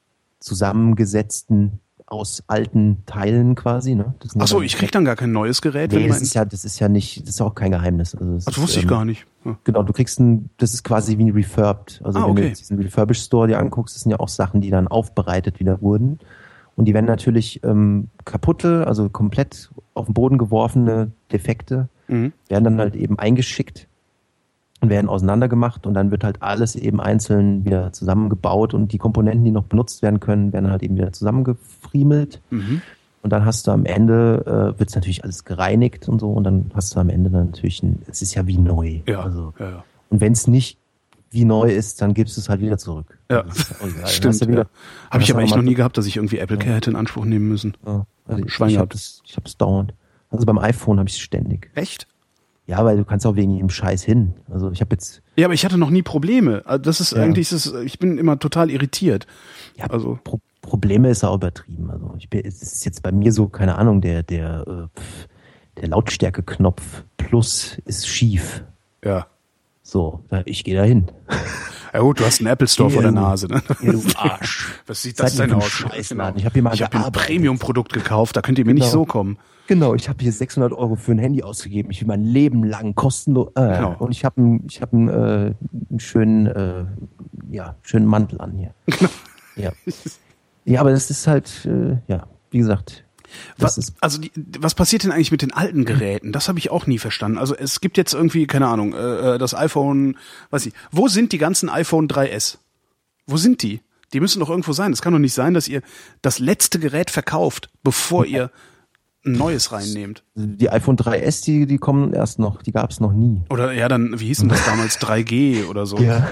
zusammengesetzten aus alten Teilen quasi, ne? Ach so, ich krieg dann gar kein neues Gerät. Nee, wenn das ist ja, das ist ja nicht, das ist auch kein Geheimnis. Also das Ach, das ist, wusste ich ähm, gar nicht. Ja. Genau, du kriegst ein, das ist quasi wie ein Refurbed. Also ah, wenn okay. du jetzt diesen Refurbished Store dir anguckst, das sind ja auch Sachen, die dann aufbereitet wieder wurden. Und die werden natürlich ähm, kaputte, also komplett auf den Boden geworfene Defekte, mhm. werden dann halt eben eingeschickt und werden auseinandergemacht und dann wird halt alles eben einzeln wieder zusammengebaut und die Komponenten, die noch benutzt werden können, werden halt eben wieder zusammengefriemelt. Mhm. Und dann hast du am Ende, äh, wird es natürlich alles gereinigt und so und dann hast du am Ende dann natürlich, ein, es ist ja wie neu. Ja, also, ja, ja. Und wenn es nicht wie neu ist, dann gibst du es halt wieder zurück. Ja, stimmt. Ja. Habe ich aber echt noch nie gehabt, dass ich irgendwie Apple Care hätte in Anspruch nehmen müssen. Ja. Also Schwein ich gehabt. habe es ich hab's dauernd. Also beim iPhone habe ich es ständig. Echt? Ja, weil du kannst auch wegen jedem Scheiß hin. Also ich habe jetzt... Ja, aber ich hatte noch nie Probleme. Also das ist Ja. eigentlich, das, ich bin immer total irritiert. Ja, Also Pro Probleme ist auch übertrieben. Also ich bin, es ist jetzt bei mir so, keine Ahnung, der, der, äh, pf, der Lautstärke-Knopf plus ist schief. ja. So, da- ich gehe da hin. Ja gut, du hast einen Apple Store Ja, vor der du- Nase, ne? Ja, du Arsch. Was sieht Seid das ihr denn für ein aus? Scheißladen? Ich habe hier mal Ich habe hier ein gearbeitet. Premium-Produkt gekauft, da könnt ihr mir nicht Genau. so kommen. Genau, ich habe hier sechshundert Euro für ein Handy ausgegeben. Ich will mein Leben lang kostenlos. Äh, Genau. Und ich habe einen, ich habe einen, äh, einen schönen, äh, ja, schönen Mantel an hier. Ja. Ja, aber das ist halt, äh, ja, wie gesagt. Das Was, ist, also die, was passiert denn eigentlich mit den alten Geräten? Das habe ich auch nie verstanden. Also es gibt jetzt irgendwie, keine Ahnung, äh, das iPhone, weiß ich, wo sind die ganzen iPhone drei S? Wo sind die? Die müssen doch irgendwo sein. Es kann doch nicht sein, dass ihr das letzte Gerät verkauft, bevor ihr ein neues reinnehmt. die iPhone drei S, die, die kommen erst noch, die gab es noch nie. Oder ja, dann, wie hieß denn das damals? drei G oder so. Ja.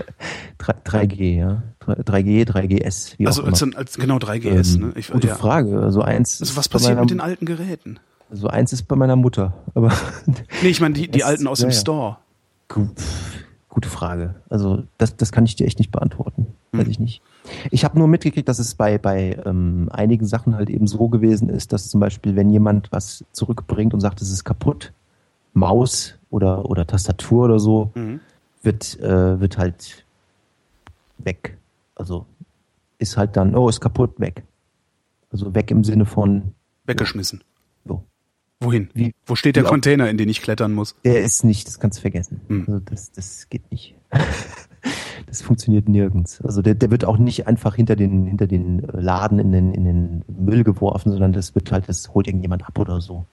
drei G, ja. drei G, drei G S, wie Also auch immer. als, als, genau drei G S, Ähm, ne? Ich, Gute ja. Frage. Also eins. Also ist was bei passiert meiner, mit den alten Geräten? Also eins ist bei meiner Mutter. Aber Nee, ich meine die, die Es- alten aus ja, dem ja. Store. Gu- Gute Frage. Also das, das kann ich dir echt nicht beantworten. Weiß Hm. ich nicht. Ich habe nur mitgekriegt, dass es bei, bei ähm, einigen Sachen halt eben so gewesen ist, dass zum Beispiel, wenn jemand was zurückbringt und sagt, es ist kaputt, Maus oder, oder Tastatur oder so, Mhm. wird, äh, wird halt weg. Also ist halt dann, oh, ist kaputt, weg. Also weg im Sinne von, Weggeschmissen. so. Wohin? Wie, Wo steht der wie auch- Container, in den ich klettern muss? Der ist nicht, das kannst du vergessen. Hm. Also das, das geht nicht. Das funktioniert nirgends. Also der, der wird auch nicht einfach hinter den, hinter den Laden in den, in den Müll geworfen, sondern das wird halt, das holt irgendjemand ab oder so.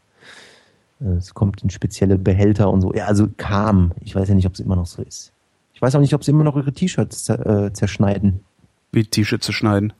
Es kommt in spezielle Behälter und so. Ja, also kam. Ich weiß ja nicht, ob es immer noch so ist. Ich weiß auch nicht, ob sie immer noch ihre T-Shirts zer, äh, zerschneiden. Wie T-Shirts zu schneiden.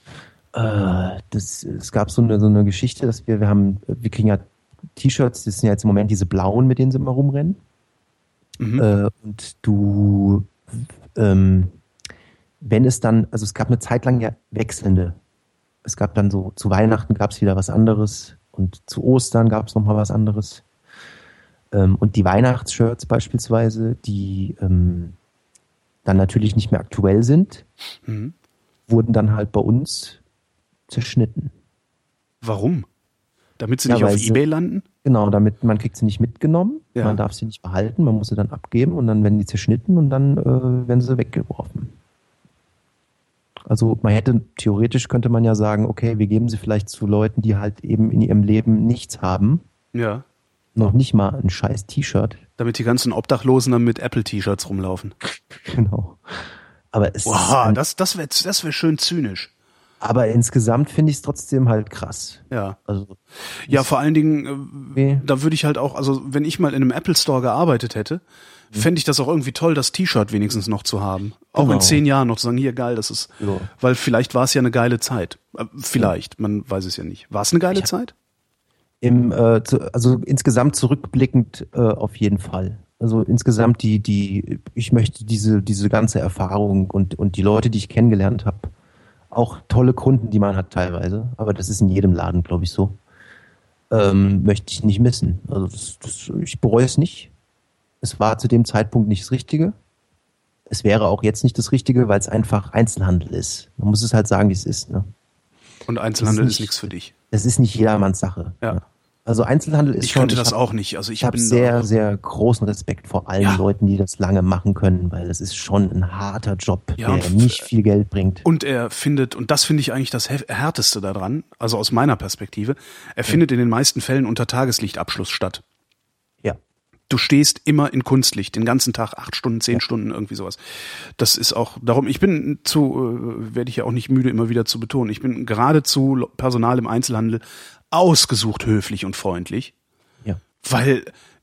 Äh, das, es gab so eine, so eine Geschichte, dass wir, wir haben, wir kriegen ja T-Shirts, das sind ja jetzt im Moment diese blauen, mit denen sie immer rumrennen. Mhm. Äh, und du, ähm, wenn es dann, also es gab eine Zeit lang ja wechselnde. Es gab dann so, zu Weihnachten gab es wieder was anderes und zu Ostern gab es nochmal was anderes. Ähm, und die Weihnachtsshirts beispielsweise, die ähm, dann natürlich nicht mehr aktuell sind, Mhm. wurden dann halt bei uns zerschnitten. Warum? Damit sie Ja, nicht auf weil sie- eBay landen? Genau, damit man kriegt sie nicht mitgenommen, Ja. man darf sie nicht behalten, man muss sie dann abgeben und dann werden die zerschnitten und dann äh, werden sie weggeworfen. Also man hätte, theoretisch könnte man ja sagen, okay, wir geben sie vielleicht zu Leuten, die halt eben in ihrem Leben nichts haben, Ja. noch nicht mal ein scheiß T-Shirt. Damit die ganzen Obdachlosen dann mit Apple-T-Shirts rumlaufen. Genau. Aber es ist Wow, ein, das, das wäre das wär schön zynisch. aber insgesamt finde ich es trotzdem halt krass. Ja. Also Ja, vor allen Dingen, Wie? äh, da würde ich halt auch, also wenn ich mal in einem Apple Store gearbeitet hätte, fände ich das auch irgendwie toll, das T-Shirt wenigstens noch zu haben. Auch Genau. in zehn Jahren noch zu sagen, hier geil, das ist, Ja. weil vielleicht war es ja eine geile Zeit. Äh, Vielleicht, man weiß es ja nicht. War es eine geile Ich hab- Zeit? Im, äh, zu, also insgesamt zurückblickend äh, auf jeden Fall. Also insgesamt die, die, ich möchte diese, diese ganze Erfahrung und, und die Leute, die ich kennengelernt habe, auch tolle Kunden, die man hat teilweise, aber das ist in jedem Laden, glaube ich, so, ähm, möchte ich nicht missen. Also das, das, ich bereue es nicht. Es war zu dem Zeitpunkt nicht das Richtige. Es wäre auch jetzt nicht das Richtige, weil es einfach Einzelhandel ist. Man muss es halt sagen, wie es ist. Ne? Und Einzelhandel Das ist ist nichts für dich. Es ist nicht jedermanns Sache. Ja. Ne? Also Einzelhandel ist Ich schon, könnte das hab- auch nicht. Also ich, Ich habe bin sehr, da, sehr großen Respekt vor allen Ja. Leuten, die das lange machen können, weil das ist schon ein harter Job, Ja, der und- nicht viel Geld bringt. Und er findet, und das finde ich eigentlich das Hef- Härteste daran, also aus meiner Perspektive, er findet in den meisten Fällen unter Tageslichtabschluss statt. Ja. Du stehst immer in Kunstlicht, den ganzen Tag, acht Stunden, zehn Stunden, irgendwie sowas. Das ist auch, darum, ich bin zu, äh, werde ich ja auch nicht müde, immer wieder zu betonen, ich bin geradezu Personal im Einzelhandel ausgesucht höflich und freundlich, Ja. weil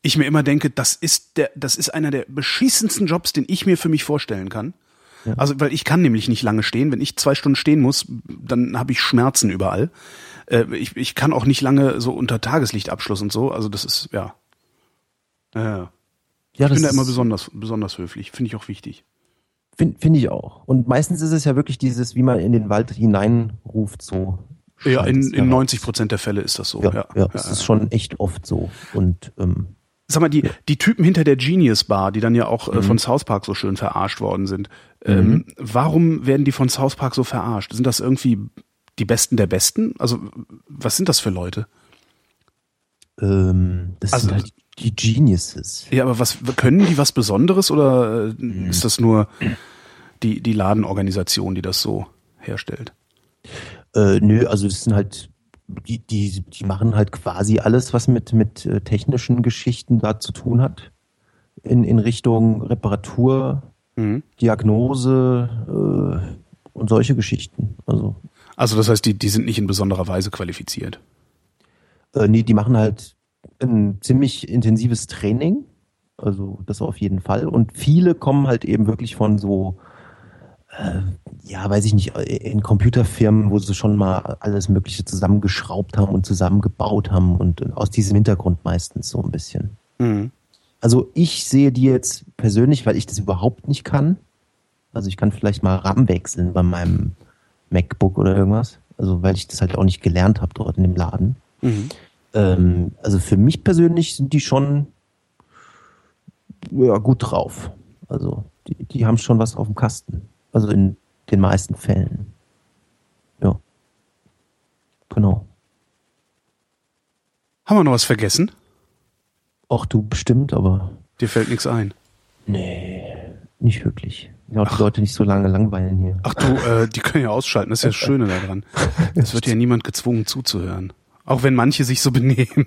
ich mir immer denke, das ist der, das ist einer der beschissensten Jobs, den ich mir für mich vorstellen kann. Ja. Also, weil ich kann nämlich nicht lange stehen. Wenn ich zwei Stunden stehen muss, dann habe ich Schmerzen überall. Äh, ich, ich kann auch nicht lange so unter Tageslichtabschluss und so. Also das ist, ja. Äh, ja ich bin da immer besonders, besonders höflich. Finde ich auch wichtig. Finde find ich auch. Und meistens ist es ja wirklich dieses, wie man in den Wald hineinruft, so. Ja, in, in neunzig Prozent der Fälle ist das so. Ja, ja, ja, das ja, ist ja. schon echt oft so. Und ähm, sag mal, die, ja. die Typen hinter der Genius Bar, die dann ja auch mhm. äh, von South Park so schön verarscht worden sind, ähm, mhm. warum werden die von South Park so verarscht? Sind das irgendwie die Besten der Besten? Also, was sind das für Leute? Ähm, das also, sind halt die Geniuses. Ja, aber was können die was Besonderes oder äh, mhm. ist das nur die, die Ladenorganisation, die das so herstellt? Äh, nö, also das sind halt, die, die, die machen halt quasi alles, was mit, mit äh, technischen Geschichten da zu tun hat. In, in Richtung Reparatur, mhm. Diagnose äh, und solche Geschichten. Also, also das heißt, die, die sind nicht in besonderer Weise qualifiziert? Äh, nee, die machen halt ein ziemlich intensives Training. Also das auf jeden Fall. Und viele kommen halt eben wirklich von so ja, weiß ich nicht, in Computerfirmen, wo sie schon mal alles Mögliche zusammengeschraubt haben und zusammengebaut haben und aus diesem Hintergrund meistens so ein bisschen. Mhm. Also ich sehe die jetzt persönlich, weil ich das überhaupt nicht kann. Also ich kann vielleicht mal RAM wechseln bei meinem MacBook oder irgendwas. Also weil ich das halt auch nicht gelernt habe dort in dem Laden. Mhm. Ähm, also für mich persönlich sind die schon ja, gut drauf. Also die, die haben schon was auf dem Kasten. Also in den meisten Fällen. Ja. Genau. Haben wir noch was vergessen? Ach du, bestimmt, aber... Dir fällt nichts ein? Nee, nicht wirklich. Ja, die Leute nicht so lange langweilen hier. Ach du, äh, die können ja ausschalten, das ist ja das Schöne daran. Es wird ja niemand gezwungen zuzuhören. Auch wenn manche sich so benehmen.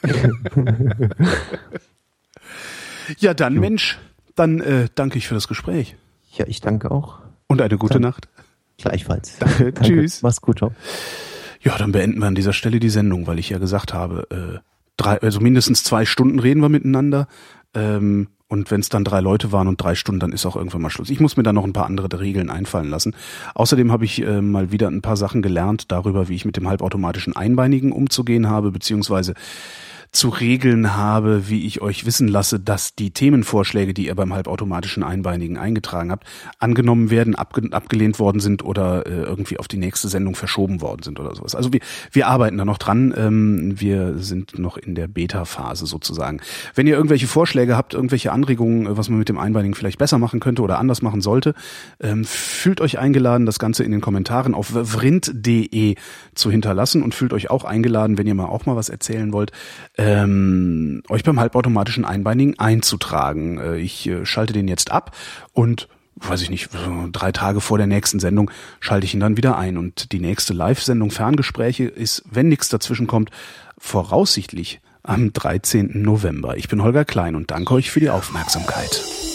Ja, dann jo. Mensch, dann äh, danke ich für das Gespräch. Ja, ich danke auch. Und eine gute Danke. Nacht. Gleichfalls. Danke, Danke. Tschüss. Mach's gut, ciao. Ja, dann beenden wir an dieser Stelle die Sendung, weil ich ja gesagt habe, äh, drei, also mindestens zwei Stunden reden wir miteinander. Ähm, und wenn es dann drei Leute waren und drei Stunden, dann ist auch irgendwann mal Schluss. Ich muss mir da noch ein paar andere Regeln einfallen lassen. Außerdem habe ich äh, mal wieder ein paar Sachen gelernt darüber, wie ich mit dem halbautomatischen Einbeinigen umzugehen habe, beziehungsweise zu regeln habe, wie ich euch wissen lasse, dass die Themenvorschläge, die ihr beim halbautomatischen Einbeinigen eingetragen habt, angenommen werden, abge- abgelehnt worden sind oder äh, irgendwie auf die nächste Sendung verschoben worden sind oder sowas. Also wir, wir arbeiten da noch dran. Ähm, wir sind noch in der Beta-Phase sozusagen. Wenn ihr irgendwelche Vorschläge habt, irgendwelche Anregungen, was man mit dem Einbeinigen vielleicht besser machen könnte oder anders machen sollte, ähm, fühlt euch eingeladen, das Ganze in den Kommentaren auf vrind punkt de zu hinterlassen und fühlt euch auch eingeladen, wenn ihr mal auch mal was erzählen wollt, Ähm, euch beim halbautomatischen Einbeinigen einzutragen. Äh, ich äh, schalte den jetzt ab und, weiß ich nicht, drei Tage vor der nächsten Sendung schalte ich ihn dann wieder ein. Und die nächste Live-Sendung Ferngespräche ist, wenn nichts dazwischen kommt, voraussichtlich am dreizehnten November. Ich bin Holger Klein und danke euch für die Aufmerksamkeit.